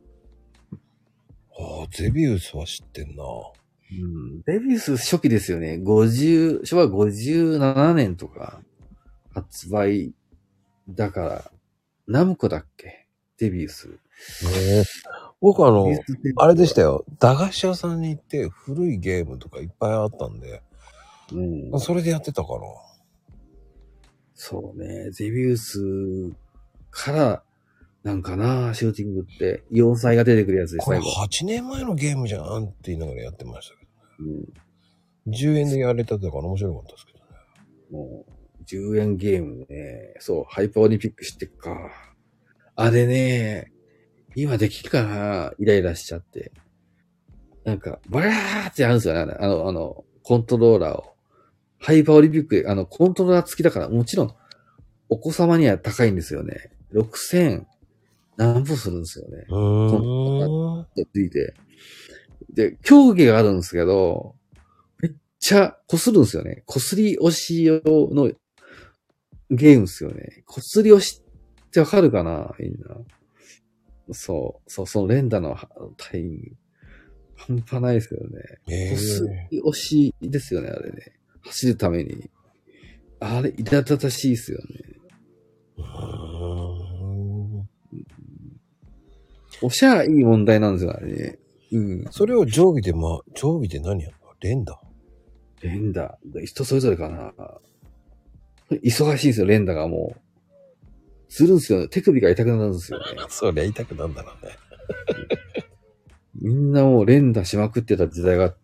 C: ああ、ゼビウスは知ってんな。
D: うん。デビュース初期ですよね。昭和57年とか発売だから、ナムコだっけデビュース。
C: 僕
D: デビュースって
C: あれでしたよ。駄菓子屋さんに行って古いゲームとかいっぱいあったんで、
D: うん。
C: それでやってたかな。
D: そうね。デビュースからなんかな、シューティングって、要塞が出てくるやつで
C: これ
D: 最後。
C: 8年前のゲームじゃんって言いながらやってましたけどね。
D: うん。
C: 10円でやれたから面白かったですけどね。
D: もう、10円ゲームね。そう、ハイパーオリンピック知ってっか。あれね、今できるかなイライラしちゃって。なんか、バラーってやるんですよね。コントローラーを。ハイパーオリンピックで、コントローラー付きだから、もちろん、お子様には高いんですよね。6000何歩するんですよね。コントローラーついて。で、競技があるんですけど、めっちゃ擦るんですよね。擦り押し用のゲームですよね。擦り押しってわかるかなみんな。そう、その連打のタイミング。半端ないですよね。擦り押しですよね、あれね。走るために。あれ、いたたたしいですよね。おしゃいい問題なんですよ、あれね。うん。
C: それを定規で何やるの連打。
D: 連打。人それぞれかな。忙しいんですよ、連打がもう。するんですよ。手首が痛くなるんですよね。
C: そりゃ痛くなんだろうね。
D: みんなもう連打しまくってた時代があって、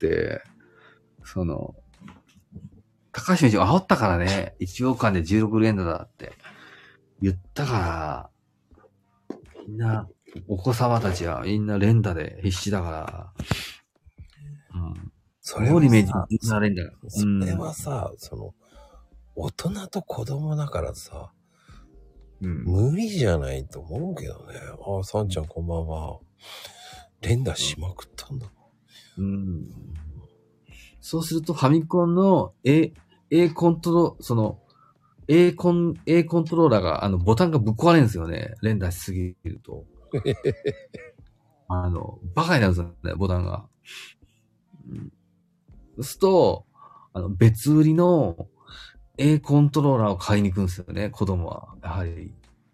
D: 高橋名人煽ったからね、1秒間で16連打だって言ったから、みんな、お子様たちはみんな連打で必死だから、うん。
C: それは
D: イメージ17連打。
C: それはさ、大人と子供だからさ、
D: うん、
C: 無理じゃないと思うけどね。ああ、さんちゃんこんばんは。連打しまくったんだ。
D: うん。そうするとファミコンの A コントローラーが、ボタンがぶっ壊れるんですよね。連打しすぎると。バカになるんですよね、ボタンが。うん、そうすると、別売りの A コントローラーを買いに行くんですよね、子供は。やはり。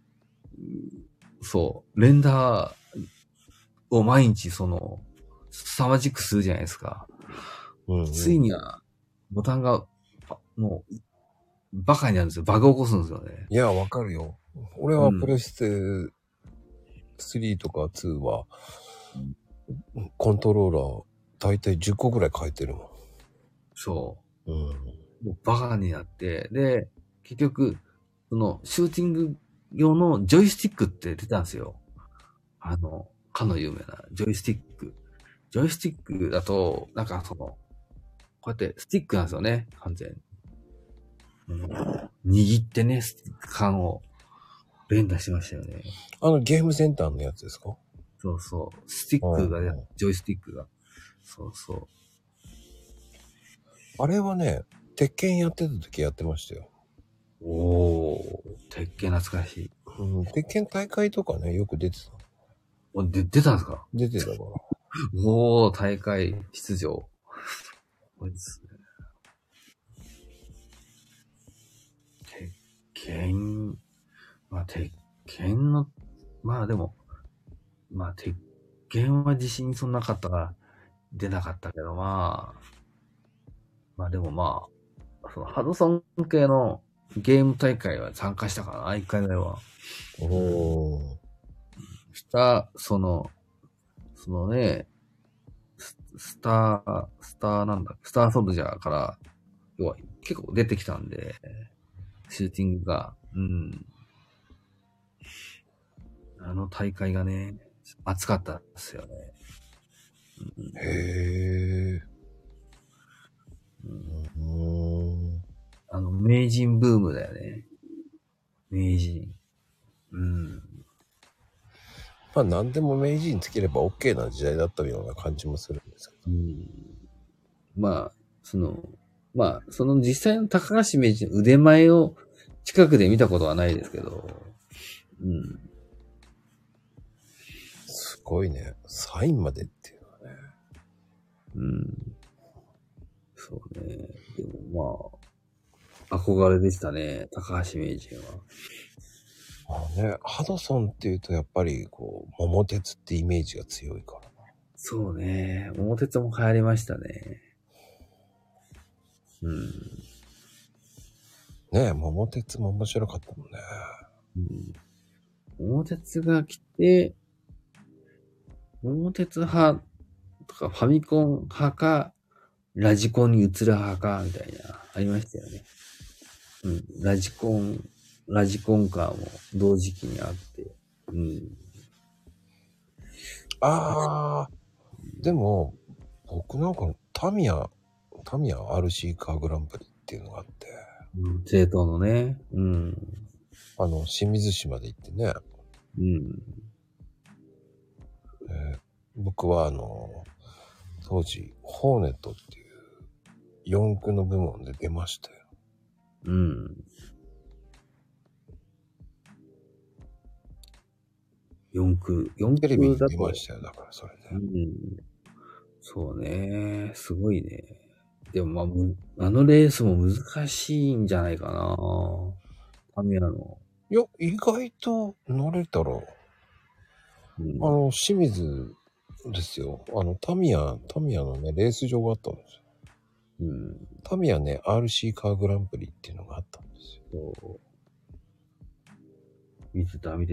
D: そう。連打を毎日凄まじくするじゃないですか。
C: うんうん、
D: ついには、ボタンが、もう、バカになるんですよ。バグ起こすんですよね。
C: いや、わかるよ。俺はプレステ3とか2は、コントローラー、だいたい10個ぐらい変えてるもん。
D: そう。
C: うん。
D: もうバカになって、で、結局、シューティング用のジョイスティックって出たんですよ。かの有名なジョイスティック。ジョイスティックだと、なんかこうやってスティックなんですよね、完全に。 握ってね、缶を連打しましたよね。
C: ゲームセンターのやつですか？
D: そうそう。スティックがね、ジョイスティックが。そうそう。
C: あれはね、鉄拳やってた時やってましたよ。
D: おー、鉄拳懐かしい。
C: 鉄拳大会とかね、よく出てた。
D: 出たんですか？
C: 出てたから。
D: おー、大会出場。こいつね。鉄拳、まあ鉄拳の、まあでも、まあ鉄拳は自信そんなかったから出なかったけど、まあでもまあ、そのハドソン系のゲーム大会は参加したかな、一回目は。
C: おー。
D: そのね、スターソルジャーから、要は結構出てきたんで、シューティングが、あの大会がね、熱かったですよね。
C: へ
D: ー。名人ブームだよね。名人。
C: まあ何でも名人つければ OK な時代だったような感じもするんですけど。
D: まあ、その実際の高橋名人の腕前を近くで見たことはないですけど、
C: すごいね。サインまでっていうのはね。
D: そうね。でもまあ、憧れでしたね、高橋名人は。
C: ハドソンっていうとやっぱり桃鉄ってイメージが強いからな。
D: そうね。桃鉄も流行りましたね。
C: ねえ、桃鉄も面白かったもんね。
D: 桃鉄が来て、桃鉄派とかファミコン派か、ラジコンに移る派か、みたいな、ありましたよね。ラジコンカーも同時期にあって。
C: でも、僕なんかタミヤ RC カーグランプリっていうのがあって。
D: 正統のね。
C: 清水市まで行ってね。僕は当時、ホーネットっていう四駆の部門で出ましたよ。
D: 四駆
C: テレビに出ましたよ、だからそれで。
D: そうね。すごいね。でもまあ、レースも難しいんじゃないかな。タミヤの。
C: いや、意外と乗れたら、清水ですよ。タミヤのね、レース場があったんですよ。タミヤね、RC カーグランプリっていうのがあったんですよ。
D: 見てた。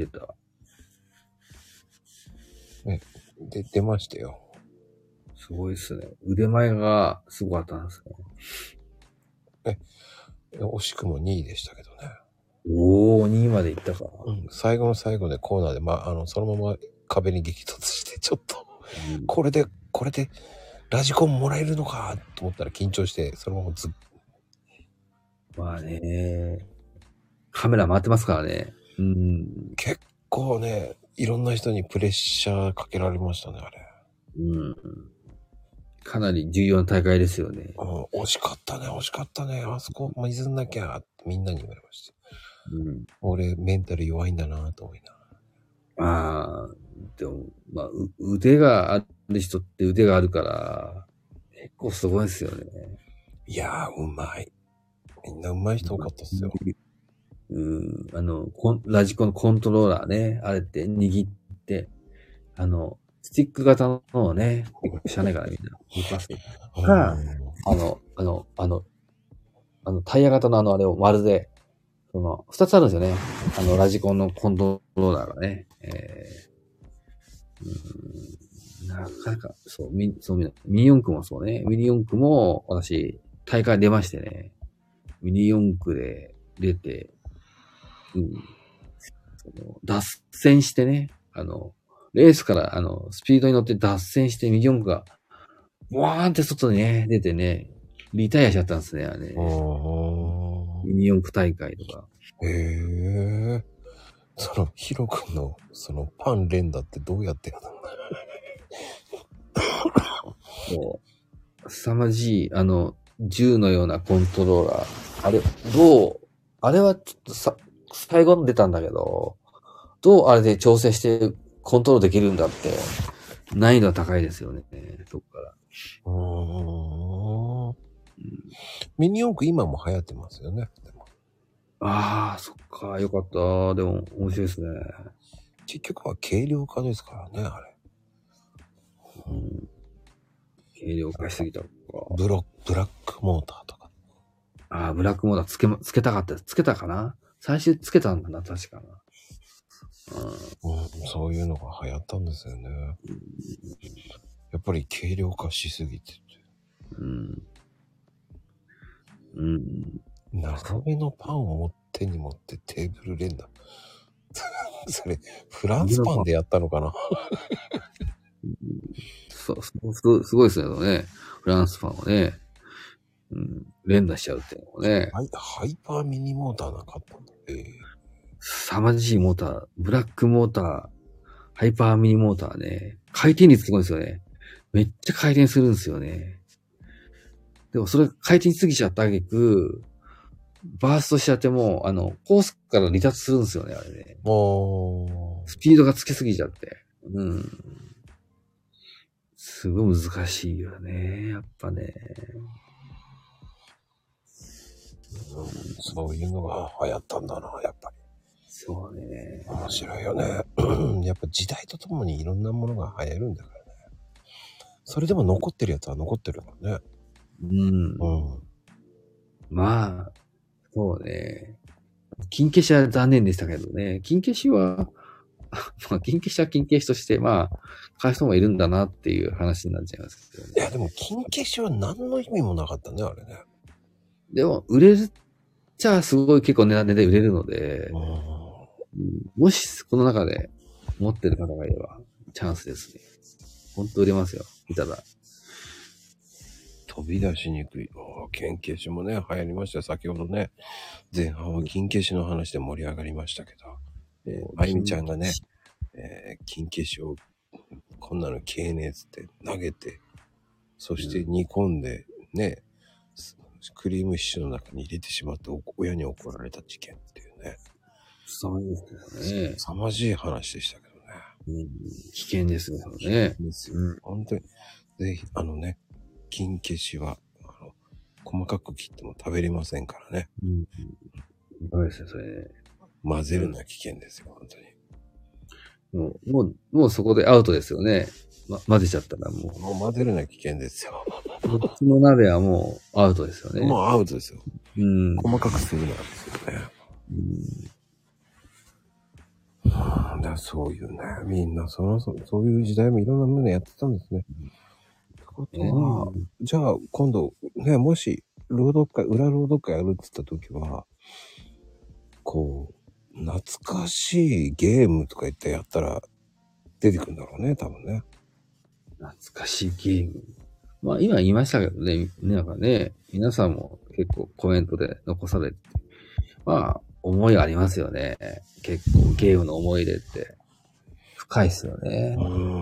C: ね、で、出ましたよ。
D: すごいっすね。腕前がすごかったんです
C: ね。惜しくも2位でしたけどね。
D: おー、2位まで行ったか。
C: 最後の最後でコーナーで、そのまま壁に激突して、ちょっと、これで、ラジコンもらえるのかと思ったら緊張して、そのまま
D: まあね、カメラ回ってますからね。
C: 結構ね、いろんな人にプレッシャーかけられましたね、あれ。
D: かなり重要な大会ですよね。
C: 惜しかったね。あそこ譲んなきゃってみんなに言われました。俺、メンタル弱いんだなと思いなが
D: ら。でも、まあ、腕がある人って腕があるから、結構すごいですよね。
C: いやー、うまい。みんなうまい人多かったっすよ。
D: ラジコンのコントローラーね、あれって握って、スティック型のをね、知らないからみんな、動かす。タイヤ型のあれをまるで、二つあるんですよね。ラジコンのコントローラーがね。なかなか、ミニ四駆もそうね。ミニ四駆も私、大会出ましてね。ミニ四駆で出て、脱線してね、レースから、スピードに乗って脱線してミニ四駆が、ワーンって外にね、出てね、リタイアしちゃったんですね、あれ。 ミニ四駆大会とか。
C: へえ。ヒロ君の、パン連打ってどうやってやるの？
D: 凄まじい、銃のようなコントローラー。あれはちょっと最後に出たんだけど、どうあれで調整してコントロールできるんだって、難易度は高いですよね、そこから。
C: ミニ四駆今も流行ってますよね。
D: ああ、そっか、よかった。でも、面白いですね。
C: 結局は軽量化ですからね、あれ。
D: 軽量化しすぎたのか。
C: ブラックモーターとか。
D: ああ、ブラックモーターつけたかったです。つけたかな？最初つけたんだな、確かな。
C: そういうのが流行ったんですよね。やっぱり軽量化しすぎてて。長めのパンを手に持ってテーブル連打。それ、フランスパンでやったのかな？
D: すごいですよね。フランスパンをね。連打しちゃうっていうのもね。
C: ハイパーミニモーターなかったんだ。
D: 凄まじいモーター、ブラックモーター、ハイパーミニモーターね。回転率すごいですよね。めっちゃ回転するんですよね。でもそれ回転しすぎちゃった挙句、バーストしちゃっても、コースから離脱するんですよね、あれね。スピードがつけすぎちゃって。すごい難しいよね、やっぱね。
C: そういうのが流行ったんだな、やっぱり。
D: そうね。
C: 面白いよね。やっぱ時代とともにいろんなものが流行るんだからね。それでも残ってるやつは残ってるからね。
D: まあ、そうね。金消しは残念でしたけどね。金消しは、まあ、金消しは金消しとして、まあ、買う人もいるんだなっていう話になっちゃいますけどね。
C: いや、でも金消しは何の意味もなかったね、あれね。
D: でも、売れるっちゃすごい結構値段で売れるので、もしこの中で持ってる方がいれば、チャンスですね。ほんと売れますよ。見たら。
C: 飛び出しにくい。金消しもね、流行りましたよ。先ほどね、前半は金消しの話で盛り上がりましたけど、あゆみちゃんがね、金消しをこんなの消えねえっつって投げて、そして煮込んでね、クリームシチューの中に入れてしまって親に怒られた事件っていうね。
D: そうですよね。
C: 凄まじい話でしたけどね。
D: 危険ですよね。
C: 本当に。ぜひ、金消しは、細かく切っても食べれませんからね。
D: そうですよ、それね。
C: 混ぜるのは危険ですよ、本当に。
D: もうそこでアウトですよね。混ぜちゃったらもう。
C: 混ぜるのは危険ですよ。
D: こっちの鍋はもうアウトですよね。
C: もうアウトですよ。細かくするのはですよね。だからそういうね、みんなそういう時代もいろんなものやってたんですね。じゃあ今度ね、もし朗読会、裏朗読会やるって言った時は、こう、懐かしいゲームとか言ってやったら出てくるんだろうね、多分ね。
D: 懐かしいゲーム。まあ今言いましたけどね、なんかね、皆さんも結構コメントで残されて、まあ思いありますよね。結構ゲームの思い出って深いですよね。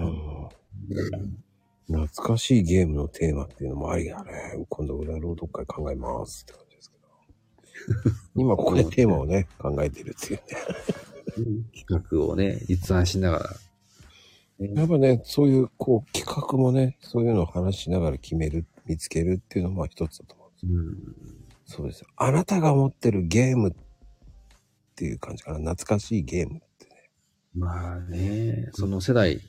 C: 懐かしいゲームのテーマっていうのもありだね。今度裏朗読会考えますって感じですけど。今ここでテーマをね、考えてるっていう
D: ね。企画をね、立案しながら。
C: やっぱね、そういうこう企画もね、そういうのを話しながら決める、見つけるっていうのも一つだと思うんですよ。そうですよ。あなたが持ってるゲームっていう感じかな。懐かしいゲームってね。
D: まあね、その世代、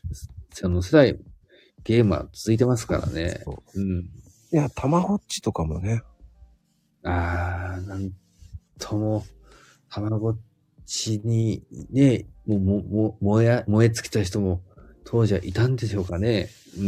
D: ゲームは続いてますからね。
C: いや、たまごっちとかもね。
D: なんとも、たまごっちにね、もう燃え尽きた人も当時はいたんでしょうかね。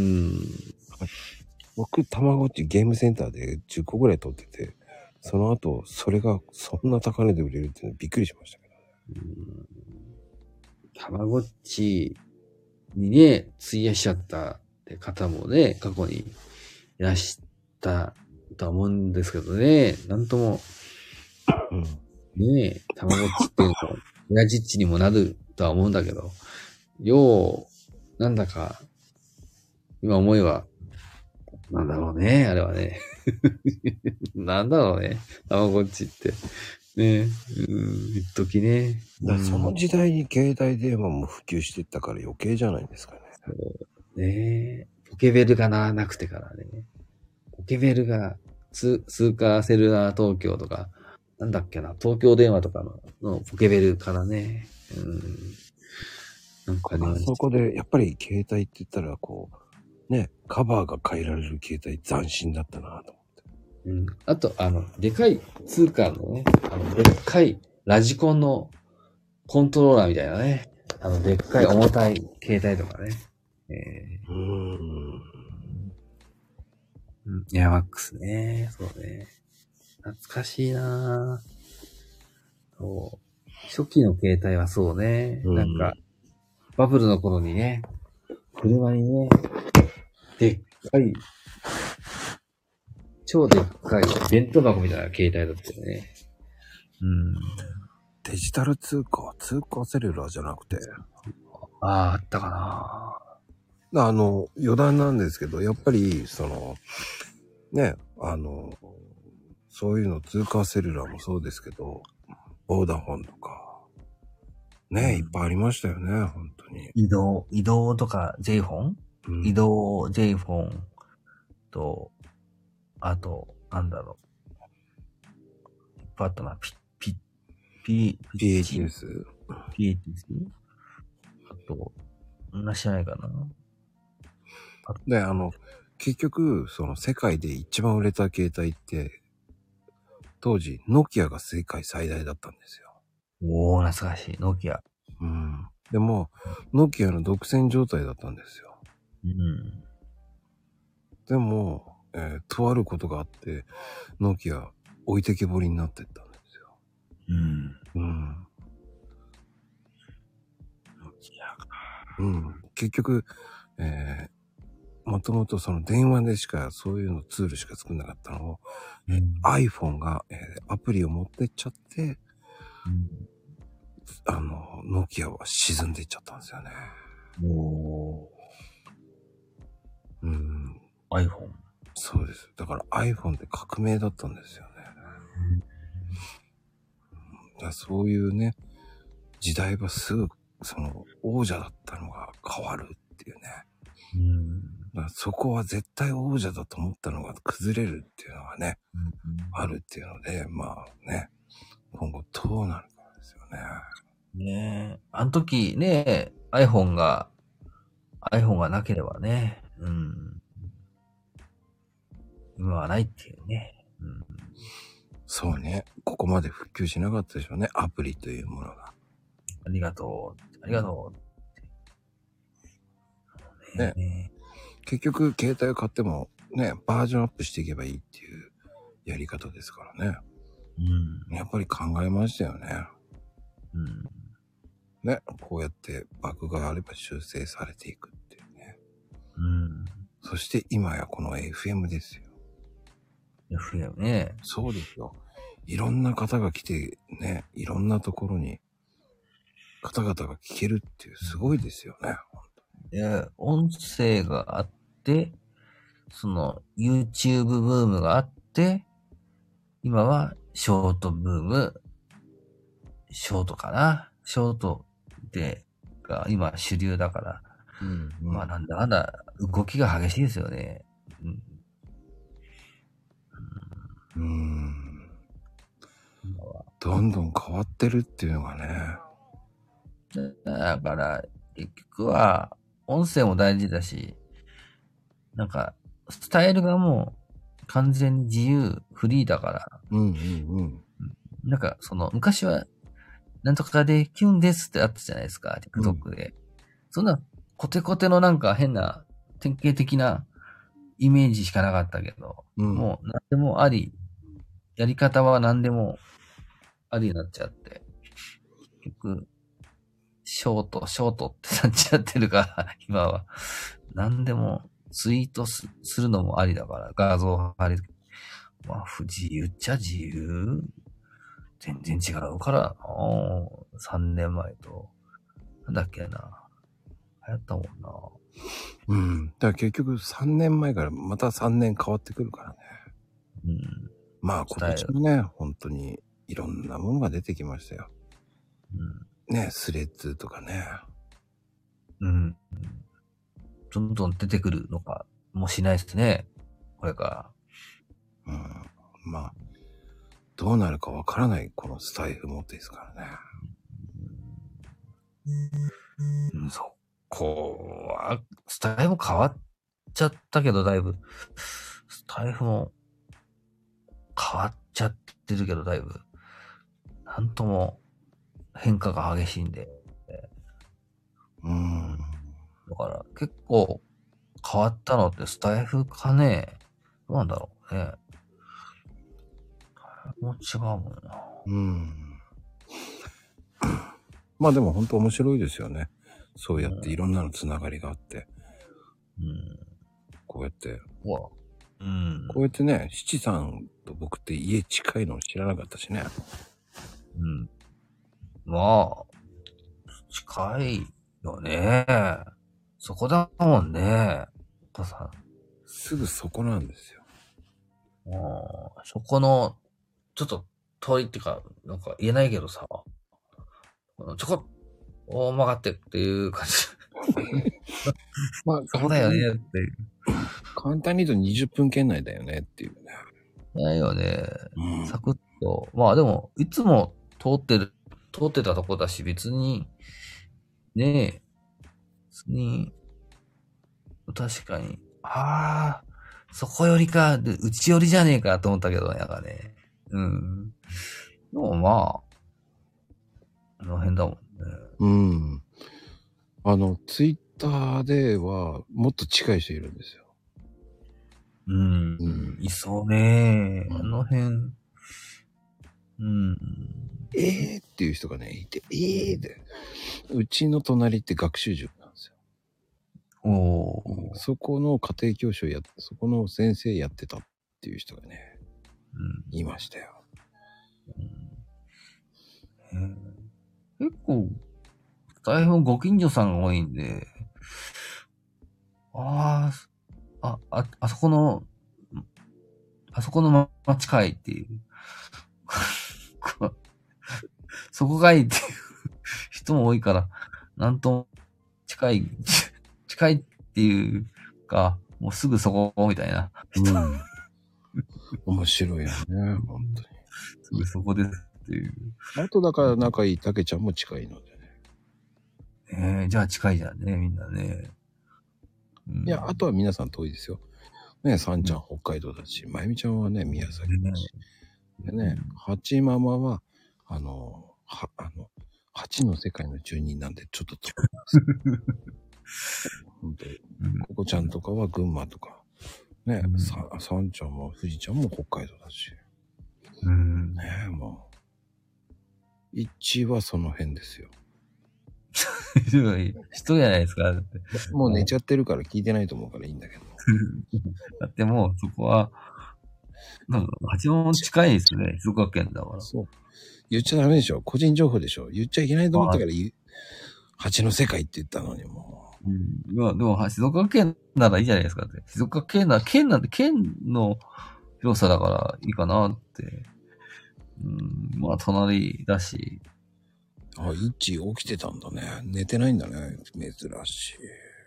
C: 僕、たまごっちゲームセンターで10個ぐらい取ってて、その後、それがそんな高値で売れるっていうのびっくりしましたけどね。
D: たまごっちにね、費やしちゃったって方もね、過去にいらしたとは思うんですけどね、なんとも
C: うん。
D: ねえ、たまごっちっていうの、親父っちにもなるとは思うんだけど、よう、なんだか、今思えば、なんだろうね、あれはね。なんだろうね、たまごっちって。ねえ、一時ね。
C: だからその時代に携帯電話も普及していったから余計じゃないですかね。
D: ねえ、ポケベルがなくてからね。ポケベルが、スーカーセルラー東京とか、なんだっけな、東京電話とかのポケベルからね。なんかね、
C: そこで、やっぱり携帯って言ったら、こう、ね、カバーが変えられる携帯斬新だったなと思って。
D: あと、でかいツーカーのね、でっかいラジコンのコントローラーみたいなね、でっかい重たい携帯とかね。エアマックスね。そうね。懐かしいなぁ。そう。初期の携帯はそうね。なんか、バブルの頃にね、車にね、でっかい、超でっかい弁当箱みたいな携帯だったよね。
C: デジタル通貨セルラーじゃなくて。
D: あったかな。
C: 余談なんですけど、やっぱり、ね、そういうの通貨セルラーもそうですけど、ボーダフォンとか、ね、いっぱいありましたよね、本当に。
D: 移動とか J フォン、移動 J フォンと、あと、なんだろう。いっぱいあったな。
C: PHS？
D: PHS？ あと、知らないかな。
C: で、結局、世界で一番売れた携帯って、当時、ノキアが世界最大だったんですよ。
D: おー、懐かしい。ノキア。
C: でも、ノキアの独占状態だったんですよ。でも、とあることがあって、ノキア置いてけぼりになってったんですよ。結局、もともとその電話でしかそういうのツールしか作んなかったのを、iPhone が、アプリを持ってっちゃって、ノキアは沈んでいっちゃったんですよね。
D: iPhone。
C: そうです。だから iPhone って革命だったんですよね。だそういうね、時代はすぐ、王者だったのが変わるっていうね。だからそこは絶対王者だと思ったのが崩れるっていうのがね、あるっていうので、まあね、今後どうなるかですよね。
D: ねえ。あの時ね、iPhone がなければね、今はないっていうね。
C: そうね。ここまで普及しなかったでしょうね。アプリというものが。
D: ありがとう。ありがと
C: う。ね。結局、携帯を買っても、ね、バージョンアップしていけばいいっていうやり方ですからね。やっぱり考えましたよね。ね。こうやってバグがあれば修正されていくっていうね。そして今やこの FM ですよ。
D: FM ね。
C: そうですよ。いろんな方が来てね、いろんなところに方々が聞けるっていうすごいですよね。
D: 音声があって、その YouTube ブームがあって、今はショートブーム、ショートかな。ショートが今主流だから。まあなんだかんだ動きが激しいですよね。
C: どんどん変わってるっていうのがね。
D: だから、結局は、音声も大事だし、なんか、スタイルがもう完全に自由、フリーだから。なんか、昔は、なんとかでキュンですってあったじゃないですか、TikTok で。そんな、コテコテのなんか変な、典型的なイメージしかなかったけど、もう何でもあり、やり方は何でもありになっちゃって、結局、ショートってなっちゃってるから、今は。何でもツイートするのもありだから、画像貼り、まあ、自由っちゃ自由
A: 全然違うから、3年前と、なんだっけな。流行ったもんな。
C: うん。だから結局3年前からまた3年変わってくるからね。
A: うん。
C: まあ今年もね、本当にいろんなものが出てきましたよ。
A: うん。
C: ね、スレッズとかね。
A: うん。どんどん出てくるのかもしれないですね。これから。
C: うん。まあ、どうなるかわからないこのスタイフもですからね。
A: うん、そこは、スタイフも変わっちゃったけど、だいぶ。スタイフも変わっちゃってるけど、だいぶ。なんとも変化が激しいんで。だから結構変わったのってスタイフかね。どうなんだろうね。もう違うもんな。
C: まあでも本当面白いですよね。そうやっていろんなのつながりがあって。こうやって。こうやってね、七さんと僕って家近いの知らなかったしね。
A: まあ、近いよね。そこだもんね。お母さん。
C: すぐそこなんですよ。
A: そこの、ちょっと遠いっていうか、なんか言えないけどさ、ちょこっ、曲がってっていう感じ。まあ、そこだよねっていう。
C: 簡単に言うと20分圏内だよねっていうね。
A: ないよね。サクッと。まあでも、いつも通ってたとこだし、別に、ねえ、別に、確かに、そこよりか、うちよりじゃねえかと思ったけど、なんかね。でもまあ、あの辺だもんね。
C: ツイッターではもっと近い人いるんですよ。
A: いそうね。あの辺。
C: っていう人がね、いて、で、うちの隣って学習塾なんですよ。そこの家庭教師をそこの先生やってたっていう人がね、いましたよ。
A: 結構、大変ご近所さんが多いんで、あそこの町かいっていう。そこがいいっていう人も多いから、なんとも近いっていうか、もうすぐそこみたいな人。
C: 面白いよね、本当に。
A: すぐそこですっていう。
C: あとだから仲いいたけちゃんも近いので
A: ね。じゃあ近いじゃんね、みんなね。
C: いや、あとは皆さん遠いですよ。ね、さんちゃん北海道だし、まゆみちゃんはね、宮崎だし。でね、ハチママは、8の世界の住人なんでちょっと遠いです。本当に。ココちゃんとかは群馬とか。ね、さんちゃんも富士ちゃんも北海道だし。ねもう。一はその辺ですよ。
A: 人じゃないですか。だって
C: もう寝ちゃってるから聞いてないと思うからいいんだけど。
A: だってもうそこは、なんか、八王子近いですね。静岡県だから。
C: そう。言っちゃダメでしょ。個人情報でしょ。言っちゃいけないと思ったから蜂の世界って言ったのにも
A: う。いや、でも、静岡県ならいいじゃないですかって。静岡県なんて県の広さだからいいかなって。まあ、隣だし。
C: 一起きてたんだね。寝てないんだね。珍しい。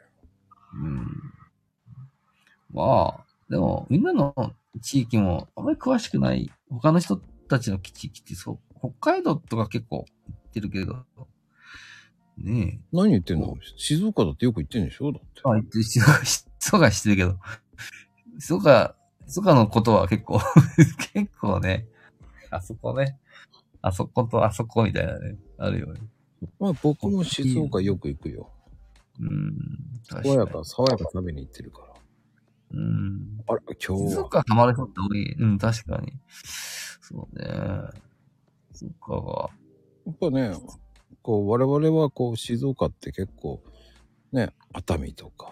A: まあ、でも、みんなの地域もあまり詳しくない。他の人たちの地域って北海道とか結構行ってるけど。ねえ。
C: 何言ってんの？静岡だってよく行ってんでしょだって。
A: 行ってる。静岡してるけど。静岡のことは結構結構ね、あそこね。あそことあそこみたいなね、あるよね。
C: まあ僕も静岡よく行くよ。爽やか食べに行ってるから。あら、今日は。
A: 静岡ハマる人って多い。確かに。そうね。静岡が。
C: やっぱね、我々は静岡って結構、ね、熱海とか。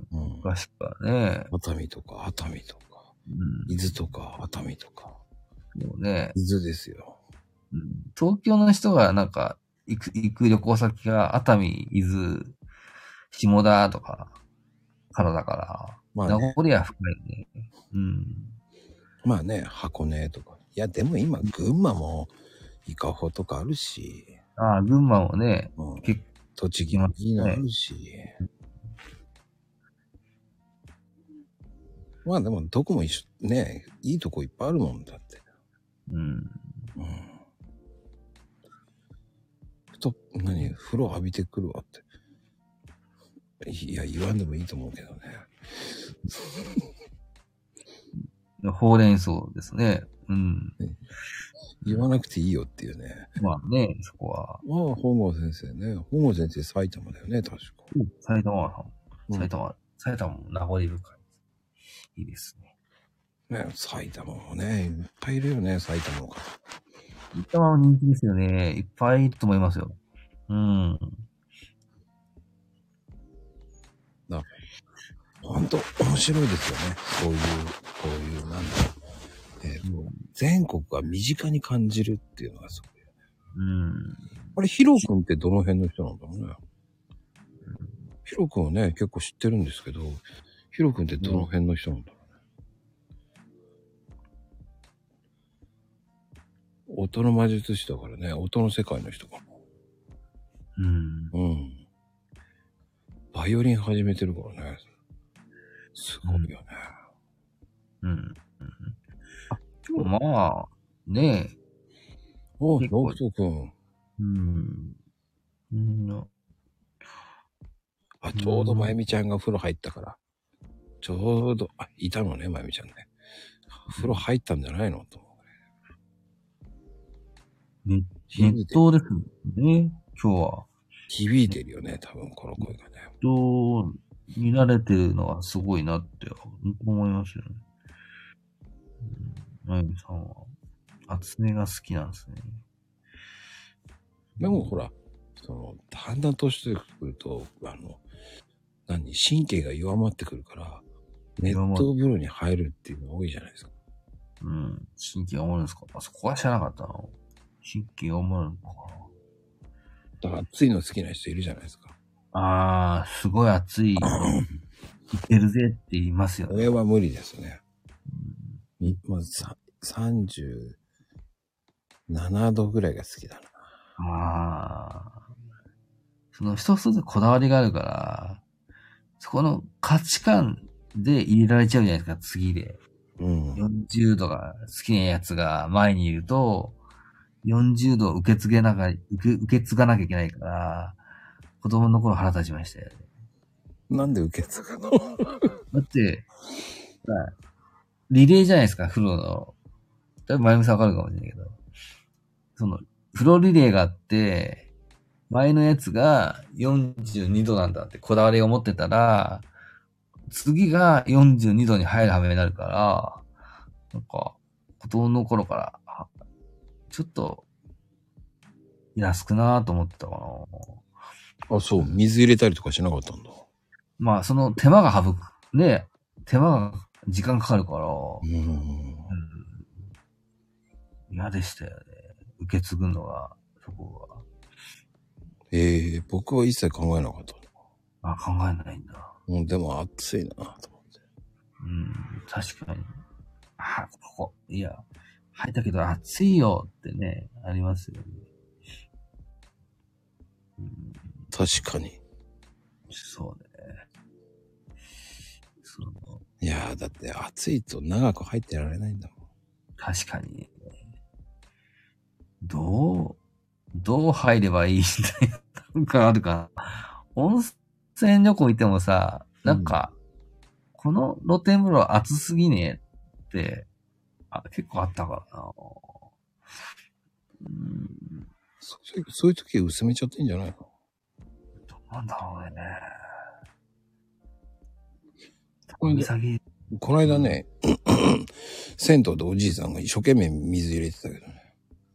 A: 昔からね。
C: 熱海とか、伊豆とか、熱海とか。
A: もうね、
C: 伊豆ですよ。
A: 東京の人がなんか、行く旅行先が熱海、伊豆、下田とか、からだから、
C: まあね
A: 名残は深いね。
C: まあね、箱根とか。いや、でも今、群馬も伊香保とかあるし、
A: ああ、群馬もね、結
C: 栃木もいいのあるし。まあでも、どこも一緒、ね、いいとこいっぱいあるもんだって。風呂浴びてくるわって。いや、言わんでもいいと思うけどね。
A: ほうれん草ですね。
C: 言わなくていいよっていうね。
A: まあね、そこは。
C: まあ、本郷先生ね。本郷先生埼玉だよね、確か。
A: 埼玉も名残深い。いいですね。
C: ね、埼玉もね、いっぱいいるよね、埼玉の方。
A: 埼玉も人気ですよね。いっぱいいると思いますよ。
C: 本当面白いですよね。こういう、なんだろう。全国が身近に感じるっていうのがすごいよね。あれ、ヒロ君ってどの辺の人なんだろうね。ヒロ君はね、結構知ってるんですけど、ヒロ君ってどの辺の人なんだろうね。音の魔術師だからね、音の世界の人かな。バイオリン始めてるからね。すごいよね。
A: まあ、ねえ。
C: おう、ノクト君。ちょうどまゆみちゃんが風呂入ったから。ちょうど、いたのね、まゆみちゃんね。風呂入ったんじゃないのと思
A: う。熱湯ですね、今日は。
C: 響いてるよね、多分この声がね。
A: 熱湯に慣れてるのはすごいなって思いますよね。まゆみさんは、厚めが好きなんですね。
C: でもほら、だんだん年してくると、神経が弱まってくるから、熱湯風呂に入るっていうのが多いじゃないですか。
A: 神経弱まるんですか？そこは知らなかったな。神経弱まるのかな。
C: だから熱いの好きな人いるじゃないですか。
A: すごい熱い。いけるぜって言いますよね。
C: これは無理ですね。まず37度ぐらいが好きだな。
A: その一つずつこだわりがあるから、そこの価値観で入れられちゃうじゃないですか、次で。40度が好きなやつが前にいると、40度を受け継がなきゃいけないから、子供の頃腹立ちましたよね。
C: なんで受け継ぐの？
A: だって、リレーじゃないですか、風呂の。多分、まゆみさんわかるかもしれないけど。風呂リレーがあって、前のやつが42度なんだってこだわりを持ってたら、次が42度に入る羽目になるから、なんか、子供の頃から、ちょっと、安くなーと思ってたか
C: な。そう、水入れたりとかしなかったんだ。
A: まあ、その手間が手間が時間かかるから、嫌でしたよね。受け継ぐのが、そこが。
C: 僕は一切考えなかった。
A: 考えないんだ。
C: でも暑いなと思って。
A: 確かに。ここ、いや、入ったけど暑いよってね、ありますよね。
C: 確かに。
A: そうね。
C: いやだって暑いと長く入ってられないんだもん。
A: 確かに。どう入ればいいみたいな、なんかあるかな。温泉旅行行ってもさ、なんか、この露天風呂暑すぎねって結構あったからな。
C: そういう時薄めちゃっていいんじゃないの？
A: どうなんだろうね。
C: この間ね、銭湯でおじいさんが一生懸命水入れてたけどね。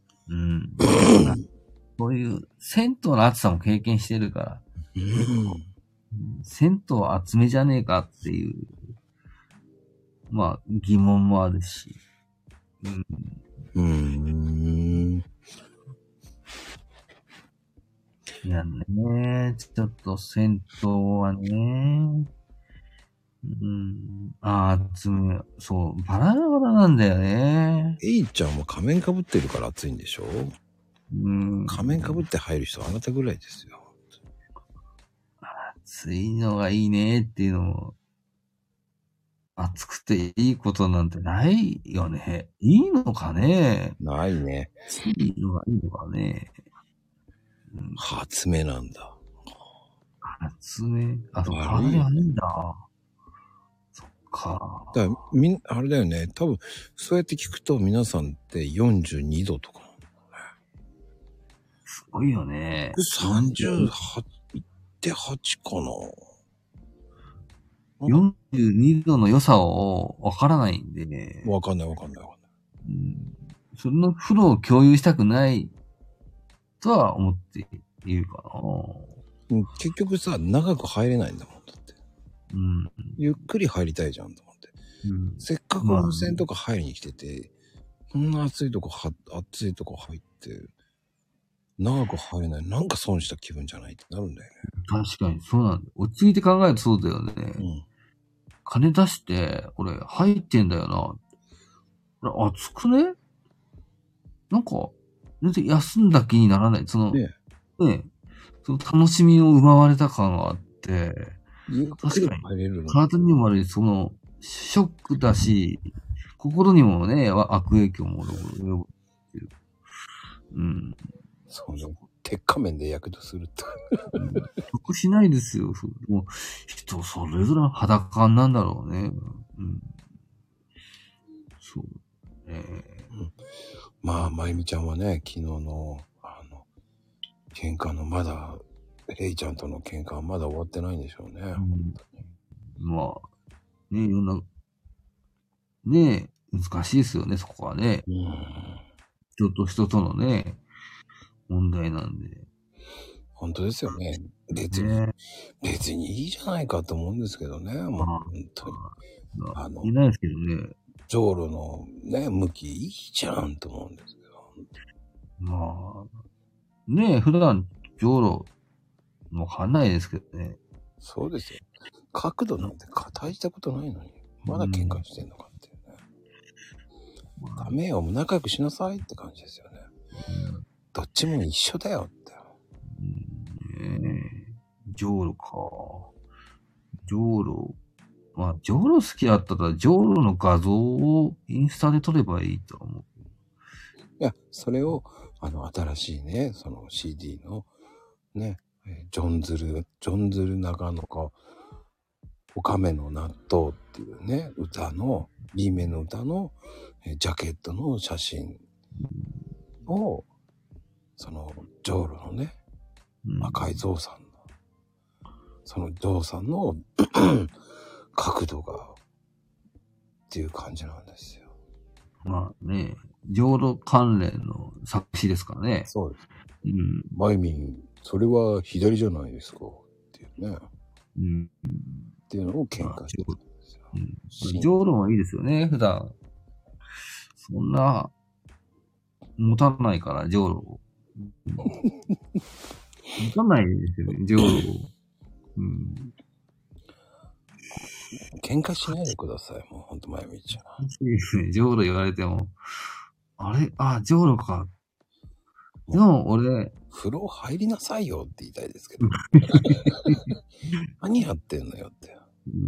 A: そういう銭湯の暑さも経験してるから、銭湯は厚めじゃねえかっていう、まあ疑問もあるし。 いやね、ちょっと銭湯はね、集め、そう、バラバラなんだよね。
C: エイちゃんも仮面かぶってるから暑いんでしょ？仮面かぶって入る人はあなたぐらいですよ。
A: 暑いのがいいねっていうのも、暑くていいことなんてないよね。いいのかね？
C: ないね。
A: いいのがいいのかね。
C: 発明なんだ。
A: 発明？あ、そう、体に悪いんだ。そっか。
C: だからあれだよね。多分、そうやって聞くと皆さんって42度とか。
A: すごいよね。
C: 38.8かな。
A: 42度の良さをわからないんでね。
C: わかんない。
A: その風呂を共有したくないとは思っているかな。
C: 結局さ、長く入れないんだもん、だって。ゆっくり入りたいじゃんと思って。せっかく温泉とか入りに来てて、こんな暑いとこ入って、長く入れない。なんか損した気分じゃないってなるんだよね。
A: 確かに、そうなんだ。落ち着いて考えるとそうだよね。金出して、俺、入ってんだよな。これ、暑くね？なんか、全然休んだ気にならない。その、その楽しみを奪われた感があって、確かに、体にも悪い、その、ショックだし、心にもね、悪影響も及ぶっていう。
C: そうね。鉄仮面で躍動するって。
A: 得しないですよ。もう人それぞれ肌感なんだろうね。そうね。
C: まあ、まゆみちゃんはね、昨日の、喧嘩のまだ、レイちゃんとの喧嘩はまだ終わってないんでしょうね。
A: まあ、ね、いろんな、ね、難しいですよね、そこはね。人と人とのね、問題なんで。
C: 本当ですよね。別にいいじゃないかと思うんですけどね。もう本当に。
A: いないですけどね。
C: ジョーロのね、向きいいじゃんと思うんですけど。
A: まあ、ねえ、普段、ジョーロ、わかんないですけどね。
C: そうですよ。角度なんて大したことないのに、まだ喧嘩してんのかっていうね。ダメよ、もう仲良くしなさいって感じですよね。どっちも一緒だよって。
A: ジョーロか。ジョーロ。まあ、ジョーロ好きだったら、ジョーロの画像をインスタで撮ればいいと思う。
C: いや、それを、新しいね、その CD の、ね、ジョンズル長野か、おかめの納豆っていうね、歌の、B 面の歌の、ジャケットの写真を、その、ジョーロのね、赤いゾウさんの、そのゾウさんの角度が、っていう感じなんですよ。
A: まあね、ジョーロ関連の作詞ですからね。
C: そうです。マイミン、それは左じゃないですかっていうね。っていうのを喧嘩してたんですよ。
A: ジョーロもいいですよね、普段。そんな、持たないから、ジョーロを。持たないですよね、ジョーロを。
C: 喧嘩しないでください、もうほんと、まゆみちゃん。
A: いいですね、ジョーロ言われても。あれ？ジョーロか。でも、俺、
C: 風呂入りなさいよって言いたいですけど。何やってんのよって。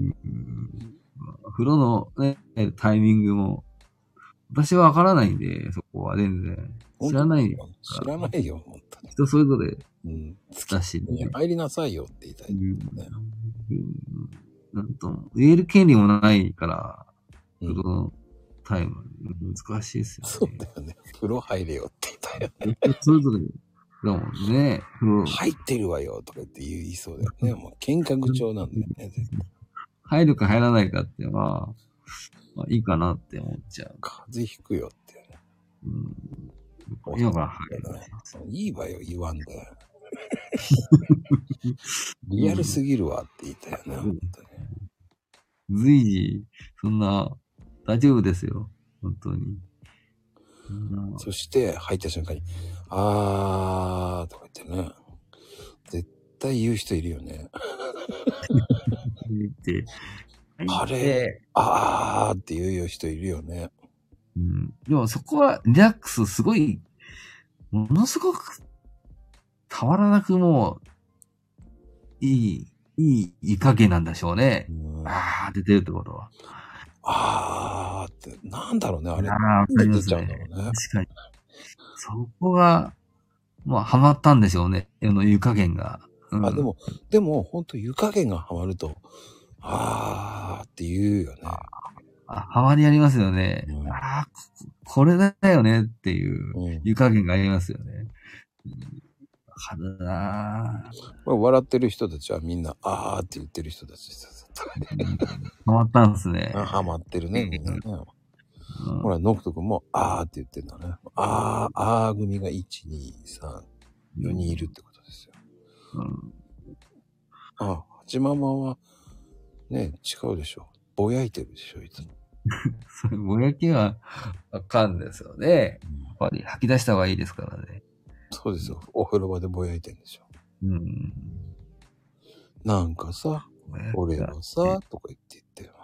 A: 風呂のね、タイミングも、私はわからないんで、そこは全然。知らないよ。
C: 知らないよ、本当に。
A: 人それぞれ、だし、
C: 入りなさいよって言いたいですね。
A: なんとも、言える権利もないから、風呂のタイム、難しいですよね。
C: そうだよね。風呂入れよって言ったよね。
A: それぞれ、だもんね。
C: 入ってるわよとか言って言いそうだよね。もう喧嘩口調なんだよね。
A: 入るか入らないかって、まあいいかなって思っちゃう。
C: 風邪ひくよってね。
A: 今から入る。
C: いいわよ、言わんで。リアルすぎるわって言ったよね、本当に。
A: 随時、そんな、大丈夫ですよ。本当に。
C: そして入った瞬間に、あーとか言ってね。絶対言う人いるよね。あれ、あーって言う人いるよね。
A: でもそこはリラックスすごい、ものすごく、たまらなくもう、いい湯加減なんでしょうね。あー出てるってことは。
C: あーって、なんだろうね、あれ。
A: あーわかりますね。確かに。そこが、まあ、ハマったんでしょうね。湯加減が。
C: でも、ほんと湯加減がハマると、あーって言うよね。
A: ハマりありますよね。これだよねっていう湯加減がありますよね。わかるな
C: ぁ。笑ってる人たちはみんな、あーって言ってる人たちです。
A: ハマったんですね。
C: ハマってるね、みんなね。ほら、ノクト君も、あーって言ってんだね。あー組が1、2、3、4人いるってことですよ。八ママは、ね、違うでしょ。ぼやいてるでしょ、いつも。
A: それ、ぼやきは、あかんですよね。やっぱり吐き出した方がいいですからね。
C: そうですよ。お風呂場でぼやいてるんでしょ。なんかさ、俺はさ、とか言ってよ。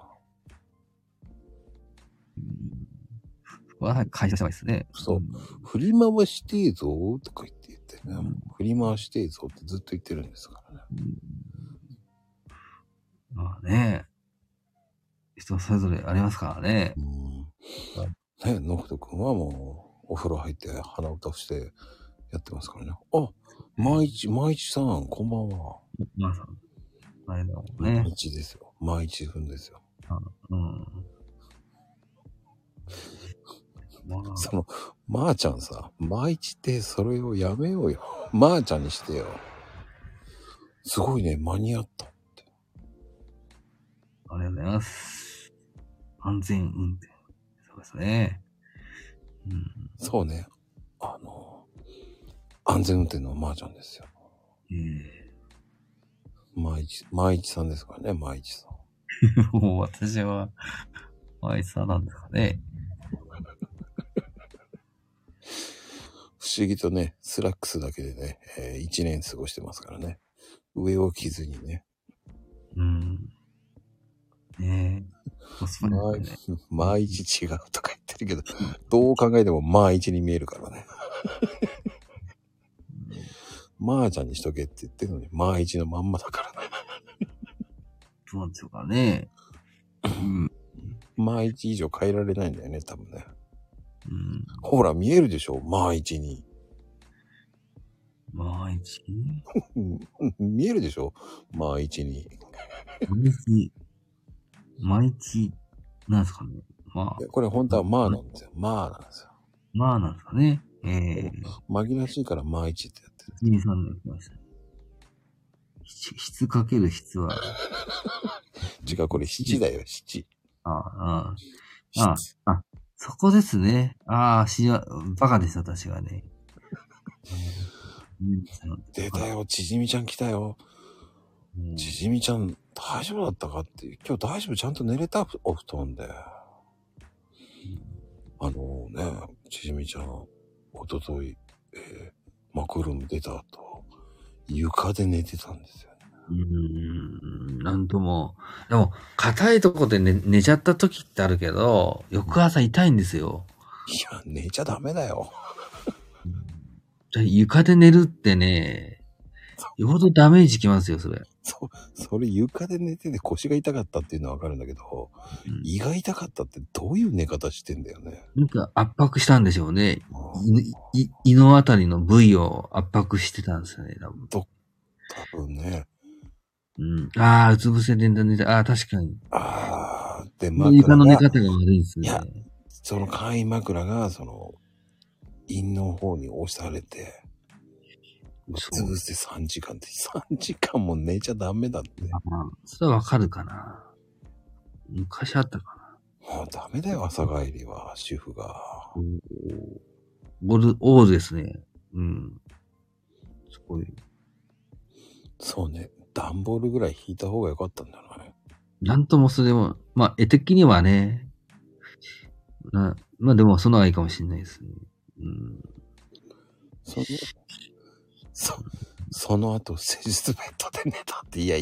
A: 解消した方がいいですね。
C: そう。振り回してえぞとか言ってね。振り回してえぞってずっと言ってるんですからね。
A: まあね。人それぞれありますからね。
C: ね、ノクト君はもう、お風呂入って鼻歌してやってますからね。マイチさん、こんばんは。
A: マイさん。マ
C: イチですよ。マイチ君ですよ。その、まーちゃんさ、マイチってそれをやめようよ。まーちゃんにしてよ。すごいね、間に合ったって。
A: ありがとうございます。安全運転。そうですね。
C: そうね。安全運転のまーちゃんですよ。まいちさんですからね、まいちさ
A: ん。もう私は、まいちさんなんですかね。
C: 不思議とね、スラックスだけでね、1年過ごしてますからね。上を着ずにね。毎日違うとか言ってるけど、どう考えても毎日に見えるからね。まーちゃんにしとけって言ってるのに、毎日のまんまだからね。
A: どうなんでしょうかね。
C: 毎日以上変えられないんだよね、多分ね。ほら、見えるでしょ、毎日に。
A: 毎日
C: 見えるでしょ、毎日に。
A: 毎日、なんですかね。
C: これ本当はまあなんですよ。まあなんですよ。
A: まあなんですかね。
C: 紛らわしいから毎日ってやってる。
A: 23年来ました。質かける質は。
C: 違う、これ7だよ、7。
A: そこですね。バカです、私がね。
C: 出たよ、ちじみちゃん来たよ。ちじみちゃん、大丈夫だったかっていう。今日大丈夫、ちゃんと寝れたお布団で。ちじみちゃん、おととい、マクルーム出た後、床で寝てたんですよね。
A: なんとも。でも、硬いとこで寝ちゃった時ってあるけど、翌朝痛いんですよ。
C: いや、寝ちゃダメだよ。
A: 床で寝るってね、よほどダメージきますよ、それ。
C: それ床で寝てて腰が痛かったっていうのはわかるんだけど、胃が痛かったってどういう寝方してんだよね。
A: なんか圧迫したんでしょうね。胃のあたりの部位を圧迫してたんですよね、多
C: 分ね。
A: うつ伏せで寝た。確かに。
C: で、
A: 床の寝方が悪いですね。
C: いや、その簡易枕が、陰の方に押されて、つぶして3時間って、3時間も寝ちゃダメだって。
A: それはわかるかな。昔あったか
C: な。もうダメだよ、朝帰りは、主婦が。
A: オールですね。すごい。
C: そうね。段ボールぐらい引いた方が良かったんだよね。
A: なんともそれも、絵的にはね、 まあでも、その方がいいかもしれないですね。うん。
C: その後、施術ベッドで寝たって、いや。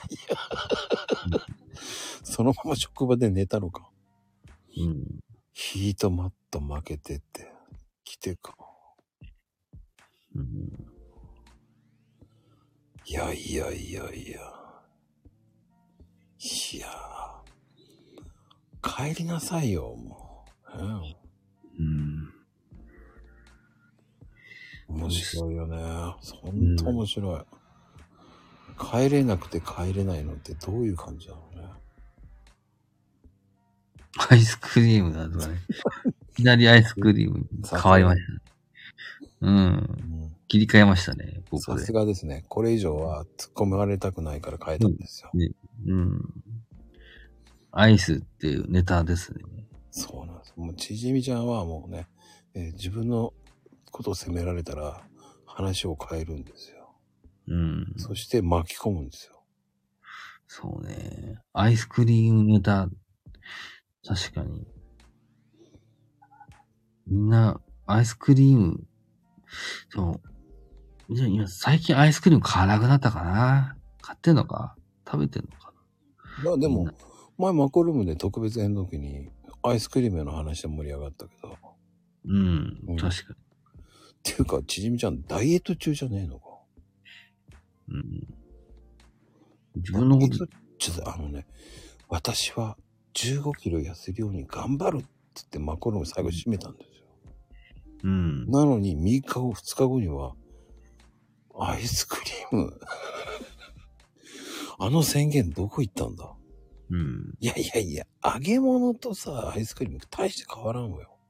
C: そのまま職場で寝たのか。
A: うん。
C: ヒートマット負けてって、来てか。
A: うん、
C: いや。いや帰りなさいよ、もう。うん。面白いよね。ほんと面白い。帰れなくて帰れないのってどういう感じだろうね。
A: アイスクリームだとかね。いきなりアイスクリームに変わりましたね。うん。切り替えましたね、僕
C: さすがですね。これ以上は突っ込まれたくないから変えたんですよ。
A: ね、うん。アイスっていうネタですね。
C: そうなんです。もうちじみちゃんはもうね、自分のことを責められたら話を変えるんですよ。
A: うん。
C: そして巻き込むんですよ。
A: そうね。アイスクリームネタ、確かに。みんな、アイスクリーム、そう。今、最近アイスクリーム買わなくなったかな。買ってんのか食べてんのか
C: な。まあでも、前マコルームで特別編の時にアイスクリームの話で盛り上がったけど。
A: うん、確かに。
C: っていうか、ちじみちゃんダイエット中じゃねえのか。
A: うん。自分のこと、
C: 私は15キロ痩せるように頑張るって言ってマコルーム最後締めたんですよ。
A: うん。
C: なのに3日後、2日後には、アイスクリーム。あの宣言どこ行ったんだ。
A: うん。
C: いや、揚げ物とさ、アイスクリーム大して変わらんわよ。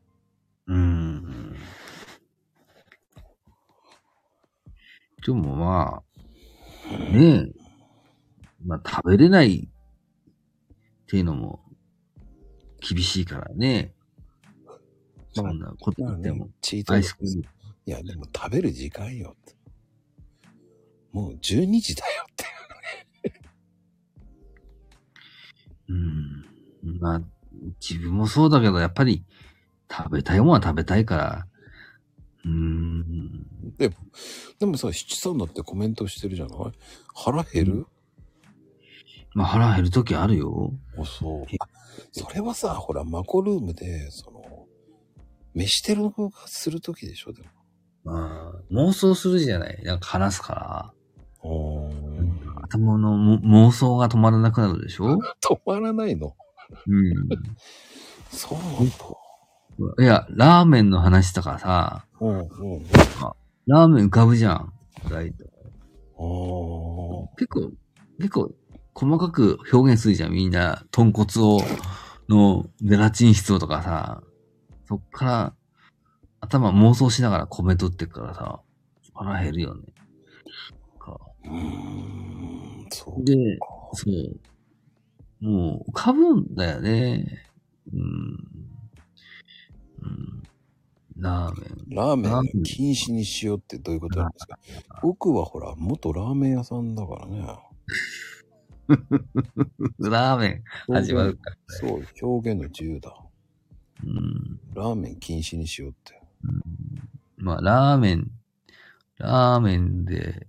A: でもまあ、ねえ、まあ食べれないっていうのも厳しいからね。そんなこと言っても。
C: チート
A: アイスクリーム。
C: いや、でも食べる時間よって。もう12時だよって。
A: まあ、自分もそうだけど、やっぱり食べたいものは食べたいから。
C: でもさ、七さんだってコメントしてるじゃない？腹減る？
A: まあ腹減るときあるよ。
C: そう。それはさ、ほら、マコルームで、飯テロがするときでしょ、でも。
A: まあ、妄想するじゃない。なんか話すから。頭の妄想が止まらなくなるでしょ？
C: 止まらないの？そうなんだ。
A: いや、ラーメンの話とかさ、ラーメン浮かぶじゃん。結構、細かく表現するじゃん、みんな。豚骨のゼラチン質とかさ、そっから頭妄想しながら米取ってくからさ、腹減るよね。で、そう。もう浮かぶんだよね。ラ
C: ーメン禁止にしようってどういうことなんですか？僕はほら、元ラーメン屋さんだからね。
A: ラーメン始まるから、ね。
C: そう、表現の自由だ。ラーメン禁止にしようって。
A: まあ、ラーメンで、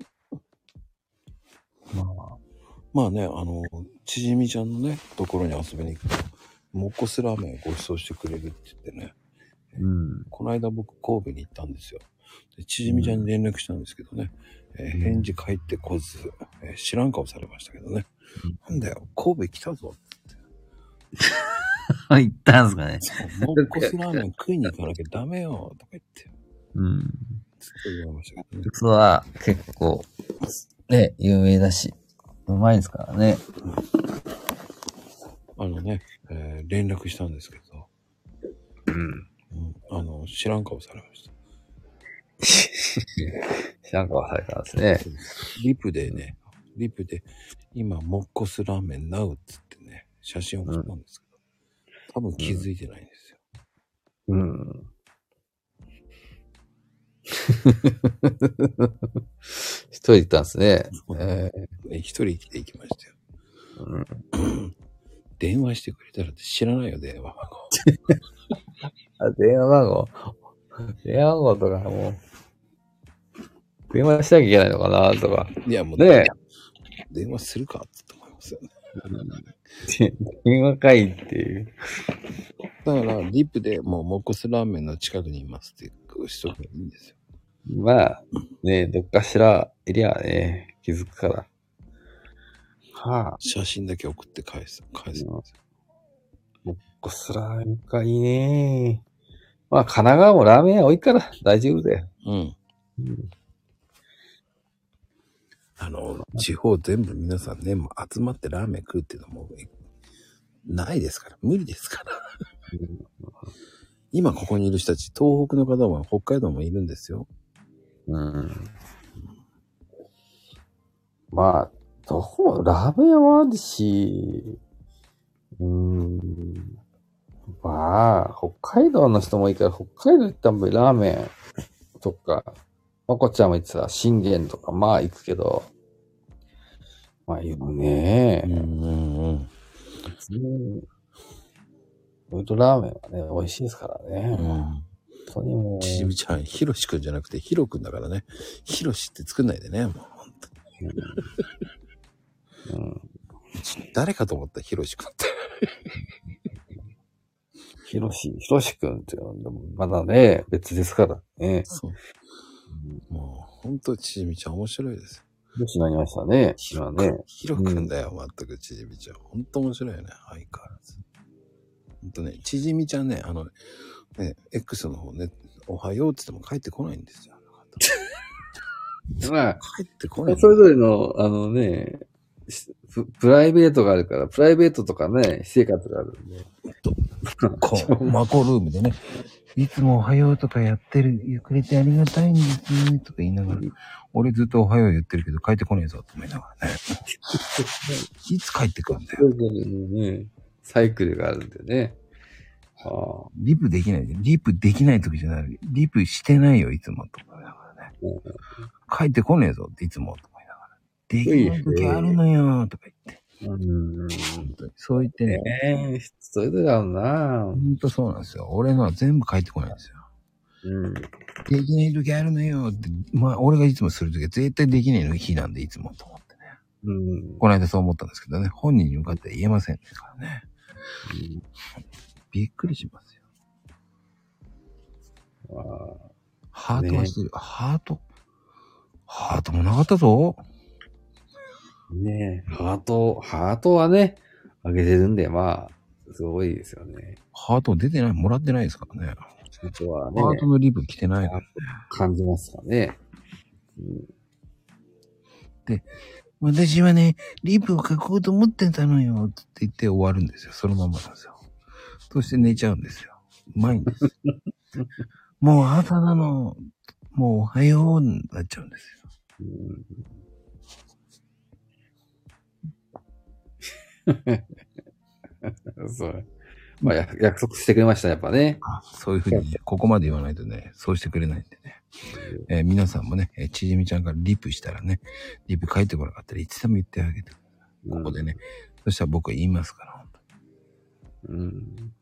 C: まあね、ちじみちゃんのね、ところに遊びに行くと、モッコスラーメンをご馳走してくれるって言ってね。この間僕神戸に行ったんですよ。でちじみちゃんに連絡したんですけどね、返事返ってこず、知らん顔されましたけどね。なんだよ、神戸来たぞって
A: 言ったんすかね。
C: モッコスラーメン食いに行かなきゃダメよとか言って。ずっと言われましたけどね。
A: それは結構、ね、有名だし、うまいですからね。
C: 連絡したんですけど。知らん顔されました。
A: 知らん顔されたんですね。
C: リプで、今、モッコスラーメンナウっつってね、写真を送ったんですけど、多分気づいてないんですよ。
A: 一人行ったんですね。
C: 一人で行きましたよ。 電話してくれたらって知らないよ、電話番号。
A: あ、電話番号。電話番号とかもう、電話しなきゃいけないのかなとか。
C: いや、もう、
A: ね
C: 電話するかって思いますよね。
A: え。電話会っていう。
C: だから、リップでもう、モコスラーメンの近くにいますってしとけばいいんですよ。
A: まあ、ね、どっかしらいりゃね、気づくから。はあ。
C: 写真だけ送って返すんですよ。
A: モコスラーメンかいいね。まあ、神奈川もラーメン屋多いから大丈夫だよ。
C: うん。
A: うん
C: 地方全部皆さんね、もう集まってラーメン食うっていうのもないですから、無理ですから。今ここにいる人たち、東北の方も北海道もいるんですよ。
A: うん。まあ、どこもラーメン屋もあるし、まあ、北海道の人もいいから、北海道行ったらラーメンとか、まこちゃんも言ってた信玄とか、まあ行くけど、まあ言うね。ウルトラーメンはね、美味しいですからね。本当にもう。
C: ちじみちゃん、ひろしくんじゃなくて、ひろくんだからね。ひろしって作んないでね、もう本当に。誰かと思ったひろしくんって。
A: ひろしくんって呼んでも、まだね、別ですからね。
C: そう。もう、本当ちじみちゃん面白いですよ。
A: ひろしになりましたね。今ね。
C: ひろくんだよ、全くちじみちゃん。本当面白いよね、相変わらず。本当ね、ちじみちゃんね、ね、X の方ね、おはようって言っても帰ってこないんですよ。
A: まあ、
C: 帰ってこない。
A: それぞれの、プライベートがあるから、プライベートとかね、私生活があるんで。
C: マコルームでね、いつもおはようとか言ってくれてありがたいんですとか言いながら、俺ずっとおはよう言ってるけど帰ってこねえぞと思いながらね。いつ帰ってくるんだよ。
A: ね、サイクルがあるんでね。
C: リプできない。リプできない時じゃない。リプしてないよ、いつも。とかだからね。帰ってこねえぞっていつも。と思いながら。できない時あるのよ、とか言って。そう言ってね。
A: それぞれあるな。
C: ほんとそうなんですよ。俺のは全部帰ってこないんですよ。できない時あるのよって。まあ、俺がいつもする時は絶対できないの日なんで、いつもと思ってね。この間そう思ったんですけどね。本人に向かって言えませんからね。びっくりしますよ。ハートはしてる。ハートもなかったぞ。
A: ねえ、ハートはね、あげてるんで、まあ、すごいですよね。
C: ハート出てない、もらってないですからね。
A: ハートはね。
C: ハートのリブ来てないからね。
A: 感じますかね。
C: で、私はね、リブを書こうと思ってたのよ、って言って終わるんですよ。そのままなんですよ。そして寝ちゃうんですよ。うまいんです。もう朝なの、もうおはようになっちゃうんです
A: よ。そう。まあ、約束してくれました、やっぱね。
C: そういうふうにね、ここまで言わないとね、そうしてくれないんでね。皆さんもね、ちじみちゃんからリプしたらね、リプ書いてこなかったらいつでも言ってあげて。ここでね。そしたら僕は言いますから、本当に。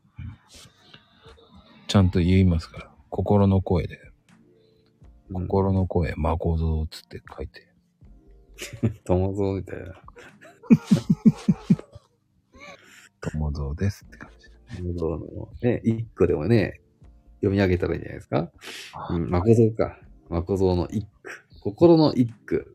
C: ちゃんと言いますから。心の声で。心の声、まこぞつって書いて。
A: ともぞみたいな。
C: ともぞですって感じ。
A: ともぞのね、一個でもね、読み上げたらいいんじゃないですか。まこぞか。まこぞの一句。心の一句。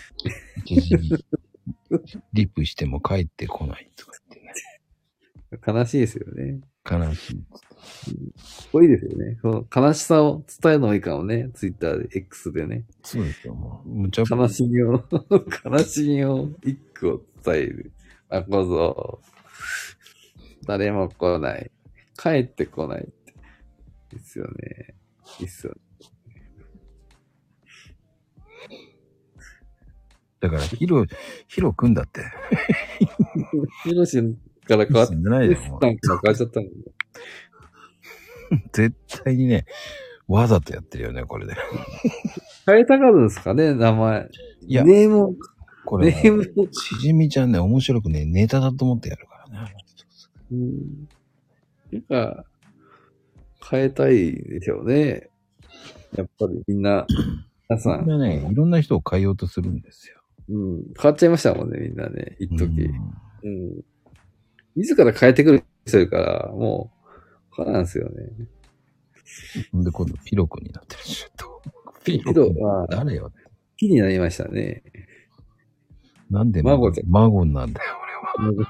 C: リプしても帰ってこないとか言って
A: ね。悲しいですよね。
C: 悲しい。
A: 多いですよね。その悲しさを伝えるのもいいかもね。ツイッターで、X でね。
C: そうですよ、もう。むちゃ
A: 悲しみを一句を伝える。まこぞ。誰も来ない。帰ってこないって。いいっすよね。いいっすよね。
C: だから、ヒロくんだって。
A: ヒロシから変わって
C: ないよ。
A: 変わっちゃったんだ。
C: 絶対にね、わざとやってるよね、これで。
A: 変えたがるんですかね、名前。
C: いや、
A: ネームを。
C: これ、ね、ちじみちゃんね、面白くね、ネタだと思ってやるからね。
D: うん。なんか、変えたいでしょうね。やっぱりみんな、皆さん。
C: みんなね、いろんな人を変えようとするんですよ。
D: うん。変わっちゃいましたもんね、みんなね。一時。
C: うん
D: うん。自ら変えてくる人いるから、もう、そうなんですよね。
C: で、今度、ピロ君になってるし。ピ
D: けど、
C: ロ君、
D: まあ、
C: 誰よ。
D: 気になりましたね。
C: なんで
D: 孫ちゃん。
C: 孫なんだよ、俺は。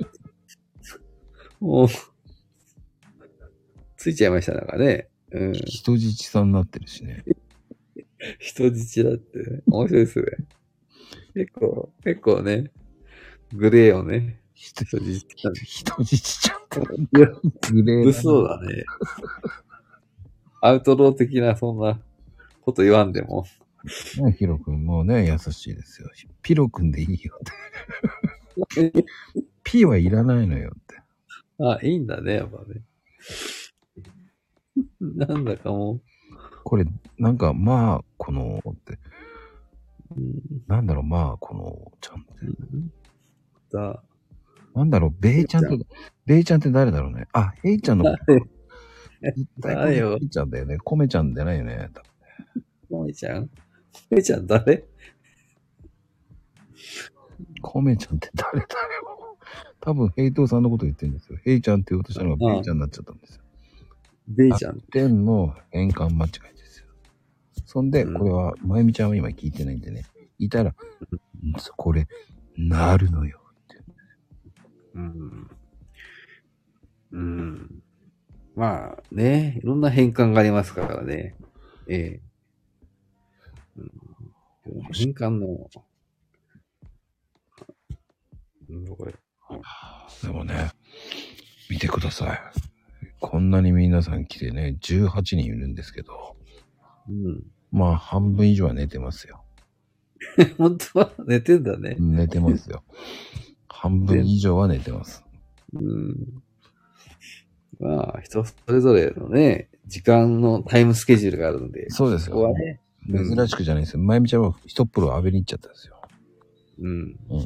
D: もう、ついちゃいました、なんかね。うん。
C: 人質さんになってるしね。
D: 人質だって、ね、面白いですね。結構ね、グレーをね、人質なんで
C: 人質ちゃんってなん
D: いや、
C: かグレー
D: 物騒だね。アウトロー的な、そんなこと言わんでも。
C: ね、ヒロ君もね、優しいですよ。ピロ君でいいよって。P はいらないのよって。
D: あ、いいんだね、やっぱね。なんだかも
C: これ、なんか、まあ、この、って、
D: う、うん、
C: なんだろう、まあ、この、ちゃんって。
D: だ、
C: なんだろう、ベイちゃんって、ベイちゃんって誰だろうね。あ、ヘイちゃんのこと。絶対これ
D: 誰よ
C: ヘイちゃんだよね。コメちゃんじゃないよね。
D: コメちゃんコメちゃん誰
C: コメちゃんって誰だよ。多分、ヘイトーさんのこと言ってるんですよ。ヘイちゃんって言おうとしたのがベイちゃんになっちゃったんですよ。
D: ベイちゃん。
C: 天の変換間違いですよ。そんで、
D: うん
C: これは、まゆみちゃんは今聞いてないんでね。いたら、これ、なるのよ。
D: うん。うん。まあね、いろんな変換がありますからね。ええ。うん、変換の、これ。
C: でもね、見てください。こんなに皆さん来てね、18人いるんですけど、
D: うん。
C: まあ半分以上は寝てますよ。
D: 本当は寝てんだね。
C: 寝てますよ。半分以上は寝てます。
D: うん。まあ、人それぞれのね、時間のタイムスケジュールがあるので、
C: そうですよ。
D: ここはね、
C: 珍しくじゃないですよ。まゆみちゃんは一っ風呂浴びに行っちゃったんですよ。
D: うん。
C: うん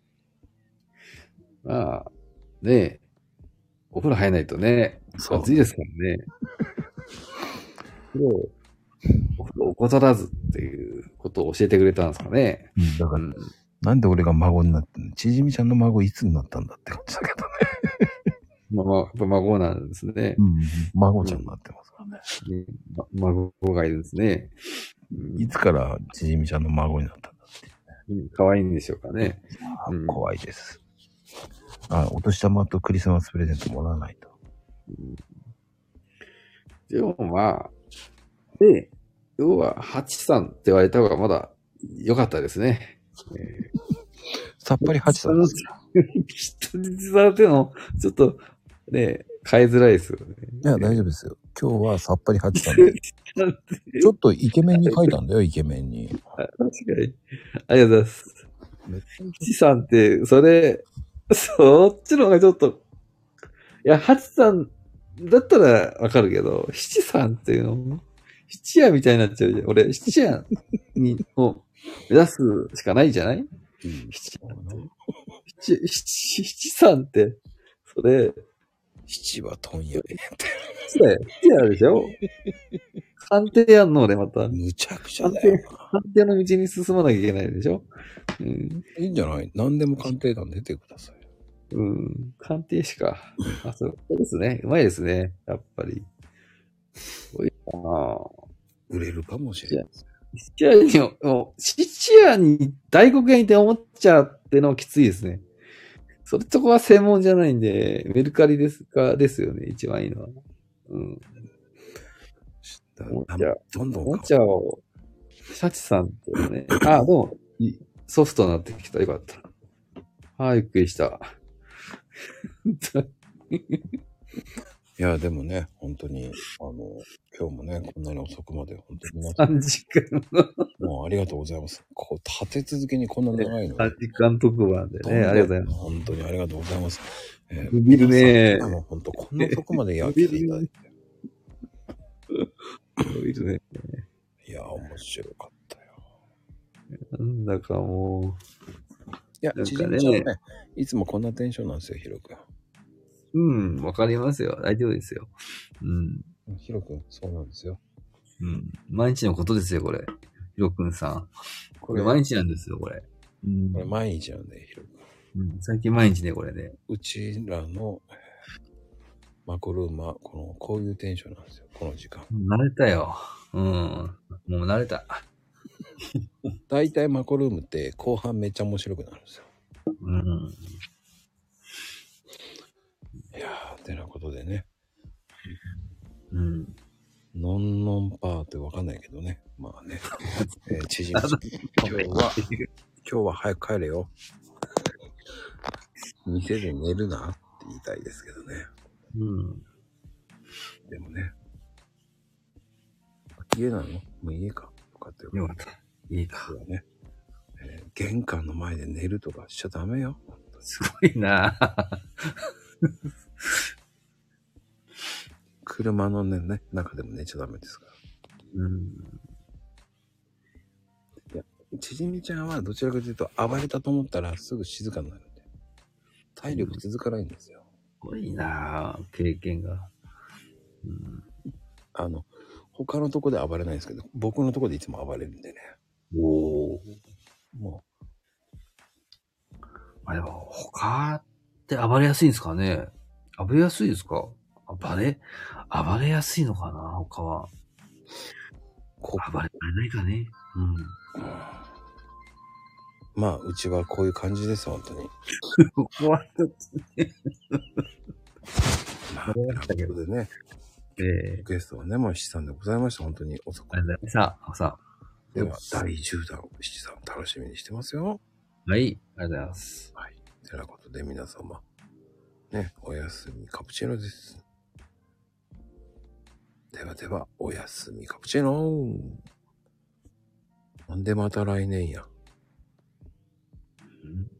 D: まあ、ね、お風呂入らないとね、
C: そう
D: 暑いですからね。お風呂怠らずっていうことを教えてくれたんですかね。
C: だから、
D: うん。
C: なんで俺が孫になってんの？ちじみちゃんの孫いつになったんだって感じだけどね。
D: まあ、やっぱ孫なんですね。
C: 孫ちゃんになってますからね。
D: 孫がいるんですね。
C: いつからちじみちゃんの孫になったんだって。
D: 可愛いんでしょうかね。
C: 怖いです。お年玉とクリスマスプレゼントもらわないと。
D: でもまあ、で、要は、ハチさんって言われた方がまだ良かったですね。
C: さっぱりハチさんです。
D: 人質されての、ちょっと、ね、変えづらいですよね。
C: いや、大丈夫ですよ。今日はさっぱりハチさんで。ちょっとイケメンに書いたんだよ、イケメンに。
D: 確かに。ありがとうございます。ハチさんって、そっちの方がちょっと、いや、ハチさんだったらわかるけど、七さんっていうの、七夜みたいになっちゃうじゃん。俺、七夜に、を目指すしかないじゃない七夜って。七さんって、それ、
C: 七は問屋で。
D: 七だよ。七夜でしょ鑑定やんの俺また。
C: むちゃくちゃだよ。
D: 鑑定の道に進まなきゃいけないでしょうん。
C: いいんじゃない？何でも鑑定団出てください。
D: うん。鑑定士か。あ、そうですね。うまいですね。やっぱり。すごいな
C: 売れるかもしれない。
D: 質屋に大黒屋にておもちゃってのはきついですね。そこは専門じゃないんで、メルカリですよね。一番いいのは。うん。
C: どんどん
D: おもちゃを、シャチさんとね。あ、でも、ソフトになってきた。よかった。はい、びっくりした。
C: いや、でもね、本当に、今日もね、こんなに遅くまで、本当に皆さん、
D: 3時間
C: もうありがとうございます。立て続けにこんな長いの。
D: 3時間特番でね、ありがとうございます。
C: 本当にありがとうございます。
D: 伸びるね。
C: もう本当、こんな遅くまでやっていただいて。
D: 伸びるね。
C: いや、面白かったよ。
D: なんだかもう。
C: いや、
D: なんかね
C: ちじみちゃんはね、いつもこんなテンションなんですよ、ヒロ君。
A: うん、わかりますよ。大丈夫ですよ。うん。
C: ヒロ君、そうなんですよ。
A: うん。毎日のことですよ、これ。ひろくんさん。こ
C: これ、
A: れ毎日なんですよ、これ。うん
C: これ毎日なんで、ヒロ君。
A: うん。最近毎日ね、これね。
C: うちらのマコルームは、こういうテンションなんですよ、この時間。
A: 慣れたよ。うん。もう慣れた。
C: 大体マコルームって後半めっちゃ面白くなるんですよ。
A: うん。
C: いやー、てなことでね。
A: うん。
C: ノンノンパーってわかんないけどね。まあね。知人、今日は早く帰れよ。店で寝るなって言いたいですけどね。
A: うん。
C: でもね。家なの？もう家か。よかったよ。
A: よかった。いいか。
C: ね。玄関の前で寝るとかしちゃダメよ。
A: すごいな
C: 車のね、中でも寝ちゃダメですから。
A: うん。
C: いや、ちじみちゃんはどちらかというと暴れたと思ったらすぐ静かになるんで。体力続かないんですよ。
A: すごいな経験が。うん。
C: 他のとこで暴れないんですけど、僕のとこでいつも暴れるんでね。
A: おー。
C: も
A: まあでも、他って暴れやすいんですかね？暴れやすいですか？暴れやすいのかな他は。暴れられないかね。うん。
C: まあ、うちはこういう感じです、本当に。
A: ここはちょっとね。
C: まあ、ということでね、ゲストはね、もう七さんでございました。本当に遅く。
A: ありがとうございました。
C: では、第10弾、七さん楽しみにしてますよ。
A: はい、ありがとうございます。
C: はい。てなことで皆様、ね、おやすみカプチーノです。ではでは、おやすみカプチーノ。なんでまた来年や。
A: うん